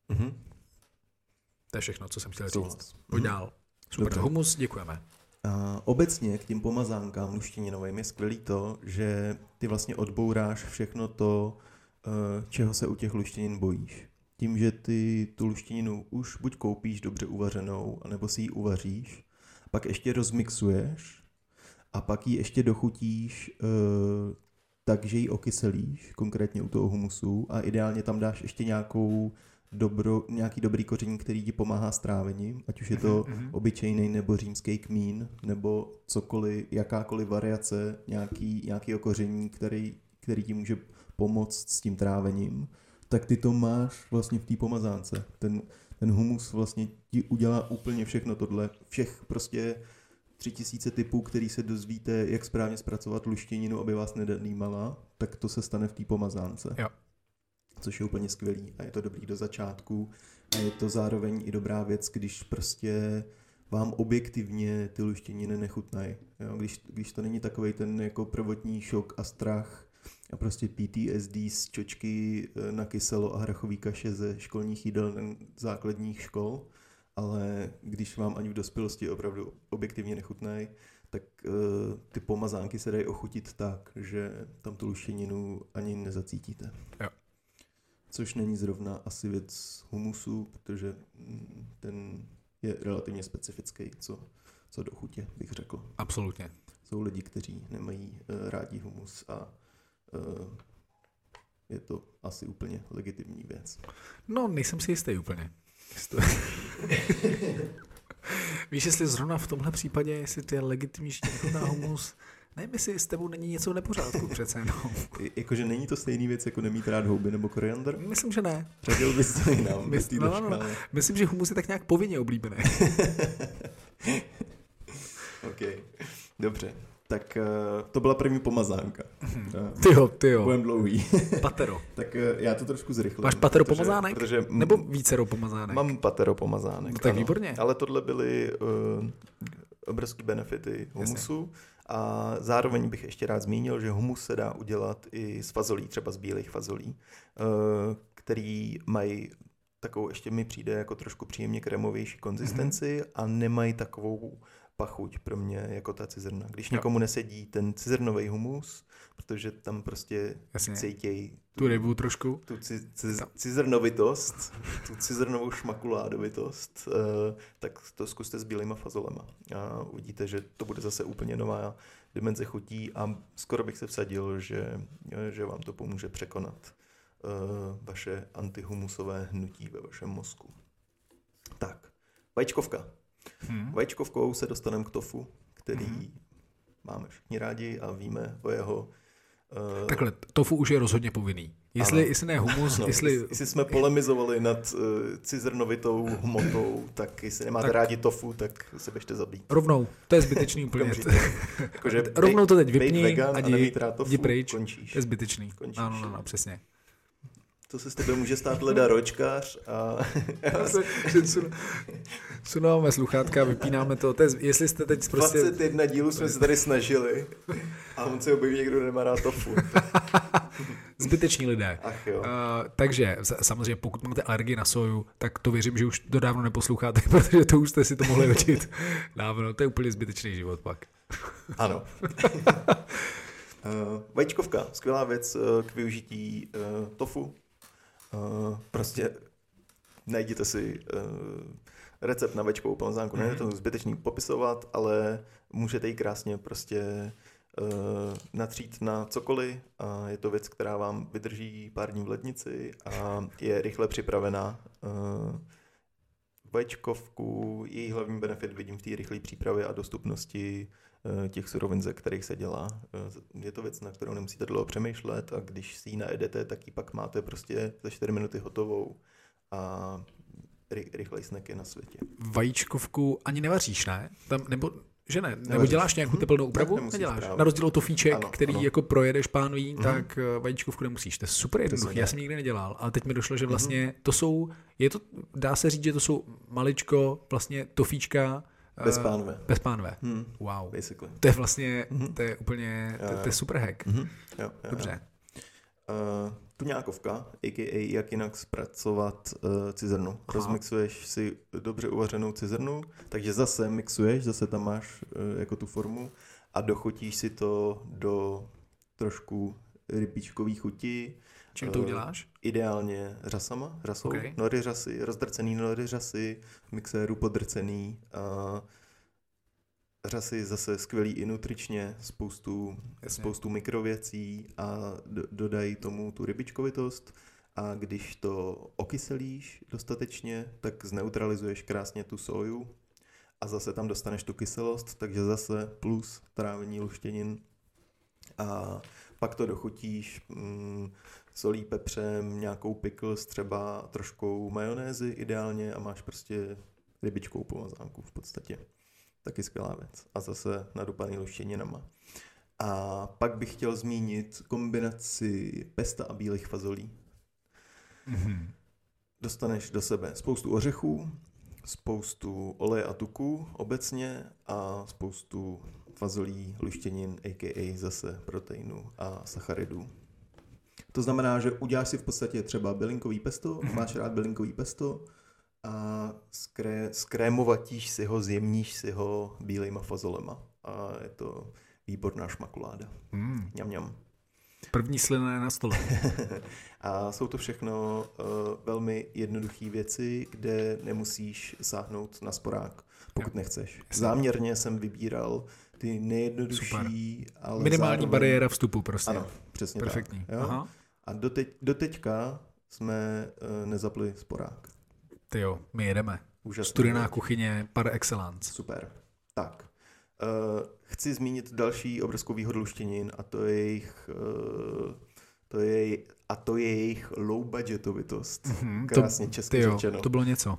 To je všechno, co jsem chtěl říct. Pojď dál. Super, humus, děkujeme. Obecně k těm pomazánkám luštěninovým je skvělý to, že ty vlastně odbouráš všechno to, čeho se u těch luštěnin bojíš. Tím, že ty tu luštěninu už buď koupíš dobře uvařenou, anebo si ji uvaříš, pak ještě rozmixuješ a pak ji ještě dochutíš takže ji okyselíš, konkrétně u toho humusu a ideálně tam dáš ještě nějaký dobrý koření, který ti pomáhá s trávením, ať už je to obyčejný nebo římský kmín, nebo cokoliv, jakákoliv variace nějakého koření, který ti může pomoct s tím trávením, tak ty to máš vlastně v té pomazánce. Ten humus vlastně ti udělá úplně všechno tohle, všech prostě 3000 typů, který se dozvíte, jak správně zpracovat luštěninu, aby vás nedalímala, tak to se stane v té pomazánce. Jo. Což je úplně skvělý a je to dobrý do začátku a je to zároveň i dobrá věc, když prostě vám objektivně ty luštěniny nechutnají. Když to není takovej ten jako prvotní šok a strach a prostě PTSD z čočky na kyselo a hrachový kaše ze školních jídel základních škol, ale když vám ani v dospělosti opravdu objektivně nechutnají, tak ty pomazánky se dají ochutit tak, že tam tu luštěninu ani nezacítíte. Jo. Což není zrovna asi věc humusu, protože ten je relativně specifický, co do chutě, bych řekl. Absolutně. Jsou lidi, kteří nemají rádi humus a je to asi úplně legitimní věc. No, nejsem si jistý úplně. Víš, jestli zrovna v tomhle případě, jestli to je legitimní, že na humus, nevím, jestli s tebou není něco v nepořádku přece jenom. Jakože není to stejný věc, jako nemít rád houby nebo koriandr? Myslím, že ne. Řadil bys to jinam. No. Myslím, že humus je tak nějak povinně oblíbený. OK, dobře. Tak to byla první pomazánka. Tyjo. Budem dlouhý. Patero. Tak já to trošku zrychlím. Máš patero pomazánek? Protože nebo vícero pomazánek? Mám patero pomazánek. No tak výborně. Ale tohle byly obrovský benefity humusu. Jasně. A zároveň bych ještě rád zmínil, že humus se dá udělat i z fazolí, třeba z bílých fazolí, který mají takovou, ještě mi přijde jako trošku příjemně krémovější konzistenci a nemají takovou pachuť pro mě jako ta cizrna. Když někomu nesedí ten cizrnový humus, protože tam prostě cítějí tu rybu trošku, tu cizrnovitost, tu cizrnovou šmakuládovitost, tak to zkuste s bílýma fazolema. A uvidíte, že to bude zase úplně nová dimenze chutí a skoro bych se vsadil, že vám to pomůže překonat vaše antihumusové hnutí ve vašem mozku. Tak, vajíčkovka. Vajíčkovkou se dostaneme k tofu, který máme všichni rádi a víme o jeho... Takhle, tofu už je rozhodně povinný. Jestli ne humus, jestli jsme polemizovali nad cizrnovitou hmotou, tak jestli nemáte rádi tofu, tak se běžte zabít. Rovnou, to je zbytečný úplně. Rovnou to teď vypni a jdi pryč. Končíš. To je zbytečný. Ano, přesně. To se s tebe může stát leda ročkář a... Sunáváme sluchátka, vypínáme to. Jestli jste teď prostě... 21 dílů jsme se tady snažili a on se objeví někdo nemá rád tofu. Zbyteční lidé. Ach jo. Takže samozřejmě pokud máte alergii na soju, tak to věřím, že už to dávno neposloucháte, protože to už jste si to mohli hodit dávno. To je úplně zbytečný život pak. Ano. Vajíčkovka, skvělá věc k využití tofu. Prostě najděte si recept na vajíčkovou pomazánku. Není to zbytečný popisovat, ale můžete ji krásně prostě natřít na cokoliv. A je to věc, která vám vydrží pár dní v lednici a je rychle připravená. Vajíčkovku, její hlavní benefit vidím v té rychlé přípravě a dostupnosti těch surovin, ze kterých se dělá. Je to věc, na kterou nemusíte dlouho přemýšlet a když si ji najedete, tak ji pak máte prostě za 4 minuty hotovou a rychlej snack je na světě. Vajíčkovku ani nevaříš, ne? Nebo že ne? Nebo děláš nějakou teplnou úpravu? Neděláš. Na rozdíl od tofíček, který jako projedeš pánví, tak vajíčkovku nemusíš. To je super jednoduché. Já jsem nikdy nedělal, ale teď mi došlo, že vlastně dá se říct, že to jsou maličko vlastně tofíčka bez pánve. Wow. Basically. To je vlastně, to je úplně, to je super hack. Jo. Dobře. Tuňákovka, a.k.a. jak jinak zpracovat cizrnu. Rozmixuješ si dobře uvařenou cizrnu, takže zase tam máš jako tu formu a dochutíš si to do trošku rybíčkový chuti. Čím to uděláš? Ideálně řasou, okay. Nory řasy, rozdrcený nory řasy, v mixéru podrcený. Řasy zase skvělý i nutričně, spoustu mikrověcí a dodají tomu tu rybičkovitost a když to okyselíš dostatečně, tak zneutralizuješ krásně tu soju a zase tam dostaneš tu kyselost, takže zase plus trávení luštěnin a pak to dochutíš solí, pepřem, nějakou pickles, třeba troškou majonézy ideálně a máš prostě rybičkou pomazánku v podstatě. Taky skvělá věc. A zase nadupaný luštěninama. A pak bych chtěl zmínit kombinaci pesta a bílých fazolí. Dostaneš do sebe spoustu ořechů, spoustu oleje a tuku obecně a spoustu fazolí, luštěnin, a.k.a. zase proteinů a sacharidů. To znamená, že uděláš si v podstatě třeba bylinkový pesto, máš rád bylinkový pesto, a skrémovatíš si ho, zjemníš si ho bílejma fazolema. A je to výborná šmakuláda. Ňam, ňam. První slina je na stole. A jsou to všechno velmi jednoduché věci, kde nemusíš sáhnout na sporák, pokud nechceš. Záměrně jsem vybíral ty nejjednodušší, ale minimální zároveň... bariéra vstupu prostě. Ano, přesně perfektní. Tak. Jo? Aha. A doteďka jsme nezapli sporák. Tyjo, my jedeme. Úžasný. Studená kuchyně par excellence. Super. Tak. Chci zmínit další obrovskou výhodu luštěnin a to je jejich low budgetovitost. Krásně česky řečeno. To bylo něco.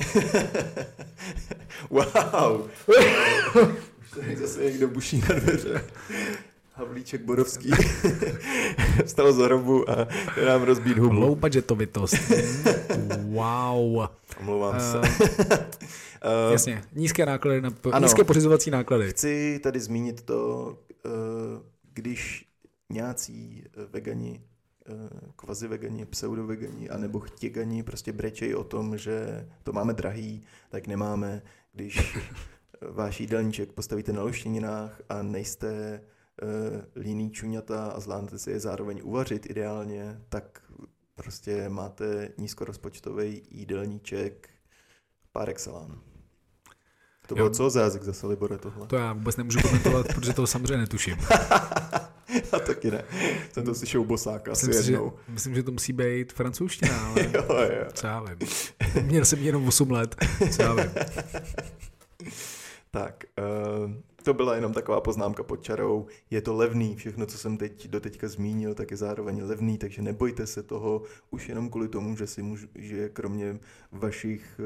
Wow. Už tady zase někdo buší na dveře. Havlíček Borovský vstal z hrobu a nám rozbít hubu. Low budgetovitost. Wow. Omlouvám se. Jasně, nízké náklady, nízké pořizovací náklady. Chci tady zmínit to, když nějací vegani, kvazivegani, pseudovegani, anebo chtěgani prostě brečejí o tom, že to máme drahý, tak nemáme. Když váš jídelníček postavíte na luštěninách a nejste líný čuňata a zvládnete si je zároveň uvařit ideálně, tak prostě máte nízkorozpočtový jídelníček par excellence. To bylo co za jazyk zase, Libore, tohle? To já vůbec nemůžu komentovat, protože toho samozřejmě netuším. A taky ne. Jsem to slyšel u Bosáka asi jednou. Myslím, že to musí být francouzština, ale jo. Co já vím. Měl jsem jenom 8 let, co já vím. Tak, to byla jenom taková poznámka pod čarou. Je to levný, všechno, co jsem doteďka zmínil, tak je zároveň levný, takže nebojte se toho už jenom kvůli tomu, že kromě vašich...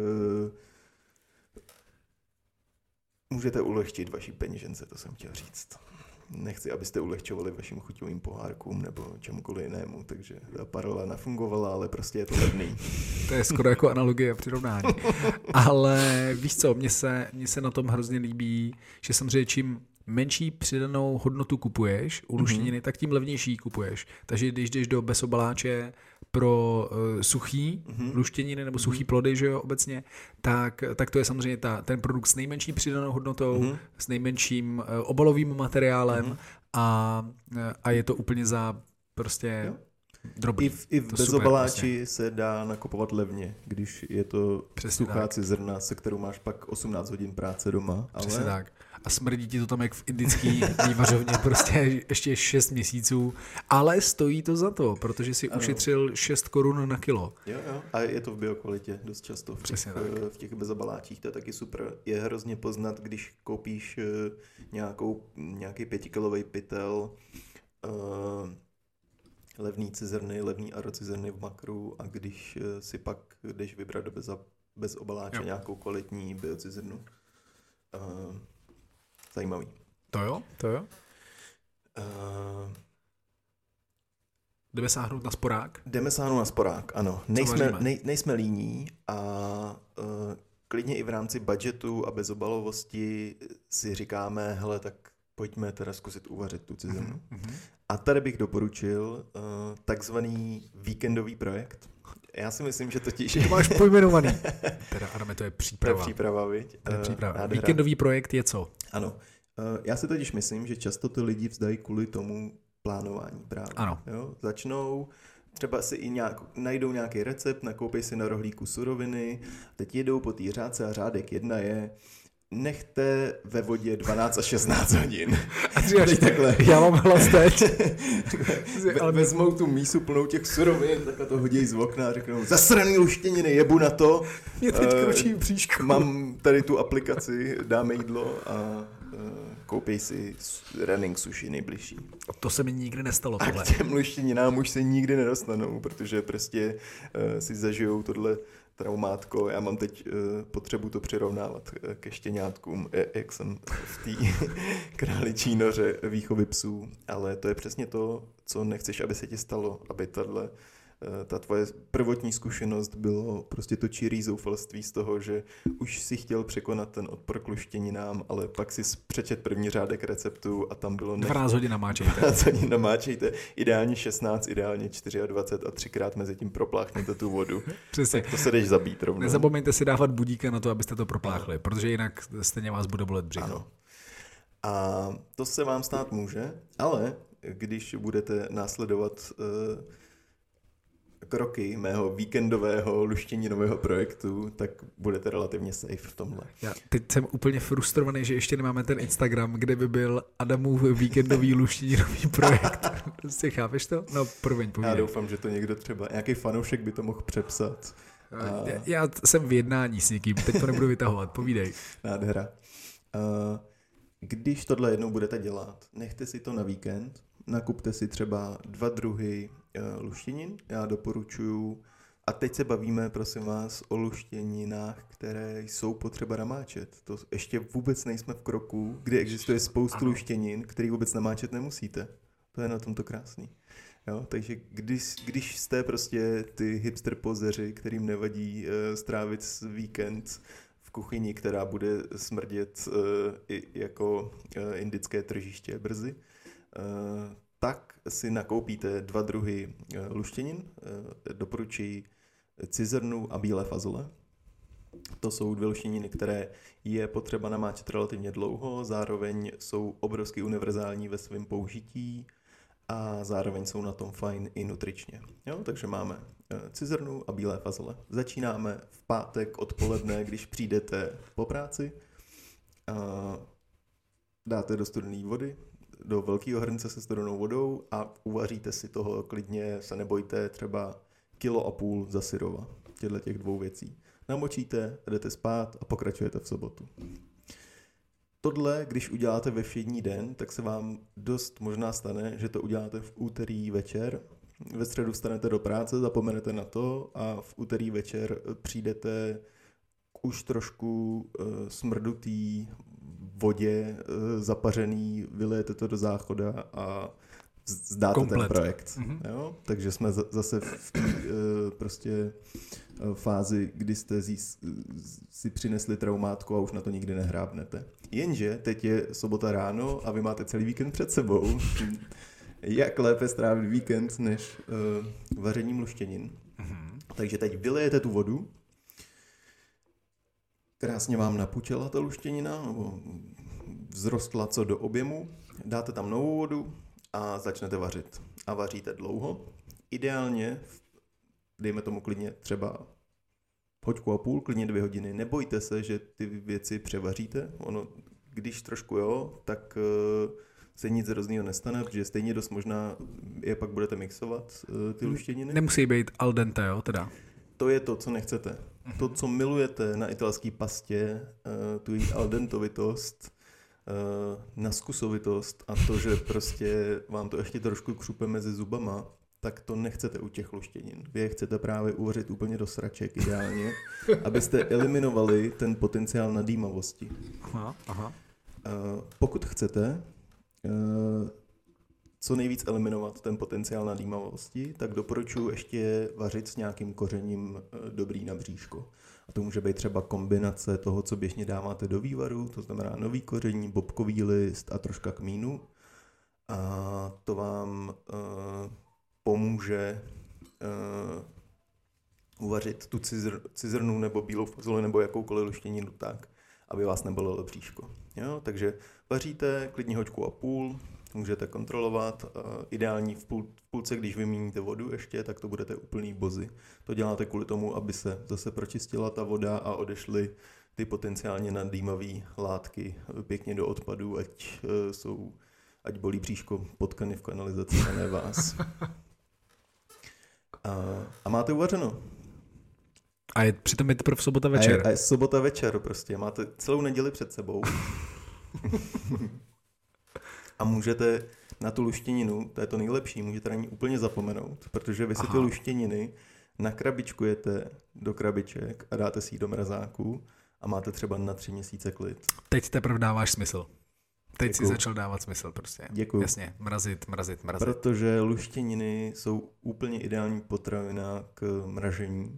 můžete ulehčit vaší peněžence, to jsem chtěl říct. Nechci, abyste ulehčovali vašim chuťovým pohárkům nebo čemukoliv jinému, takže ta paralela nefungovala, ale prostě je to levný. To je skoro jako analogie a přirovnání. Ale víš co, mně se na tom hrozně líbí, že samozřejmě čím menší přidanou hodnotu kupuješ u luštěniny, tak tím levnější kupuješ. Takže když jdeš do bezobaláče pro suchý luštěniny nebo suchý plody, že jo, obecně, tak to je samozřejmě ten produkt s nejmenší přidanou hodnotou, s nejmenším obalovým materiálem a je to úplně za prostě drobný. I v bezobaláči prostě se dá nakupovat levně, když je to suchá zrna, se kterou máš pak 18 hodin práce doma. Přesně tak. A smrdí ti to tam jak v indický vývařovně prostě ještě 6 měsíců, ale stojí to za to, protože si ušetřil 6 korun na kilo. Jo. A je to v biokvalitě dost často. V těch bezobaláčích to je taky super. Je hrozně poznat, když koupíš nějaký 5kilový pytel, levný cizrny, levný arocizrny v Makru a když si pak jdeš vybrat bez obaláče nějakou kvalitní biocizrnu. Zajímavý. To jo. Jdeme sáhnout na sporák? Jdeme sáhnout na sporák, ano. Nejsme líní a klidně i v rámci budgetu a bezobalovosti si říkáme, hele, tak pojďme teda zkusit uvařit tu cizrnu. A tady bych doporučil takzvaný víkendový projekt. Já si myslím, že totiž... To máš pojmenovaný. Teda, Adame, to je příprava. To je příprava, viď? To je příprava. Víkendový projekt je co? Ano. Já si totiž myslím, že často ty lidi vzdají kvůli tomu plánování právě. Ano. Jo? Začnou, třeba si i najdou nějaký recept, nakoupí si na rohlíku suroviny, teď jedou po té řádce a řádek 1 je nechte ve vodě 12 až 16 hodin. A říkáš takhle, já mám hlas teď. Ale vezmou tu mísu plnou těch surovin, takhle to hodí z okna a řeknou, zasraný luštěniny, jebu na to. Mě teď kročí v bříšku. Mám tady tu aplikaci, dáme jídlo a koupí si running sushi nejbližší. To se mi nikdy nestalo tohle. A k těm luštěninám už se nikdy nedostanou, protože prostě si zažijou tohle traumátko. Já mám teď potřebu to přirovnávat ke štěňátkům, jak jsem v té králičí noře výchovy psů, ale to je přesně to, co nechceš, aby se ti stalo, aby tahle ta tvoje prvotní zkušenost bylo prostě to čirý zoufalství z toho, že už si chtěl překonat ten odpor k luštěninám, ale pak si přečet první řádek receptu a tam bylo 12 hodin namáčejte. 12 hodin namáčejte, ideálně 16, ideálně 24 a 3krát mezi tím propláchněte tu vodu. Přesně. Tak to se jdeš zabít rovnou. Nezapomeňte si dávat budíka na to, abyste to propláchli, protože jinak stejně vás bude bolet břicho. Ano. A to se vám stát může, ale když budete následovat kroky mého víkendového luštěninového projektu, tak budete relativně safe v tomhle. Já teď jsem úplně frustrovaný, že ještě nemáme ten Instagram, kde by byl Adamův víkendový luštěninový projekt. Prostě chápeš to? No, promiň, povídej. Já doufám, že to někdo třeba, nějaký fanoušek by to mohl přepsat. Já jsem v jednání s někým, teď to nebudu vytahovat, povídej. Nádhera. Když tohle jednou budete dělat, nechte si to na víkend, nakupte si třeba 2 druhy luštěnin, já doporučuji, a teď se bavíme, prosím vás, o luštěninách, které jsou potřeba namáčet. To ještě vůbec nejsme v kroku, kde existuje spoustu luštěnin, který vůbec namáčet nemusíte. To je na tom to krásný. Jo? Takže když jste prostě ty hipster pozeři, kterým nevadí strávit víkend v kuchyni, která bude smrdět jako indické tržiště brzy, tak si nakoupíte 2 druhy luštěnin. Doporučuji cizrnu a bílé fazole. To jsou 2 luštěniny, které je potřeba namáčet relativně dlouho, zároveň jsou obrovsky univerzální ve svém použití a zároveň jsou na tom fajn i nutričně. Jo? Takže máme cizrnu a bílé fazole. Začínáme v pátek odpoledne, když přijdete po práci. Dáte do studené vody, do velkého hrnce se studenou vodou a uvaříte si toho klidně, se nebojte, třeba 1,5 kg za syrova. Těch 2 věcí. Namočíte, jdete spát a pokračujete v sobotu. Tohle, když uděláte ve všední den, tak se vám dost možná stane, že to uděláte v úterý večer. Ve středu vstanete do práce, zapomenete na to a v úterý večer přijdete k už trošku smrdutý vodě, zapařený, vylijete to do záchoda a zdáte komplet ten projekt. Mm-hmm. Jo? Takže jsme zase v té prostě fázi, kdy jste si přinesli traumátko a už na to nikdy nehrábnete. Jenže teď je sobota ráno a vy máte celý víkend před sebou. Jak lépe strávit víkend než vařením luštěnin. Mm-hmm. Takže teď vylijete tu vodu, krásně vám napučela ta luštěnina, nebo vzrostla co do objemu, dáte tam novou vodu a začnete vařit. A vaříte dlouho. Ideálně, dejme tomu klidně třeba 1,5 hodiny, klidně 2 hodiny. Nebojte se, že ty věci převaříte. Ono, když trošku jo, tak se nic hroznýho nestane, protože stejně dost možná je pak budete mixovat ty luštěniny. Nemusí být al dente, jo, teda. To je to, co nechcete. To, co milujete na italské pastě, tu její al dentovitost, naskusovitost a to, že prostě vám to ještě trošku křupe mezi zubama, tak to nechcete u těch luštěnin. Vy je chcete právě uvařit úplně do sraček ideálně, abyste eliminovali ten potenciál nadýmavosti. Aha. Pokud chcete co nejvíc eliminovat ten potenciál nadýmavosti, tak doporučuji ještě vařit s nějakým kořením dobrý na bříško. A to může být třeba kombinace toho, co běžně dáváte do vývaru, to znamená nový koření, bobkový list a troška kmínu. A to vám pomůže uvařit tu cizrnu nebo bílou fazoli nebo jakoukoliv luštěninu tak, aby vás nebolelo bříško. Jo? Takže vaříte klidně 1,5 hodiny, můžete kontrolovat. Ideální v půlce, když vyměníte vodu ještě, tak to budete úplný bozy. To děláte kvůli tomu, aby se zase pročistila ta voda a odešly ty potenciálně nadýmavé látky pěkně do odpadu, ať bolí bříško potkany v kanalizaci a ne vás. A máte uvařeno. A je přitom je teprve sobota večer. A je sobota večer prostě. Máte celou neděli před sebou. A můžete na tu luštěninu, to je to nejlepší, můžete na ní úplně zapomenout, protože vy si ty luštěniny nakrabičkujete do krabiček a dáte si ji do mrazáku a máte třeba na 3 měsíce klid. Teď teprve dáváš smysl. Teď si začal dávat smysl prostě. Děkuju. Jasně, mrazit. Protože luštěniny jsou úplně ideální potravina k mražení.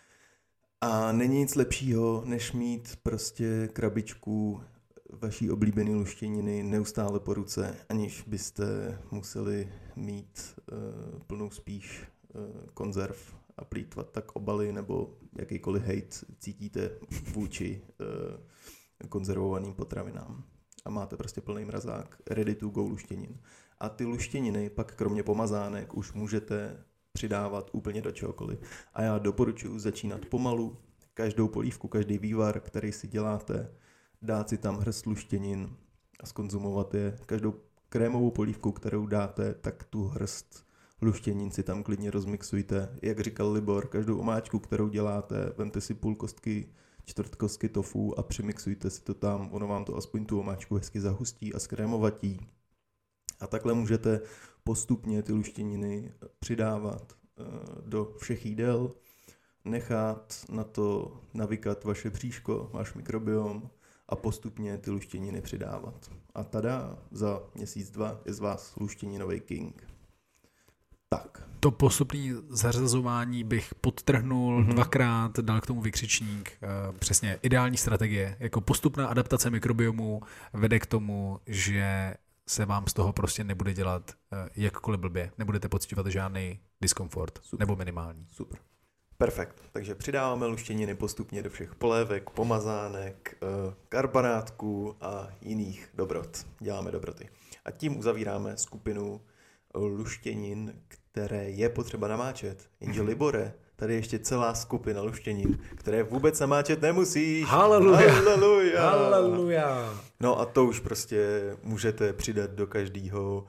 A není nic lepšího, než mít prostě krabičku vaší oblíbené luštěniny neustále po ruce, aniž byste museli mít plnou spíš konzerv a plýtvat tak obaly nebo jakýkoliv hejt cítíte vůči konzervovaným potravinám. A máte prostě plný mrazák ready to go luštěnin. A ty luštěniny pak kromě pomazánek už můžete přidávat úplně do čehokoliv. A já doporučuji začínat pomalu, každou polívku, každý vývar, který si děláte, dát si tam hrst luštěnin a zkonzumovat je. Každou krémovou polívku, kterou dáte, tak tu hrst luštěnin si tam klidně rozmixujte. Jak říkal Libor, každou omáčku, kterou děláte, vemte si půl kostky, čtvrt kostky tofu a přimixujte si to tam, ono vám to aspoň tu omáčku hezky zahustí a zkrémovatí. A takhle můžete postupně ty luštěniny přidávat do všech jídel, nechat na to navykat vaše bříško, váš mikrobiom a postupně ty luštěniny přidávat. A tada, za měsíc, 2 je z vás luštěninový king. Tak. To postupné zařazování bych podtrhnul dvakrát, dal k tomu vykřičník. Přesně, ideální strategie. Jako postupná adaptace mikrobiomu vede k tomu, že se vám z toho prostě nebude dělat jakkoliv blbě. Nebudete pocitovat žádný diskomfort. Super. Nebo minimální. Super. Perfekt. Takže přidáváme luštěniny postupně do všech polévek, pomazánek, karbonátků a jiných dobrot. Děláme dobroty. A tím uzavíráme skupinu luštěnin, které je potřeba namáčet. Jenže Libore, tady je ještě celá skupina luštěnin, které vůbec namáčet nemusíš. Haleluja. Haleluja. Haleluja. No a to už prostě můžete přidat do každého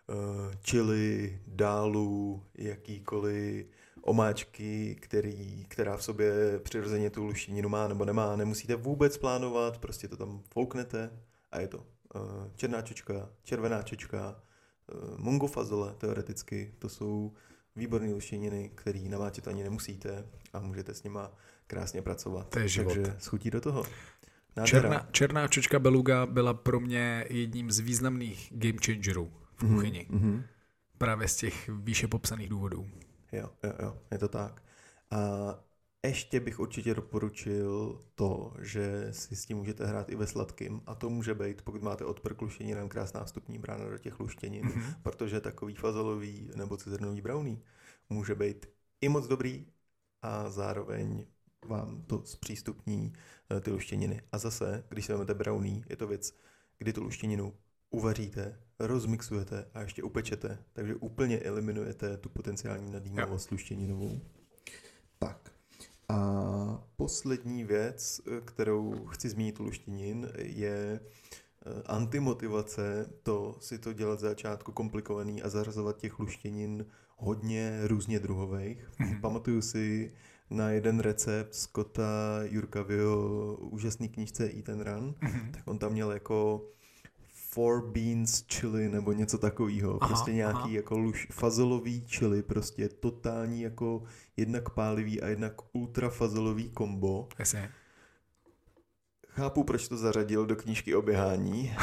chili, dálu, jakýkoliv omáčky, která v sobě přirozeně tu luštěninu má nebo nemá. Nemusíte vůbec plánovat, prostě to tam fouknete a je to černá čočka, červená čočka, mungo fazole teoreticky, to jsou výborné luštěniny, které namáčet ani nemusíte a můžete s nima krásně pracovat. To je život. Takže schutí do toho. Černá čočka beluga byla pro mě jedním z významných game changerů v kuchyni. Právě z těch výše popsaných důvodů. Jo, je to tak. A ještě bych určitě doporučil to, že si s tím můžete hrát i ve sladkým a to může být, pokud máte odpor k luštěninám, krásná vstupní brána do těch luštěnin, protože takový fazolový nebo cizrnový brownie může být i moc dobrý a zároveň vám to zpřístupní ty luštěniny. A zase, když si vezmete brownie, je to věc, kdy tu luštěninu uvaříte, rozmixujete a ještě upečete, takže úplně eliminujete tu potenciální nadýmavost luštěninovou. Tak. A poslední věc, kterou chci zmínit u luštěnin, je antimotivace, si to dělat z začátku komplikovaný a zařazovat těch luštěnin hodně různě druhových. Pamatuju si na jeden recept Scotta Jurka v jeho úžasný knížce Eat and Run, tak on tam měl jako 4 beans chili nebo něco takového. Prostě nějaký jako fazolový chili, prostě totální jako jednak pálivý a jednak ultra fazolový kombo. Jasně. Chápu, proč to zařadil do knížky o běhání.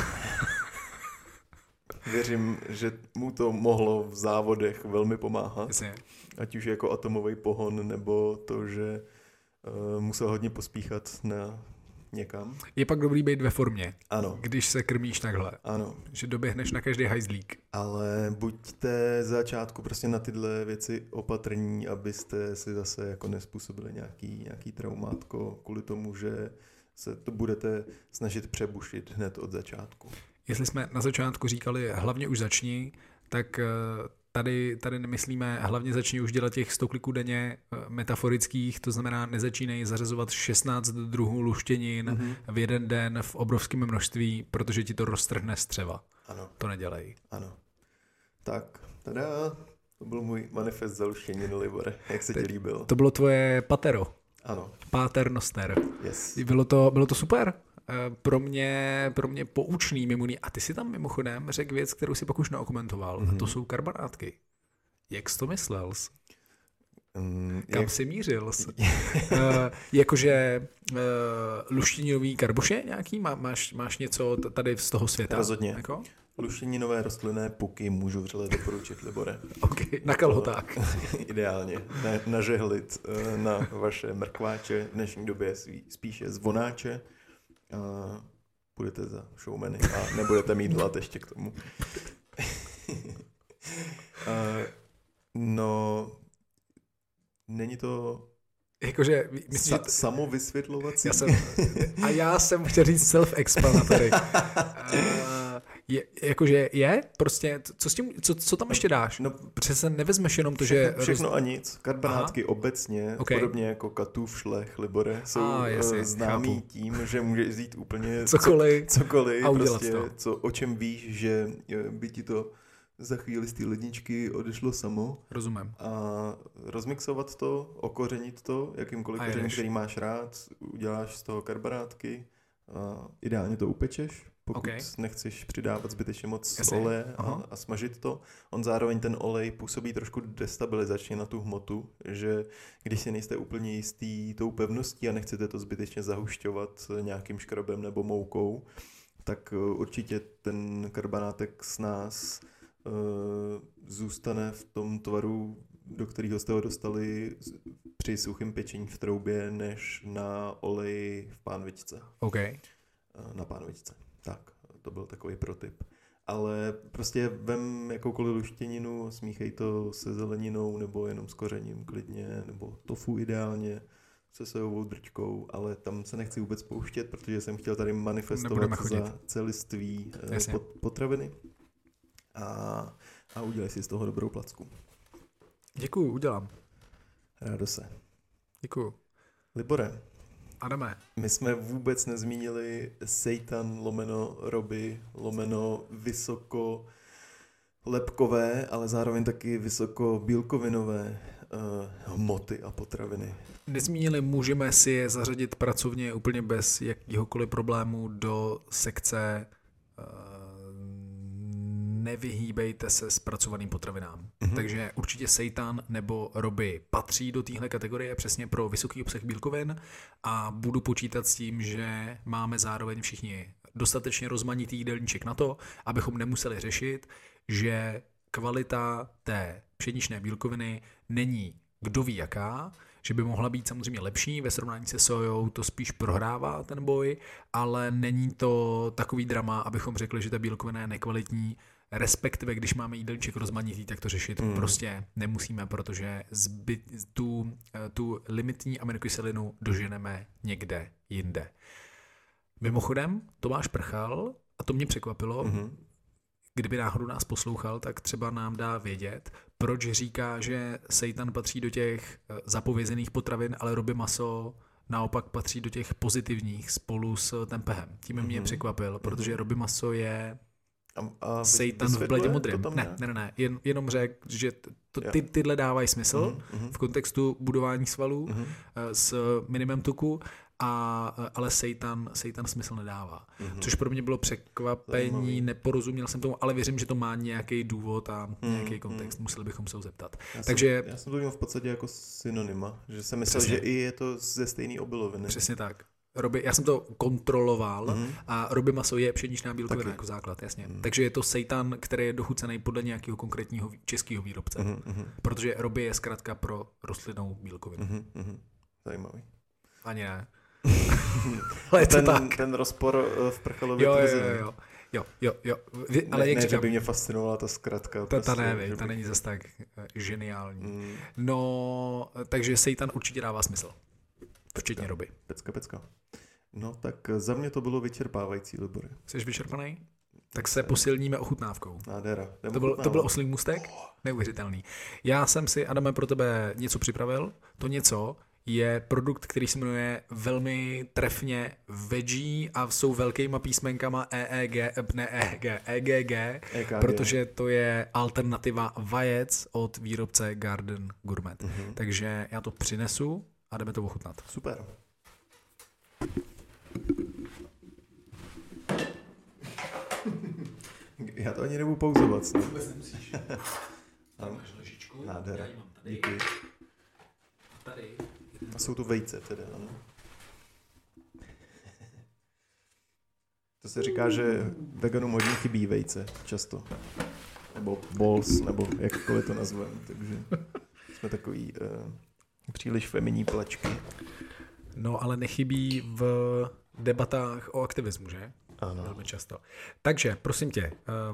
Věřím, že mu to mohlo v závodech velmi pomáhat. Jasně. Ať už jako atomový pohon, nebo to, že musel hodně pospíchat na někam. Je pak dobrý být ve formě. Ano. Když se krmíš takhle. Ano. Že doběhneš na každý hajzlík. Ale buďte z začátku prostě na tyhle věci opatrní, abyste si zase jako nespůsobili nějaký traumátko kvůli tomu, že se to budete snažit přebušit hned od začátku. Jestli jsme na začátku říkali hlavně už začni, tak tady nemyslíme hlavně začni už dělat těch 100 kliků denně metaforických, to znamená nezačínej zařazovat 16 druhů luštěnin v jeden den v obrovském množství, protože ti to roztrhne střeva. Ano. To nedělej. Ano. Tak, tada, to byl můj manifest za luštěniny, Libore. Jak se ti líbil? To bylo tvoje patero. Ano. Pater noster. Yes. Bylo to super. Pro mě poučný mimo jiný. A ty si tam mimochodem řekl věc, kterou si pak už neokomentoval. A to jsou karbonátky. Jak jsi to myslel? Kam jsi mířil? Jakože luštěninový karboše nějaký? Máš něco tady z toho světa? Rozhodně. Jako? Luštěninové rostlinné puky můžu vřele doporučit, Libore. OK, na kalhoták. Ideálně. Nažehlit na vaše mrkváče, v dnešní době spíše zvonáče. Půjdete za showmany a nebudete mít hlad ještě k tomu. No, není to jakože, myslím, samovysvětlovací? Já jsem chtěl říct self-explanatory. Jakože je? Prostě, co tam ještě dáš? No, protože se nevezmeš jenom to, že... Všechno a nic. Karbonátky obecně, podobně jako katův šlech, Libore, jsou známý tím, že můžeš vzít úplně cokoliv a udělat prostě, to. o čem víš, že by ti to za chvíli z té ledničky odešlo samo. Rozumím. A rozmixovat to, okořenit to, jakýmkoliv kořením, který máš rád, uděláš z toho karbonátky, ideálně to upečeš, pokud nechceš přidávat zbytečně moc oleje a smažit to. On zároveň ten olej působí trošku destabilizačně na tu hmotu, že když si nejste úplně jistý tou pevností a nechcete to zbytečně zahušťovat nějakým škrobem nebo moukou, tak určitě ten karbonátek s nás zůstane v tom tvaru, do kterého jste ho dostali při suchém pečení v troubě, než na oleji v pánvičce. Na pánvičce. Tak, to byl takový protip. Ale prostě vem jakoukoliv luštěninu, smíchej to se zeleninou nebo jenom s kořením klidně, nebo tofu ideálně, se sojovou drčkou, ale tam se nechci vůbec pouštět, protože jsem chtěl tady manifestovat za celiství potraviny. A udělej si z toho dobrou placku. Děkuju, udělám. Rádo se. Děkuju. Libore. Adame. My jsme vůbec nezmínili seitan lomeno roby, lomeno vysoko lepkové, ale zároveň taky vysoko bílkovinové hmoty a potraviny. Nezmínili, můžeme si je zařadit pracovně úplně bez jakýhokoliv problému do sekce nevyhýbejte se zpracovaným potravinám. Takže určitě seitan nebo roby patří do téhle kategorie přesně pro vysoký obsah bílkovin a budu počítat s tím, že máme zároveň všichni dostatečně rozmanitý jídelníček na to, abychom nemuseli řešit, že kvalita té pšeničné bílkoviny není kdo ví jaká, že by mohla být samozřejmě lepší, ve srovnání se sojou to spíš prohrává ten boj, ale není to takový drama, abychom řekli, že ta bílkovina je nekvalitní, respektive když máme jídelníček rozmanitý, tak to řešit prostě nemusíme, protože tu limitní aminokyselinu doženeme někde jinde. Mimochodem, Tomáš Prchal, a to mě překvapilo, kdyby náhodou nás poslouchal, tak třeba nám dá vědět, proč říká, že seitan patří do těch zapovězených potravin, ale roby maso naopak patří do těch pozitivních spolu s tempehem. Tím mě překvapil, protože roby maso je seitan v bledě modrém. Ne. Jenom řekl, že tyhle dávají smysl v kontextu budování svalů s minimem tuku, ale seitan smysl nedává. Což pro mě bylo překvapení, neporozuměl jsem tomu, ale věřím, že to má nějaký důvod a nějaký kontext. Museli bychom se ho zeptat. Já jsem to měl v podstatě jako synonyma, že jsem myslel, že i je to ze stejné obiloviny. Přesně tak. Já jsem to kontroloval a roby maso je pšeničná bílkovina jako základ, jasně. Takže je to seitan, který je dochucený podle nějakého konkrétního českého výrobce. Protože roby je zkrátka pro rostlinnou bílkovinu. Zajímavý. Ani ne. Ale ten rozpor v Prchalově tvrzení. Jo. Ale jak říkám, že by mě fascinovala ta zkratka. Ta není zase tak geniální. No, takže seitan určitě dává smysl. Včetně roby. Pecka. No tak za mě to bylo vyčerpávající, Libore. Jsi vyčerpaný? Tak se posilníme ochutnávkou. Nádhera. To byl oslý můstek? Neuvěřitelný. Já jsem si, Adame, pro tebe něco připravil. To něco je produkt, který se jmenuje velmi trefně veggie a jsou velkýma písmenkama EGG, protože to je alternativa vajec od výrobce Garden Gourmet. Takže já to přinesu a jdeme to ochutnat. Super. Já to ani nebudu pauzovat. Vůbec nemusíš. Nádhera. Díky. Tady. A jsou to vejce teda, ano. To se říká, že veganům hodně chybí vejce, často. Nebo balls, nebo jakkoliv to nazveme, takže jsme takový příliš feminní plačky. No, ale nechybí v debatách o aktivismu, že? Ano. Velmi často. Takže, prosím tě,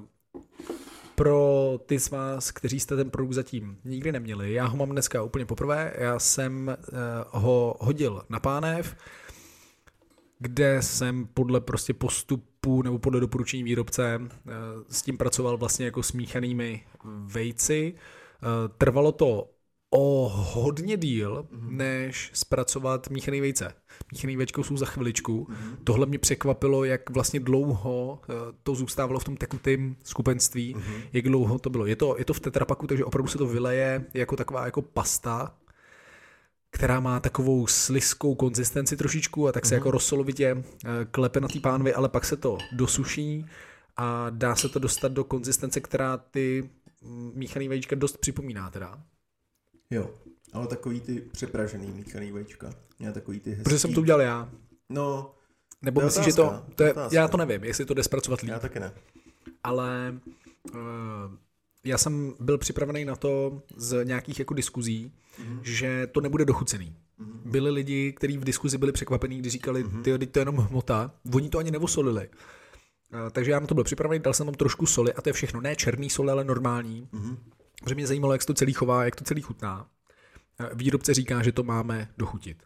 pro ty z vás, kteří jste ten produkt zatím nikdy neměli, já ho mám dneska úplně poprvé, já jsem ho hodil na pánev, kde jsem podle prostě postupu nebo podle doporučení výrobce s tím pracoval vlastně jako smíchanými vejci. Trvalo to o hodně díl, než zpracovat míchaný vejce. Míchaný vejčko jsou za chviličku. Tohle mě překvapilo, jak vlastně dlouho to zůstávalo v tom tekutém skupenství, jak dlouho to bylo. Je to v tetrapaku, takže opravdu se to vyleje jako taková jako pasta, která má takovou slizkou konzistenci trošičku a tak se jako rozsolovitě klepe na té pánvi, ale pak se to dosuší a dá se to dostat do konzistence, která ty míchaný vajíčka dost připomíná teda. Jo, ale takový ty přepražený míchaný vajíčka. Já takový ty hezký. Protože jsem to udělal já. No, nebo to myslíš, že to je, já to nevím, jestli to jde zpracovat líp. Já taky ne. Ale já jsem byl připravený na to z nějakých jako diskuzí, že to nebude dochucený. Byli lidi, kteří v diskuzi byli překvapení, když říkali, tyjo, to je jenom hmota, oni to ani nevosolili. Takže já na to byl připravený, dal jsem tam trošku soli a to je všechno. Ne černý soli, ale normální. Protože mě zajímalo, jak se to celý chová, jak to celý chutná. Výrobce říká, že to máme dochutit.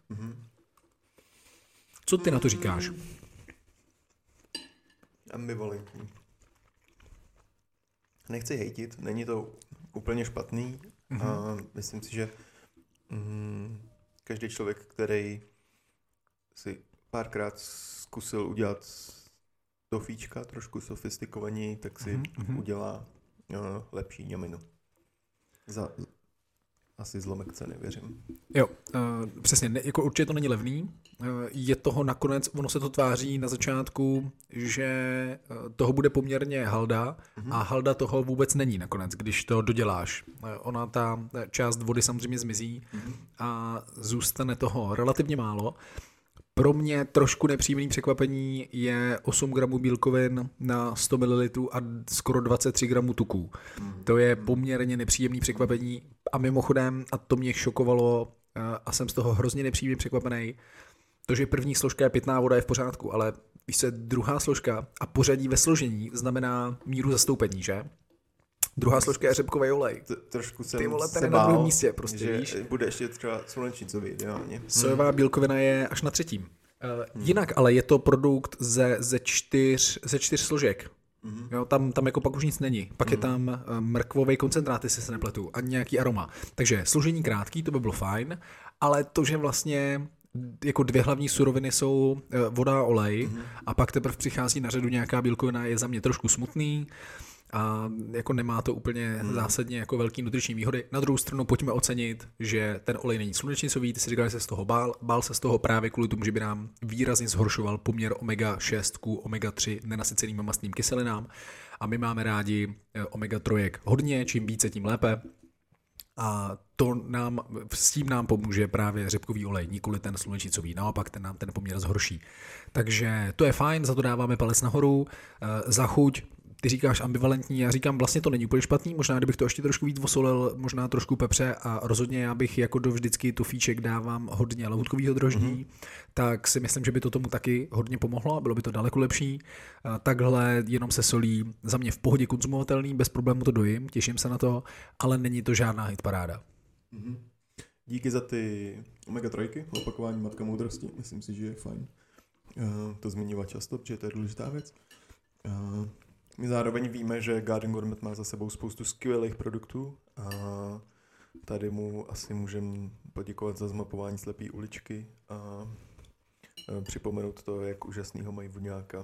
Co ty na to říkáš? Ambivalentní. Nechci hejtit, není to úplně špatný. A myslím si, že každý člověk, který si párkrát zkusil udělat tofíčka trošku sofistikovaní, tak si udělá lepší ňaminu. Za asi zlomek ceny, věřím. Jo, přesně, jako určitě to není levný. Je toho nakonec, ono se to tváří na začátku, že toho bude poměrně halda a halda toho vůbec není nakonec, když to doděláš. Ona ta část vody samozřejmě zmizí a zůstane toho relativně málo. Pro mě trošku nepříjemný překvapení je 8 gramů bílkovin na 100 ml a skoro 23 gramů tuků. To je poměrně nepříjemný překvapení a mimochodem, a to mě šokovalo a jsem z toho hrozně nepříjemně překvapený, to, že první složka je pitná voda je v pořádku, ale víš co, druhá složka a pořadí ve složení znamená míru zastoupení, že? Druhá složka je řepkový olej. Trošku jsem Ty vole, ten se je na druhém bál, místě, prostě, že víš? bude ještě třeba slunečnicový ideálně. Sojová bílkovina je až na 3. Jinak, ale je to produkt ze 4 složek. Jo, tam jako pak už nic není. Pak je tam mrkvový koncentrát, jestli se nepletu, a nějaký aroma. Takže složení krátký, to by bylo fajn, ale to, že vlastně jako 2 hlavní suroviny jsou voda a olej a pak teprve přichází na řadu nějaká bílkovina, je za mě trošku smutný. A jako nemá to úplně zásadně jako velký nutriční výhody. Na druhou stranu pojďme ocenit, že ten olej není slunečnicový, ty si říkal, že se z toho bál se z toho právě kvůli tomu, že by nám výrazně zhoršoval poměr omega-6 ku omega-3 nenasyceným mastným kyselinám a my máme rádi omega-3 hodně, čím více, tím lépe. A s tím nám pomůže právě řepkový olej, nikoli ten slunečnicový, naopak ten nám ten poměr zhorší. Takže to je fajn, za to dáváme palec nahoru, za chuť. Ty říkáš ambivalentní, já říkám, vlastně to není úplně špatný, možná kdybych to ještě trošku víc osolil, možná trošku pepře a rozhodně já bych jako do vždycky tofíček dávám hodně lahůdkovýho droždí, tak si myslím, že by to tomu taky hodně pomohlo a bylo by to daleko lepší. Takhle jenom se solí, za mě v pohodě konzumovatelný, bez problému to dojím, těším se na to, ale není to žádná hitparáda. Díky za ty omega-3, opakování matka moudrosti, myslím si, že je fajn to zmiňovat často, protože to je důležitá věc. My zároveň víme, že Garden Gourmet má za sebou spoustu skvělých produktů a tady mu asi můžeme poděkovat za zmapování slepý uličky a připomenout to, jak úžasnýho mají vodňáka.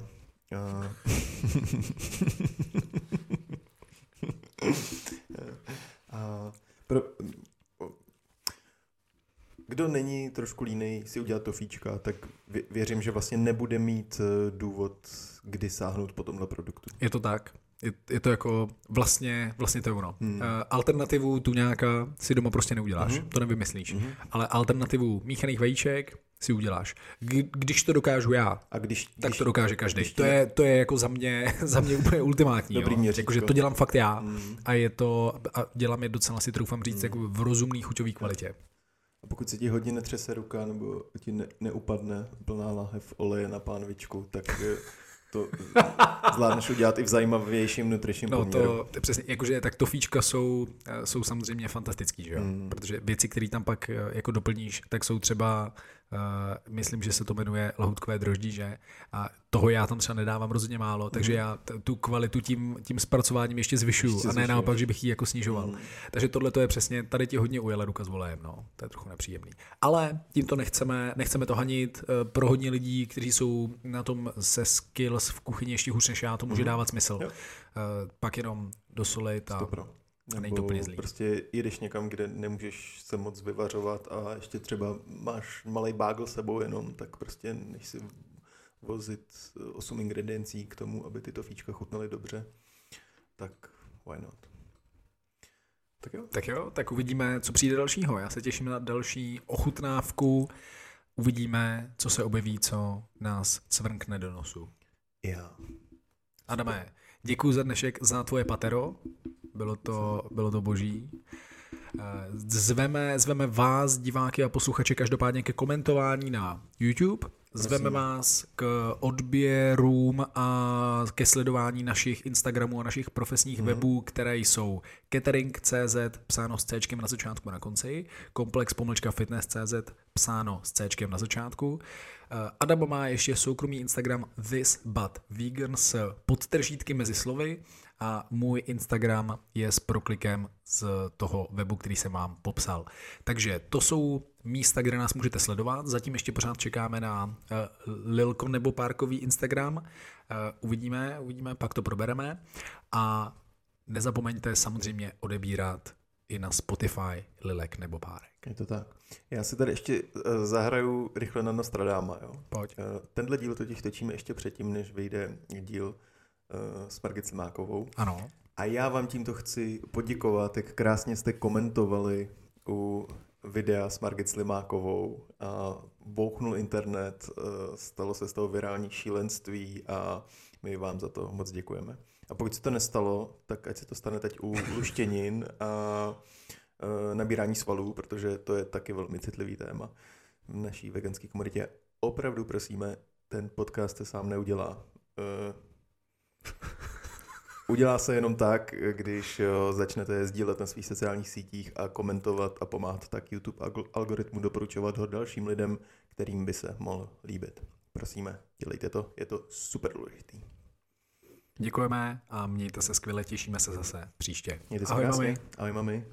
Kdo není trošku línej si udělat tofíčka, tak věřím, že vlastně nebude mít důvod, kdy sáhnout po tomhle produktu. Je to tak. Je to jako vlastně to je ono. Alternativu tuňáka si doma prostě neuděláš, to nevymyslíš. Ale alternativu míchaných vajíček si uděláš. Když to dokážu já, tak to dokáže každý. To je jako za mě úplně ultimátní. Jakože to dělám fakt já a dělám je docela, si troufám říct, jako v rozumný chuťový kvalitě. A pokud se ti hodně netřese ruka nebo ti neupadne plná láhev oleje na pánvičku, tak to zvládneš udělat i v zajímavějším nutričním poměru. To přesně, jakože tak tofíčka jsou samozřejmě fantastický, že jo? Protože věci, které tam pak jako doplníš, tak jsou třeba, myslím, že se to jmenuje lahůdkové droždí, že? A toho já tam třeba nedávám rozhodně málo, takže já tu kvalitu tím zpracováním ještě zvyšuju a ne naopak, že bych ji jako snižoval. Takže tohle to je přesně, tady ti hodně ujela ruka s volejem, no. To je trochu nepříjemný. Ale tím to nechceme to hanit. Pro hodně lidí, kteří jsou na tom se skills v kuchyni ještě hůř než já, to může dávat smysl. Pak jenom dosolit a není to úplně zlý. Prostě jedeš někam, kde nemůžeš se moc vyvařovat a ještě třeba máš malej bágl sebou jenom, tak prostě než si vozit 8 ingrediencí k tomu, aby ty tofíčka chutnaly dobře, tak why not? Tak jo, tak uvidíme, co přijde dalšího. Já se těším na další ochutnávku. Uvidíme, co se objeví, co nás cvrnkne do nosu. Adame, děkuji za dnešek, za tvoje patero. Bylo to boží. Zveme vás, diváky a posluchače, každopádně ke komentování na YouTube. Zveme vás k odběrům a ke sledování našich Instagramů a našich profesních webů, které jsou catering.cz, psáno s Cčkem na začátku a na konci, komplex-fitness.cz, psáno s Cčkem na začátku. Adam má ještě soukromý Instagram This But Vegan s podtržítky mezi slovy a můj Instagram je s proklikem z toho webu, který jsem vám popsal. Takže to jsou místa, kde nás můžete sledovat. Zatím ještě pořád čekáme na Lilko nebo Párkový Instagram. Uvidíme, pak to probereme. A nezapomeňte samozřejmě odebírat i na Spotify Lilek nebo Párek. Je to tak. Já si tady ještě zahraju rychle na Nostradáma. Jo? Pojď. Tenhle díl totiž točíme ještě předtím, než vyjde díl s Margit Slimákovou. Ano. A já vám tímto chci poděkovat, jak krásně jste komentovali u videa s Margit Slimákovou a bouchnul internet, stalo se z toho virální šílenství a my vám za to moc děkujeme. A pokud se to nestalo, tak ať se to stane teď u luštěnin a nabírání svalů, protože to je taky velmi citlivý téma v naší veganské komunitě. Opravdu prosíme, ten podcast se sám neudělá. Udělá se jenom tak, když začnete sdílet na svých sociálních sítích a komentovat a pomáhat tak YouTube algoritmu doporučovat ho dalším lidem, kterým by se mohl líbit. Prosíme, dělejte to, je to super důležitý. Děkujeme a mějte se skvěle, těšíme se zase příště. Ahoj mami. Ahoj mami.